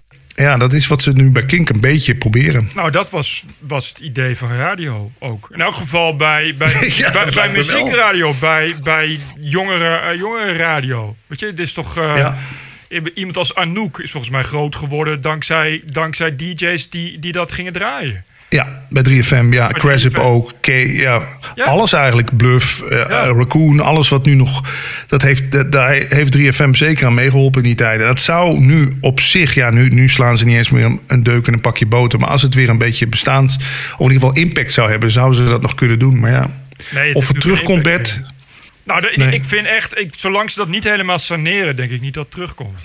ja, dat is wat ze nu bij Kink een beetje proberen. Nou, dat was, was het idee van radio ook. In elk geval bij, bij, ja, bij, bij muziekradio, bij, bij jongere, uh, jongere radio. Weet je, het is toch... Uh, ja. Iemand als Anouk is volgens mij groot geworden dankzij, dankzij D J's die, die dat gingen draaien. Ja, bij drie F M, ja. Crasip ook. K, ja. ja. Alles eigenlijk. Bluff, uh, ja. uh, Raccoon, alles wat nu nog... Dat heeft, dat, daar heeft drie F M zeker aan meegeholpen in die tijden. Dat zou nu op zich... Ja, nu, nu slaan ze niet eens meer een deuk en een pakje boter. Maar als het weer een beetje bestaand... Of in ieder geval impact zou hebben... Zouden ze dat nog kunnen doen. Maar ja, nee, of het terugkomt, Bert... Nou, de, nee. ik vind echt... Ik, zolang ze dat niet helemaal saneren... denk ik niet dat het terugkomt.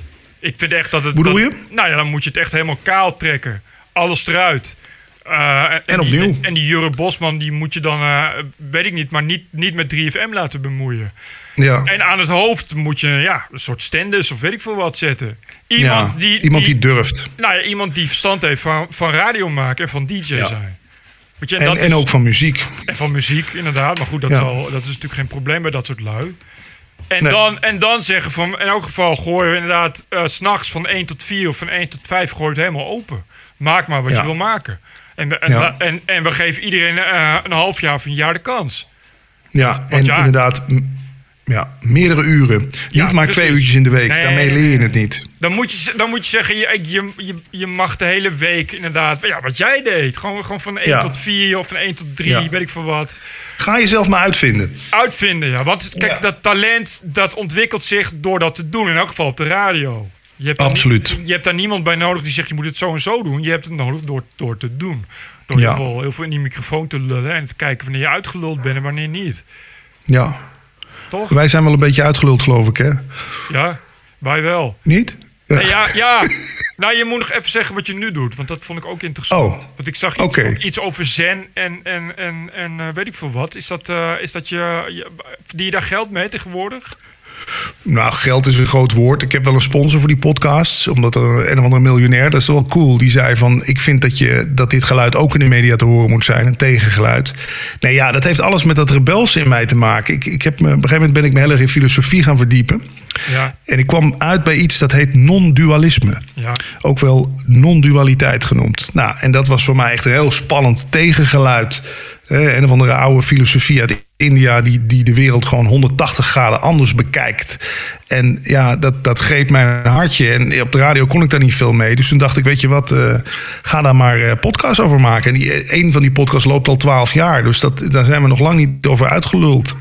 Ik vind echt dat het... Bedoel je? Dat, nou ja, dan moet je het echt helemaal kaal trekken. Alles eruit. Uh, en, en opnieuw. Die, en die Jurre Bosman, die moet je dan, uh, weet ik niet, maar niet, niet met drie F M laten bemoeien. Ja. En aan het hoofd moet je ja, een soort Stenders of weet ik veel wat zetten. Iemand, ja, die, iemand die, die durft. Nou ja, iemand die verstand heeft van, van radio maken en van D J ja. zijn. Weet je, en, en, dat en is, ook van muziek. En van muziek, inderdaad. Maar goed, dat, ja. zal, dat is natuurlijk geen probleem bij dat soort lui. En, nee. dan, en dan zeggen van, in elk geval gooien we inderdaad uh, 's nachts van één tot vier of van één tot vijf gooi het helemaal open. Maak maar wat ja. je wil maken. En we, en, ja. en, en we geven iedereen uh, een half jaar of een jaar de kans. Ja, want, en ja. inderdaad, m- ja, meerdere uren. Ja, niet maar precies. twee uurtjes in de week. Nee, Daarmee leer je het niet. Dan moet je, dan moet je zeggen, je, je, je, je mag de hele week inderdaad... Ja, wat jij deed. Gewoon, gewoon van één ja. tot vier of van één tot drie, ja. weet ik veel wat. Ga jezelf maar uitvinden. Uitvinden, ja. Want kijk, ja. dat talent dat ontwikkelt zich door dat te doen. In elk geval op de radio. Je hebt Absoluut. Niet, je hebt daar niemand bij nodig die zegt, je moet het zo en zo doen. Je hebt het nodig door, door te doen. Door ja. heel, veel, heel veel in die microfoon te lullen en te kijken wanneer je uitgeluld bent en wanneer niet. Ja. Toch? Wij zijn wel een beetje uitgeluld, geloof ik, hè? Ja, wij wel. Niet? Ja, nee, ja, ja. Nou, je moet nog even zeggen wat je nu doet, want dat vond ik ook interessant. Oh. Want ik zag iets, okay. iets over zen en, en, en, en uh, weet ik veel wat. Is dat, uh, is dat je, je... Verdien je daar geld mee tegenwoordig? Nou, geld is een groot woord. Ik heb wel een sponsor voor die podcasts. Omdat er een of andere miljonair, dat is wel cool, die zei van... ik vind dat, je, dat dit geluid ook in de media te horen moet zijn. Een tegengeluid. Nee, ja, dat heeft alles met dat rebelse in mij te maken. Ik, ik heb me, op een gegeven moment ben ik me heel erg in filosofie gaan verdiepen. Ja. En ik kwam uit bij iets dat heet non-dualisme. Ja. Ook wel non-dualiteit genoemd. Nou, en dat was voor mij echt een heel spannend tegengeluid. Eh, een of andere oude filosofie uit India... Die, die de wereld gewoon honderdtachtig graden anders bekijkt. En ja, dat, dat greep mijn hartje. En op de radio kon ik daar niet veel mee. Dus toen dacht ik, weet je wat, uh, ga daar maar uh, podcasts over maken. En die, een van die podcasts loopt al twaalf jaar. Dus dat, daar zijn we nog lang niet over uitgeluld.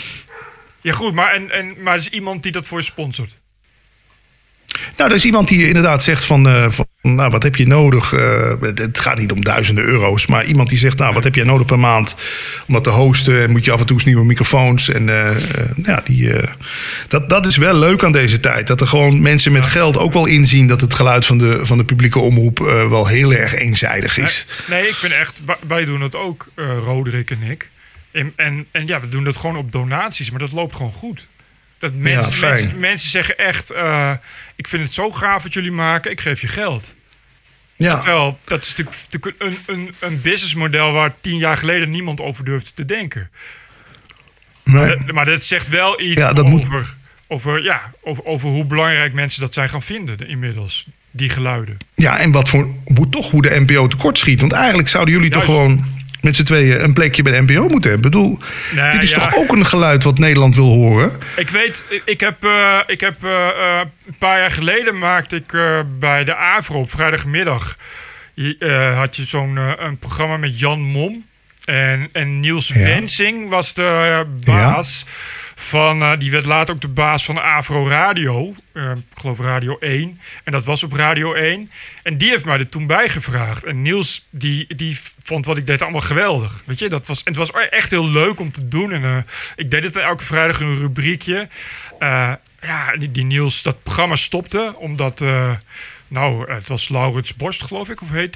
Ja goed, maar, en, en, maar er is iemand die dat voor je sponsort? Nou, er is iemand die inderdaad zegt van, uh, van nou, wat heb je nodig? Uh, het gaat niet om duizenden euro's, maar iemand die zegt, nou, wat heb jij nodig per maand om dat te hosten? En moet je af en toe eens nieuwe microfoons? En uh, uh, ja, die, uh, dat, dat is wel leuk aan deze tijd. Dat er gewoon mensen met geld ook wel inzien dat het geluid van de, van de publieke omroep uh, wel heel erg eenzijdig is. Nee, nee, ik vind echt, wij doen het ook, uh, Roderick en ik. En, en, en ja, we doen dat gewoon op donaties, maar dat loopt gewoon goed. Dat mensen, ja, mensen, mensen zeggen echt, uh, ik vind het zo gaaf wat jullie maken, ik geef je geld. Ja. Terwijl, dat is natuurlijk, natuurlijk een, een, een businessmodel waar tien jaar geleden niemand over durfde te denken. Nee. Maar, dat, maar dat zegt wel iets ja, dat over, moet... over, ja, over, over hoe belangrijk mensen dat zijn gaan vinden inmiddels, die geluiden. Ja, en wat voor, hoe, toch hoe de N P O tekort schiet. Want eigenlijk zouden jullie Juist. toch gewoon... met z'n tweeën een plekje bij de N P O moeten hebben. Ik bedoel, nee, dit is ja. toch ook een geluid wat Nederland wil horen? Ik weet, ik heb, uh, ik heb uh, uh, een paar jaar geleden maakte ik uh, bij de AVRO op vrijdagmiddag... Uh, had je zo'n uh, een programma met Jan Mom. En, en Niels ja. Wensing was de uh, baas ja. van... Uh, die werd later ook de baas van AVRO Radio. Uh, ik geloof Radio één. En dat was op Radio één. En die heeft mij er toen bij gevraagd. En Niels, die, die vond wat ik deed allemaal geweldig. Weet je, dat was, en het was echt heel leuk om te doen. En uh, ik deed het elke vrijdag in een rubriekje. Uh, ja, die, die Niels, dat programma stopte. Omdat, uh, nou, het was Laurens Borst, geloof ik. Of heet die?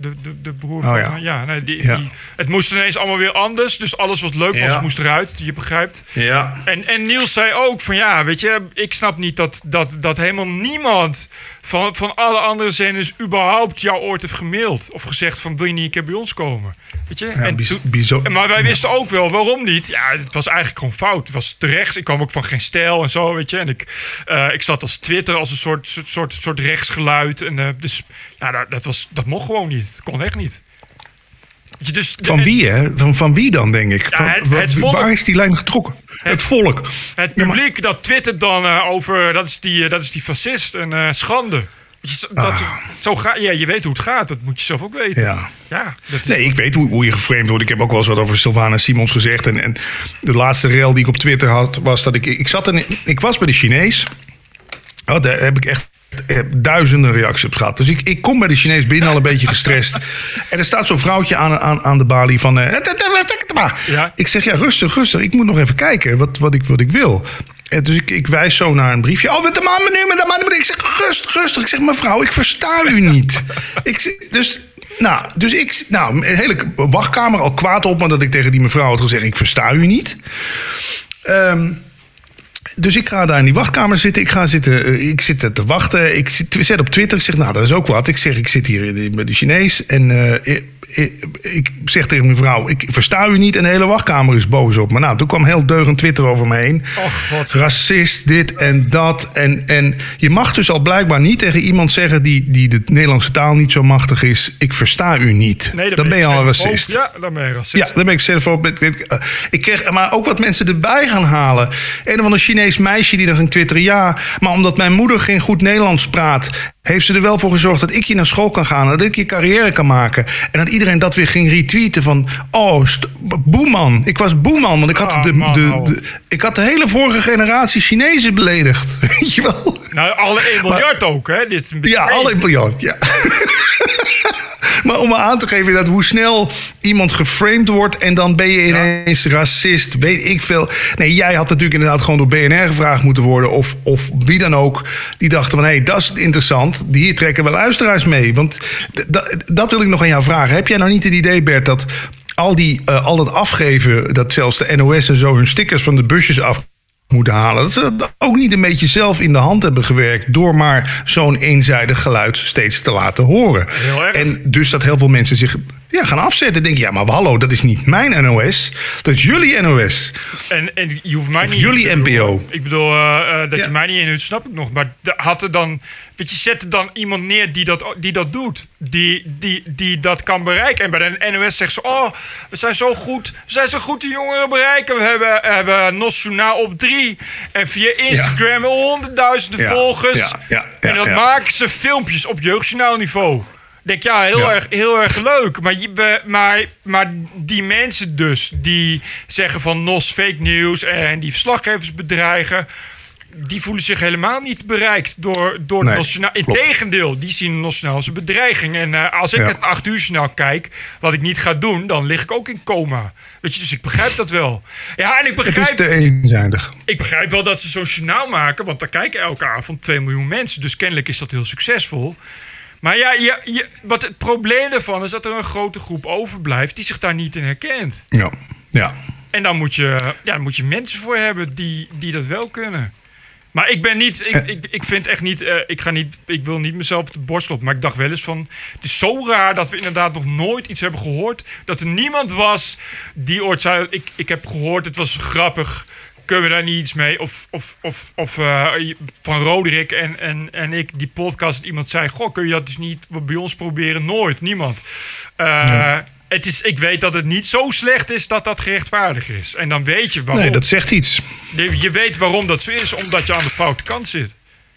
De, de, de broer oh, van... ja. ja, nee, die, ja. Die, het moest ineens allemaal weer anders. Dus alles wat leuk was, ja. moest eruit. Je begrijpt. Ja. En, en Niels zei ook van ja, weet je... Ik snap niet dat, dat, dat helemaal niemand... Van, van alle andere zenders überhaupt jou ooit heeft gemaild. Of gezegd van wil je niet een keer bij ons komen. Weet je? Ja, en biz- toen, bizar. maar wij wisten ook wel waarom niet. Ja, het was eigenlijk gewoon fout. Het was terecht. Ik kwam ook van Geen Stijl en zo, weet je. En ik, uh, ik zat als Twitter als een soort, soort, soort, soort rechtsgeluid. En, uh, dus ja, dat, dat, was, dat mocht gewoon niet. Het kon echt niet. Dus, van de, wie, hè? Van, van wie dan, denk ik? Ja, van, het, het volk, waar is die lijn getrokken? Het, het volk. Het publiek, ja, maar, dat twittert dan uh, over... Dat is die, uh, dat is die fascist en uh, schande. Je, dat, ah. zo ga, ja, je weet hoe het gaat, dat moet je zelf ook weten. Ja. Ja, dat is nee, wel... ik weet hoe, hoe je geframed wordt. Ik heb ook wel eens wat over Sylvana Simons gezegd. En, en de laatste rel die ik op Twitter had, was dat ik... Ik, zat in, ik was bij de Chinees. Oh, daar heb ik echt duizenden reacties op gehad. Dus ik, ik kom bij de Chinees binnen al een beetje gestrest. En er staat zo'n vrouwtje aan, aan, aan de balie van... Uh, ja. Ik zeg, ja, rustig, rustig. Ik moet nog even kijken wat, wat, ik, wat ik wil. Dus ik, ik wijs zo naar een briefje. Oh, met de man, meneer, met de man. Ik zeg, rustig, rustig. Ik zeg, mevrouw, ik versta u niet. ik, dus, nou, dus ik, nou, een hele wachtkamer al kwaad op me dat ik tegen die mevrouw had gezegd, ik versta u niet. Um, dus ik ga daar in die wachtkamer zitten. Ik ga zitten, ik zit te wachten. Ik zet op Twitter. Ik zeg, nou, dat is ook wat. Ik zeg, ik zit hier bij de Chinees. En uh, ik, ik, ik zeg tegen mevrouw, ik versta u niet. En de hele wachtkamer is boos op me. Nou, toen kwam heel deugend Twitter over me heen. Oh, racist, dit en dat. En, en je mag dus al blijkbaar niet tegen iemand zeggen die, die de Nederlandse taal niet zo machtig is. Ik versta u niet. Nee, dan, dan ben je al een racist. Ja, dan ben je racist. Ja, dan ben ik zelf op. Ik kreeg maar ook wat mensen erbij gaan halen. Een of ander Chinees meisje die dan ging twitteren. Ja, maar omdat mijn moeder geen goed Nederlands praat, heeft ze er wel voor gezorgd dat ik hier naar school kan gaan. Dat ik hier carrière kan maken. En dat iedereen dat weer ging retweeten van... Oh, st- boeman. Ik was boeman. Want ik had, ah, de, man, de, de, ik had de hele vorige generatie Chinezen beledigd. Weet je wel? Nou, alle één miljard maar, ook, hè? Dit is een ja, alle één miljard, ja. Maar om me aan te geven dat hoe snel iemand geframed wordt en dan ben je ineens ja. racist, weet ik veel. Nee, jij had natuurlijk inderdaad gewoon door B N R gevraagd moeten worden. Of, of wie dan ook. Die dachten van, hé, hey, dat is interessant. Hier trekken we luisteraars mee. Want d- d- dat wil ik nog aan jou vragen. Heb jij nou niet het idee, Bert, dat al, die, uh, al dat afgeven, dat zelfs de N O S en zo hun stickers van de busjes af moeten halen, dat ze dat ook niet een beetje zelf in de hand hebben gewerkt door maar zo'n eenzijdig geluid steeds te laten horen. Heel erg. En dus dat heel veel mensen zich ja, gaan afzetten. Denk je, ja, maar hallo, dat is niet mijn N O S, dat is jullie N O S. En, en je hoeft mij of niet... jullie N P O. Ik bedoel, uh, uh, dat ja. je mij niet inhuurt, snap ik nog. Maar de, had er dan... Weet je, zet er dan iemand neer die dat, die dat doet. Die, die, die dat kan bereiken. En bij de N O S zegt ze... Oh, we zijn zo goed. We zijn zo goed die jongeren bereiken. We hebben, hebben Nos Journaal op drie. En via Instagram ja. honderdduizenden ja. volgers. Ja. Ja. Ja. En dan ja. maken ze filmpjes op jeugdjournaalniveau. Denk ja, heel, ja. Erg, heel erg leuk. Maar, je, maar, maar die mensen dus... die zeggen van Nos fake news... en die verslaggevers bedreigen... die voelen zich helemaal niet bereikt door, door nee, Nos Journaal. Integendeel, die zien Nos Journaal als een bedreiging. En uh, als ik ja. het acht uur journaal kijk... wat ik niet ga doen, dan lig ik ook in coma. Weet je, dus ik begrijp dat wel. Ja, en ik begrijp... Het is te eenzijdig. Ik begrijp wel dat ze zo'n journaal maken... want daar kijken elke avond twee miljoen mensen. Dus kennelijk is dat heel succesvol... Maar ja, je, je, wat het probleem daarvan is dat er een grote groep overblijft die zich daar niet in herkent. Ja, ja. En dan moet je, ja, dan moet je mensen voor hebben die, die dat wel kunnen. Maar ik ben niet, ik, ik, ik vind echt niet, uh, ik ga niet, ik wil niet mezelf op de borst kloppen. Maar ik dacht wel eens van, het is zo raar dat we inderdaad nog nooit iets hebben gehoord. Dat er niemand was die ooit zei, ik, ik heb gehoord, het was grappig. Kunnen we daar niet iets mee? Of, of, of, of uh, van Roderick en, en, en ik, die podcast, iemand zei... Goh, kun je dat dus niet bij ons proberen? Nooit, niemand. Uh, ja. het is, ik weet dat het niet zo slecht is dat dat gerechtvaardigd is. En dan weet je waarom. Nee, dat zegt iets. Je, je weet waarom dat zo is, omdat je aan de foute kant zit.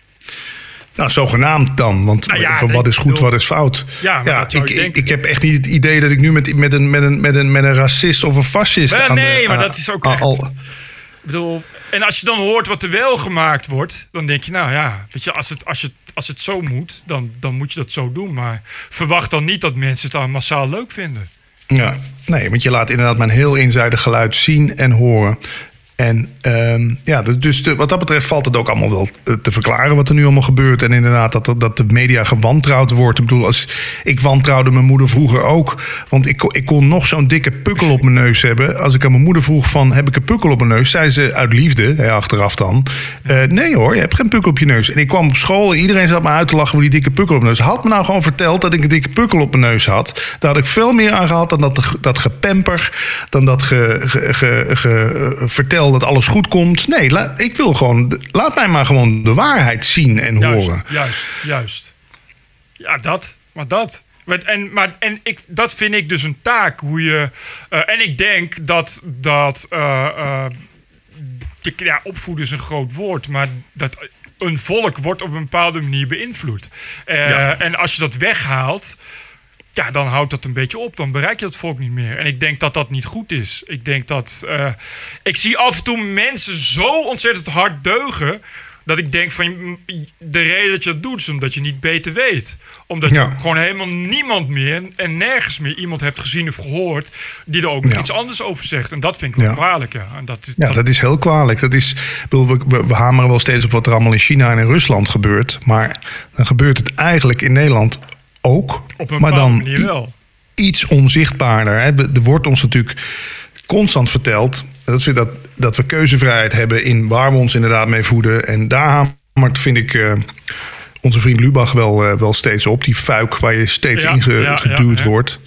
Nou, zogenaamd dan. Want nou ja, wat is goed, bedoel, wat is fout? Ja, maar ja dat ik, ik, ik heb echt niet het idee dat ik nu met, met, een, met, een, met, een, met een racist of een fascist... Maar, aan nee, de, maar uh, dat is ook echt... Al, Ik bedoel, en als je dan hoort wat er wel gemaakt wordt... dan denk je, nou ja, weet je, als het, als je, als het zo moet... Dan, dan moet je dat zo doen. Maar verwacht dan niet dat mensen het dan massaal leuk vinden. Ja, nee, want je laat inderdaad maar een heel eenzijdig geluid zien en horen. En um, ja, dus de, wat dat betreft valt het ook allemaal wel te verklaren wat er nu allemaal gebeurt. En inderdaad dat, dat de media gewantrouwd wordt. Ik bedoel, als, ik wantrouwde mijn moeder vroeger ook. Want ik, ik kon nog zo'n dikke pukkel op mijn neus hebben. Als ik aan mijn moeder vroeg van, heb ik een pukkel op mijn neus? Zei ze uit liefde, hè, achteraf dan. Uh, nee hoor, je hebt geen pukkel op je neus. En ik kwam op school en iedereen zat me uit te lachen voor die dikke pukkel op mijn neus. Had me nou gewoon verteld dat ik een dikke pukkel op mijn neus had. Daar had ik veel meer aan gehad dan dat, dat gepemper. Dan dat ge, ge, ge, ge, vertel dat alles goed komt. Nee, la, ik wil gewoon... Laat mij maar gewoon de waarheid zien en juist, horen. Juist, juist. Ja, dat. Maar dat. En, maar, en ik, dat vind ik dus een taak. Hoe je, uh, en ik denk dat... dat uh, uh, ja, opvoeden is een groot woord. Maar dat een volk wordt op een bepaalde manier beïnvloed. Uh, ja. En als je dat weghaalt... Ja, dan houdt dat een beetje op. Dan bereik je dat volk niet meer. En ik denk dat dat niet goed is. Ik denk dat... Uh, ik zie af en toe mensen zo ontzettend hard deugen... dat ik denk van... de reden dat je dat doet is omdat je niet beter weet. Omdat ja. je gewoon helemaal niemand meer... en nergens meer iemand hebt gezien of gehoord... die er ook nog ja. iets anders over zegt. En dat vind ik wel ja. kwalijk, ja. En dat is, ja, dat... dat is heel kwalijk. Dat is, bedoel, we, we, we hameren wel steeds op wat er allemaal in China en in Rusland gebeurt. Maar dan gebeurt het eigenlijk in Nederland... ook, op een maar dan manier wel. iets onzichtbaarder. Hè. Er wordt ons natuurlijk constant verteld dat we, dat, dat we keuzevrijheid hebben in waar we ons inderdaad mee voeden. En daar hamert, vind ik, uh, onze vriend Lubach wel, uh, wel steeds op. Die fuik waar je steeds ja, in ge, ja, geduwd ja, ja. wordt.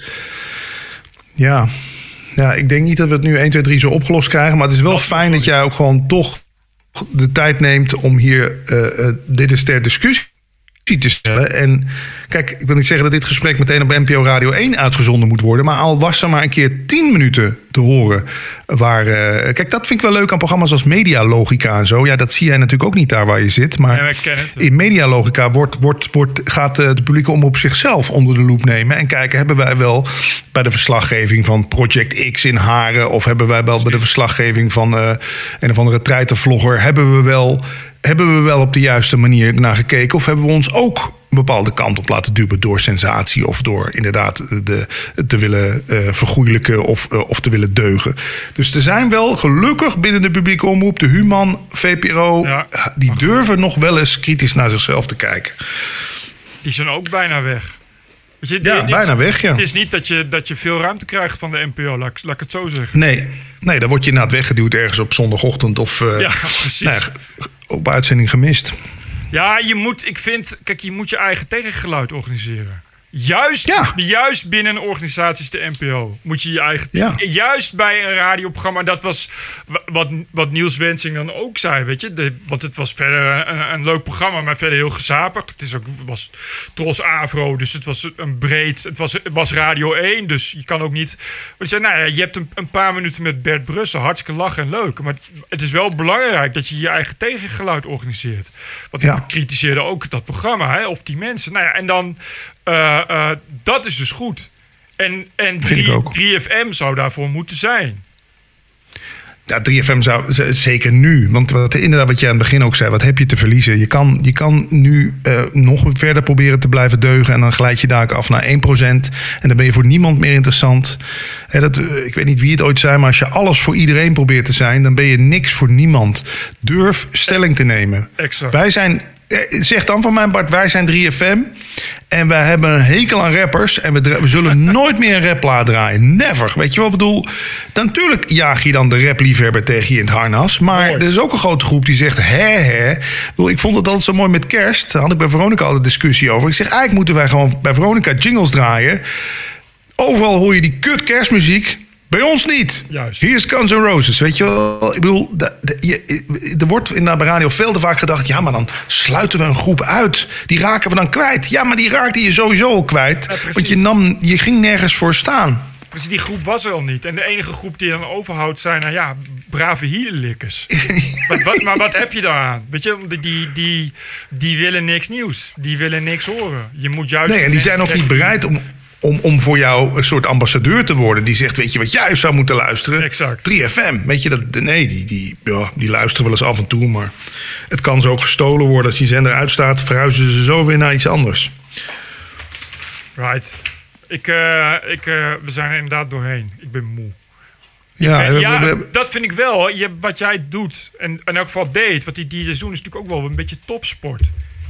Ja. ja, ik denk niet dat we het nu één, twee, drie zo opgelost krijgen. Maar het is wel dat fijn dat jij ook gewoon toch de tijd neemt om hier uh, uh, dit is ter discussie te stellen. En kijk, ik wil niet zeggen dat dit gesprek meteen op N P O Radio één uitgezonden moet worden, maar al was er maar een keer tien minuten te horen waar... Uh, kijk, dat vind ik wel leuk aan programma's als Medialogica en zo. Ja, dat zie jij natuurlijk ook niet daar waar je zit, maar ja, ik ken het. In Medialogica wordt, wordt, wordt, gaat de publieke omroep zichzelf onder de loep nemen en kijken, hebben wij wel bij de verslaggeving van Project X in Haren of hebben wij wel bij de verslaggeving van uh, een of andere treitervlogger, hebben we wel... Hebben we wel op de juiste manier naar gekeken? Of hebben we ons ook een bepaalde kant op laten duwen door sensatie... of door inderdaad de, te willen uh, vergoeilijken of, uh, of te willen deugen? Dus er zijn wel gelukkig binnen de publieke omroep... de Human, V P R O, ja, die durven nog wel eens kritisch naar zichzelf te kijken. Die zijn ook bijna weg. Je, ja, het, bijna weg, ja. Het is niet dat je, dat je veel ruimte krijgt van de N P O, laat, laat ik het zo zeggen. Nee, nee, dan word je inderdaad weggeduwd ergens op zondagochtend... of uh, ja, precies. Nou, op uitzending gemist. Ja, je moet, ik vind, kijk, je moet je eigen tegengeluid organiseren. Juist, ja. juist binnen een organisatie als de N P O moet je je eigen... Ja. Juist bij een radioprogramma, dat was wat, wat Niels Wensing dan ook zei, weet je. De, want het was verder een, een leuk programma, maar verder heel gezapig. Het is ook, was Tros Avro, dus het was een breed... Het was, het was Radio één, dus je kan ook niet... Want je zei, nou ja, je hebt een, een paar minuten met Bert Brussen, hartstikke lachen en leuk. Maar het is wel belangrijk dat je je eigen tegengeluid organiseert. Want ik ja. kritiseerde ook dat programma, hè, of die mensen. Nou ja, en dan... Uh, uh, dat is dus goed. En, en drie F M zou daarvoor moeten zijn. Ja, drie F M zou zeker nu. Want wat, inderdaad, wat je aan het begin ook zei, wat heb je te verliezen? Je kan, je kan nu uh, nog verder proberen te blijven deugen en dan glijd je daar af naar één procent. En dan ben je voor niemand meer interessant. He, dat, uh, ik weet niet wie het ooit zei, maar als je alles voor iedereen probeert te zijn, dan ben je niks voor niemand. Durf stelling te nemen. Exact. Wij zijn... Zeg dan van mijn Bart, wij zijn drie F M en wij hebben een hekel aan rappers en we, we zullen nooit meer een rapplaat draaien. Never. Weet je wat ik bedoel? Natuurlijk jaag je dan de rapliefhebber tegen je in het harnas, maar mooi. Er is ook een grote groep die zegt, hè hè. Ik vond het altijd zo mooi met kerst. Daar had ik bij Veronica al een discussie over. Ik zeg, eigenlijk moeten wij gewoon bij Veronica jingles draaien. Overal hoor je die kut kerstmuziek. Bij ons niet. Juist. Hier is Guns N' Roses, weet je wel. Ik bedoel, de, de, je, er wordt inderdaad bij radio veel te vaak gedacht... ja, maar dan sluiten we een groep uit. Die raken we dan kwijt. Ja, maar die raakte je sowieso al kwijt. Ja, want je, nam, je ging nergens voor staan. Dus die groep was er al niet. En de enige groep die dan overhoudt zijn... nou ja, brave hielenlikkers. maar, wat, maar wat heb je daaraan? Weet je, die, die, die willen niks nieuws. Die willen niks horen. Je moet juist... Nee, en die zijn ook niet bereid om... Om, om voor jou een soort ambassadeur te worden... die zegt, weet je wat jij zou moeten luisteren? Exact. drie F M, weet je dat? Nee, die, die, ja, die luisteren wel eens af en toe... maar het kan zo ook gestolen worden. Als die zender uitstaat, verhuizen ze zo weer naar iets anders. Right. Ik, uh, ik, uh, we zijn er inderdaad doorheen. Ik ben moe. Ja, en, we, ja we, we, dat vind ik wel. Je, wat jij doet, en in elk geval deed, wat die D J's doen, is natuurlijk ook wel een beetje topsport.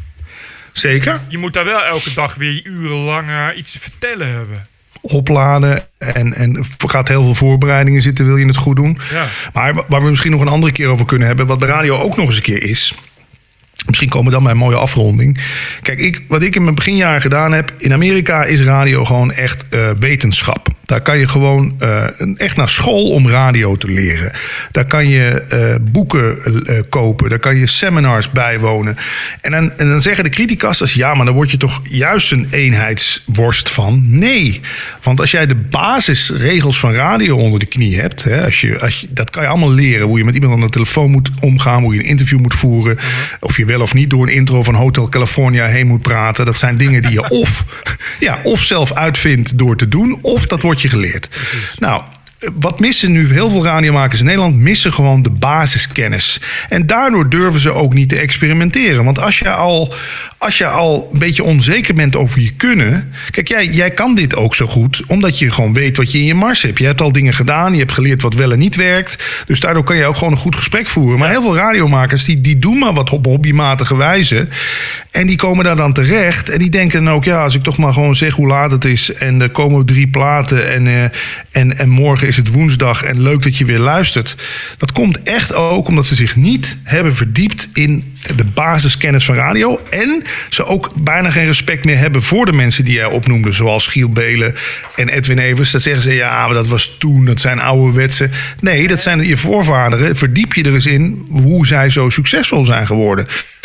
Zeker. Je moet daar wel elke dag weer urenlang uh, iets te vertellen hebben. Opladen en, en er gaat heel veel voorbereidingen zitten, wil je het goed doen. Ja. Maar waar we misschien nog een andere keer over kunnen hebben, wat bij radio ook nog eens een keer is. Misschien komen we dan bij een mooie afronding. Kijk, ik, wat ik in mijn beginjaren gedaan heb, in Amerika is radio gewoon echt uh, wetenschap. Daar kan je gewoon uh, echt naar school om radio te leren. Daar kan je uh, boeken uh, kopen. Daar kan je seminars bijwonen. En dan, en dan zeggen de criticasters, ja, maar dan word je toch juist een eenheidsworst van? Nee, want als jij de basisregels van radio onder de knie hebt, hè, als je, als je, dat kan je allemaal leren. Hoe je met iemand aan de telefoon moet omgaan, hoe je een interview moet voeren, uh-huh. of je wel of niet door een intro van Hotel California heen moet praten. Dat zijn dingen die je of, ja, of zelf uitvindt door te doen, of dat wordt je geleerd. Precies. Nou, wat missen nu heel veel radiomakers in Nederland? Missen gewoon de basiskennis. En daardoor durven ze ook niet te experimenteren. Want als je al, als je al een beetje onzeker bent over je kunnen. Kijk, jij, jij kan dit ook zo goed, omdat je gewoon weet wat je in je mars hebt. Je hebt al dingen gedaan, je hebt geleerd wat wel en niet werkt. Dus daardoor kan je ook gewoon een goed gesprek voeren. Maar heel veel radiomakers die, die doen maar wat op hobbymatige wijze. En die komen daar dan terecht. En die denken dan ook, ja, als ik toch maar gewoon zeg hoe laat het is. En er komen drie platen. En, uh, en, en morgen is het woensdag. En leuk dat je weer luistert. Dat komt echt ook omdat ze zich niet hebben verdiept in de basiskennis van radio. En ze ook bijna geen respect meer hebben voor de mensen die jij opnoemde. Zoals Giel Belen en Edwin Evers. Dat zeggen ze, ja, maar dat was toen. Dat zijn ouderwetse. Nee, dat zijn je voorvaderen. Verdiep je er eens in hoe zij zo succesvol zijn geworden.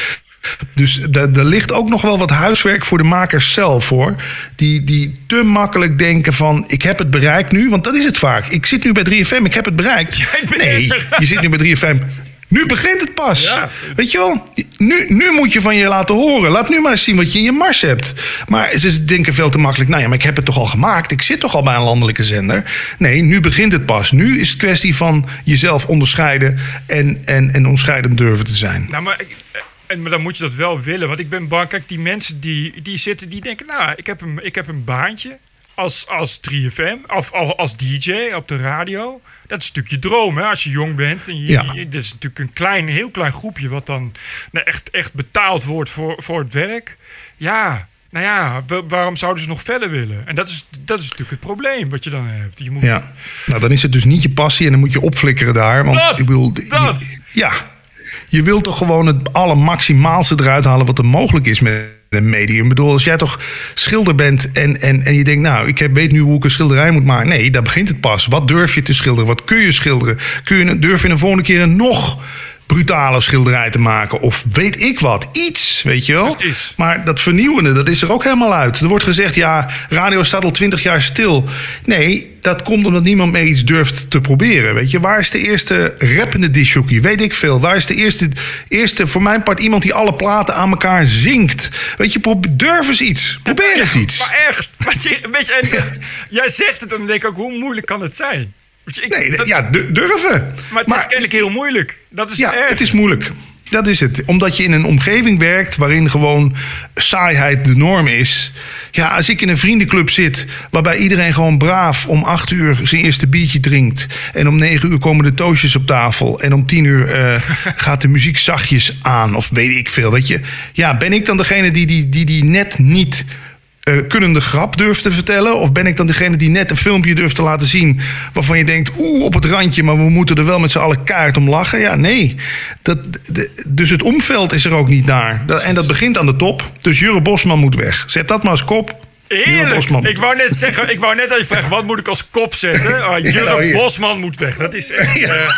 Dus er ligt ook nog wel wat huiswerk voor de makers zelf, hoor. Die, die te makkelijk denken van, ik heb het bereikt nu. Want dat is het vaak. Ik zit nu bij drie F M, ik heb het bereikt. Nee, je zit nu bij drie F M. Nu begint het pas. Ja. Weet je wel? Nu, nu moet je van je laten horen. Laat nu maar eens zien wat je in je mars hebt. Maar ze denken veel te makkelijk, nou ja, maar ik heb het toch al gemaakt. Ik zit toch al bij een landelijke zender. Nee, nu begint het pas. Nu is het kwestie van jezelf onderscheiden en, en, en onderscheidend durven te zijn. Nou, maar... En, maar dan moet je dat wel willen. Want ik ben bang, kijk, die mensen die, die zitten, die denken, nou, ik heb een, ik heb een baantje als, als drie F M, of als D J op de radio. Dat is natuurlijk je droom, hè, als je jong bent. En je, ja. je, dat is natuurlijk een klein, heel klein groepje wat dan nou, echt, echt betaald wordt voor, voor het werk. Ja, nou ja, waarom zouden ze nog verder willen? En dat is, dat is natuurlijk het probleem wat je dan hebt. Je moet... Ja, nou, dan is het dus niet je passie en dan moet je opflikkeren daar. Want dat, ik bedoel, dat. Ja. Je wilt toch gewoon het allermaximaalste eruit halen wat er mogelijk is met een medium. Ik bedoel, als jij toch schilder bent en, en, en je denkt, nou, ik weet nu hoe ik een schilderij moet maken. Nee, daar begint het pas. Wat durf je te schilderen? Wat kun je schilderen? Kun je, durf je een volgende keer een nog brutale schilderij te maken? Of weet ik wat? Iets, weet je wel? Precies. Maar dat vernieuwende, dat is er ook helemaal uit. Er wordt gezegd, ja, radio staat al twintig jaar stil. Nee, dat komt omdat niemand meer iets durft te proberen. Weet je, waar is de eerste rappende discjockey? Weet ik veel. Waar is de eerste, eerste, voor mijn part, iemand die alle platen aan elkaar zingt? Weet je, probeer, durf eens iets. Probeer eens iets. Maar echt, maar, weet je, en, jij zegt het en dan denk ik ook, hoe moeilijk kan het zijn? Je, ik, nee, dat, ja, durven. Maar het maar, is kennelijk heel moeilijk. Dat is ja, erg. Het is moeilijk. Dat is het. Omdat je in een omgeving werkt waarin gewoon saaiheid de norm is. Ja, als ik in een vriendenclub zit waarbij iedereen gewoon braaf om acht uur zijn eerste biertje drinkt. En om negen uur komen de toastjes op tafel. En om tien uur uh, gaat de muziek zachtjes aan. Of weet ik veel, weet je. Ja, ben ik dan degene die die, die, die net niet... Uh, kunnende grap durft te vertellen? Of ben ik dan degene die net een filmpje durft te laten zien waarvan je denkt, oeh, op het randje, maar we moeten er wel met z'n allen keihard om lachen? Ja, nee. Dat, de, dus het omveld is er ook niet daar. Dat, en dat begint aan de top. Dus Jurre Bosman moet weg. Zet dat maar als kop. Heerlijk. Ik wou net zeggen, ik wou net aan je vragen, wat moet ik als kop zetten? Uh, Jurre ja, nou, Bosman moet weg. Dat is echt... Ja. Uh,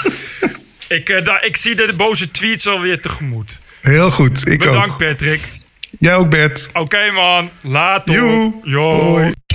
ik, uh, da, ik zie de boze tweets alweer tegemoet. Heel goed, ik Bedankt, ook. Patrick. Jij ook, Bert. Oké, okay, man. Later. Joe. Yo.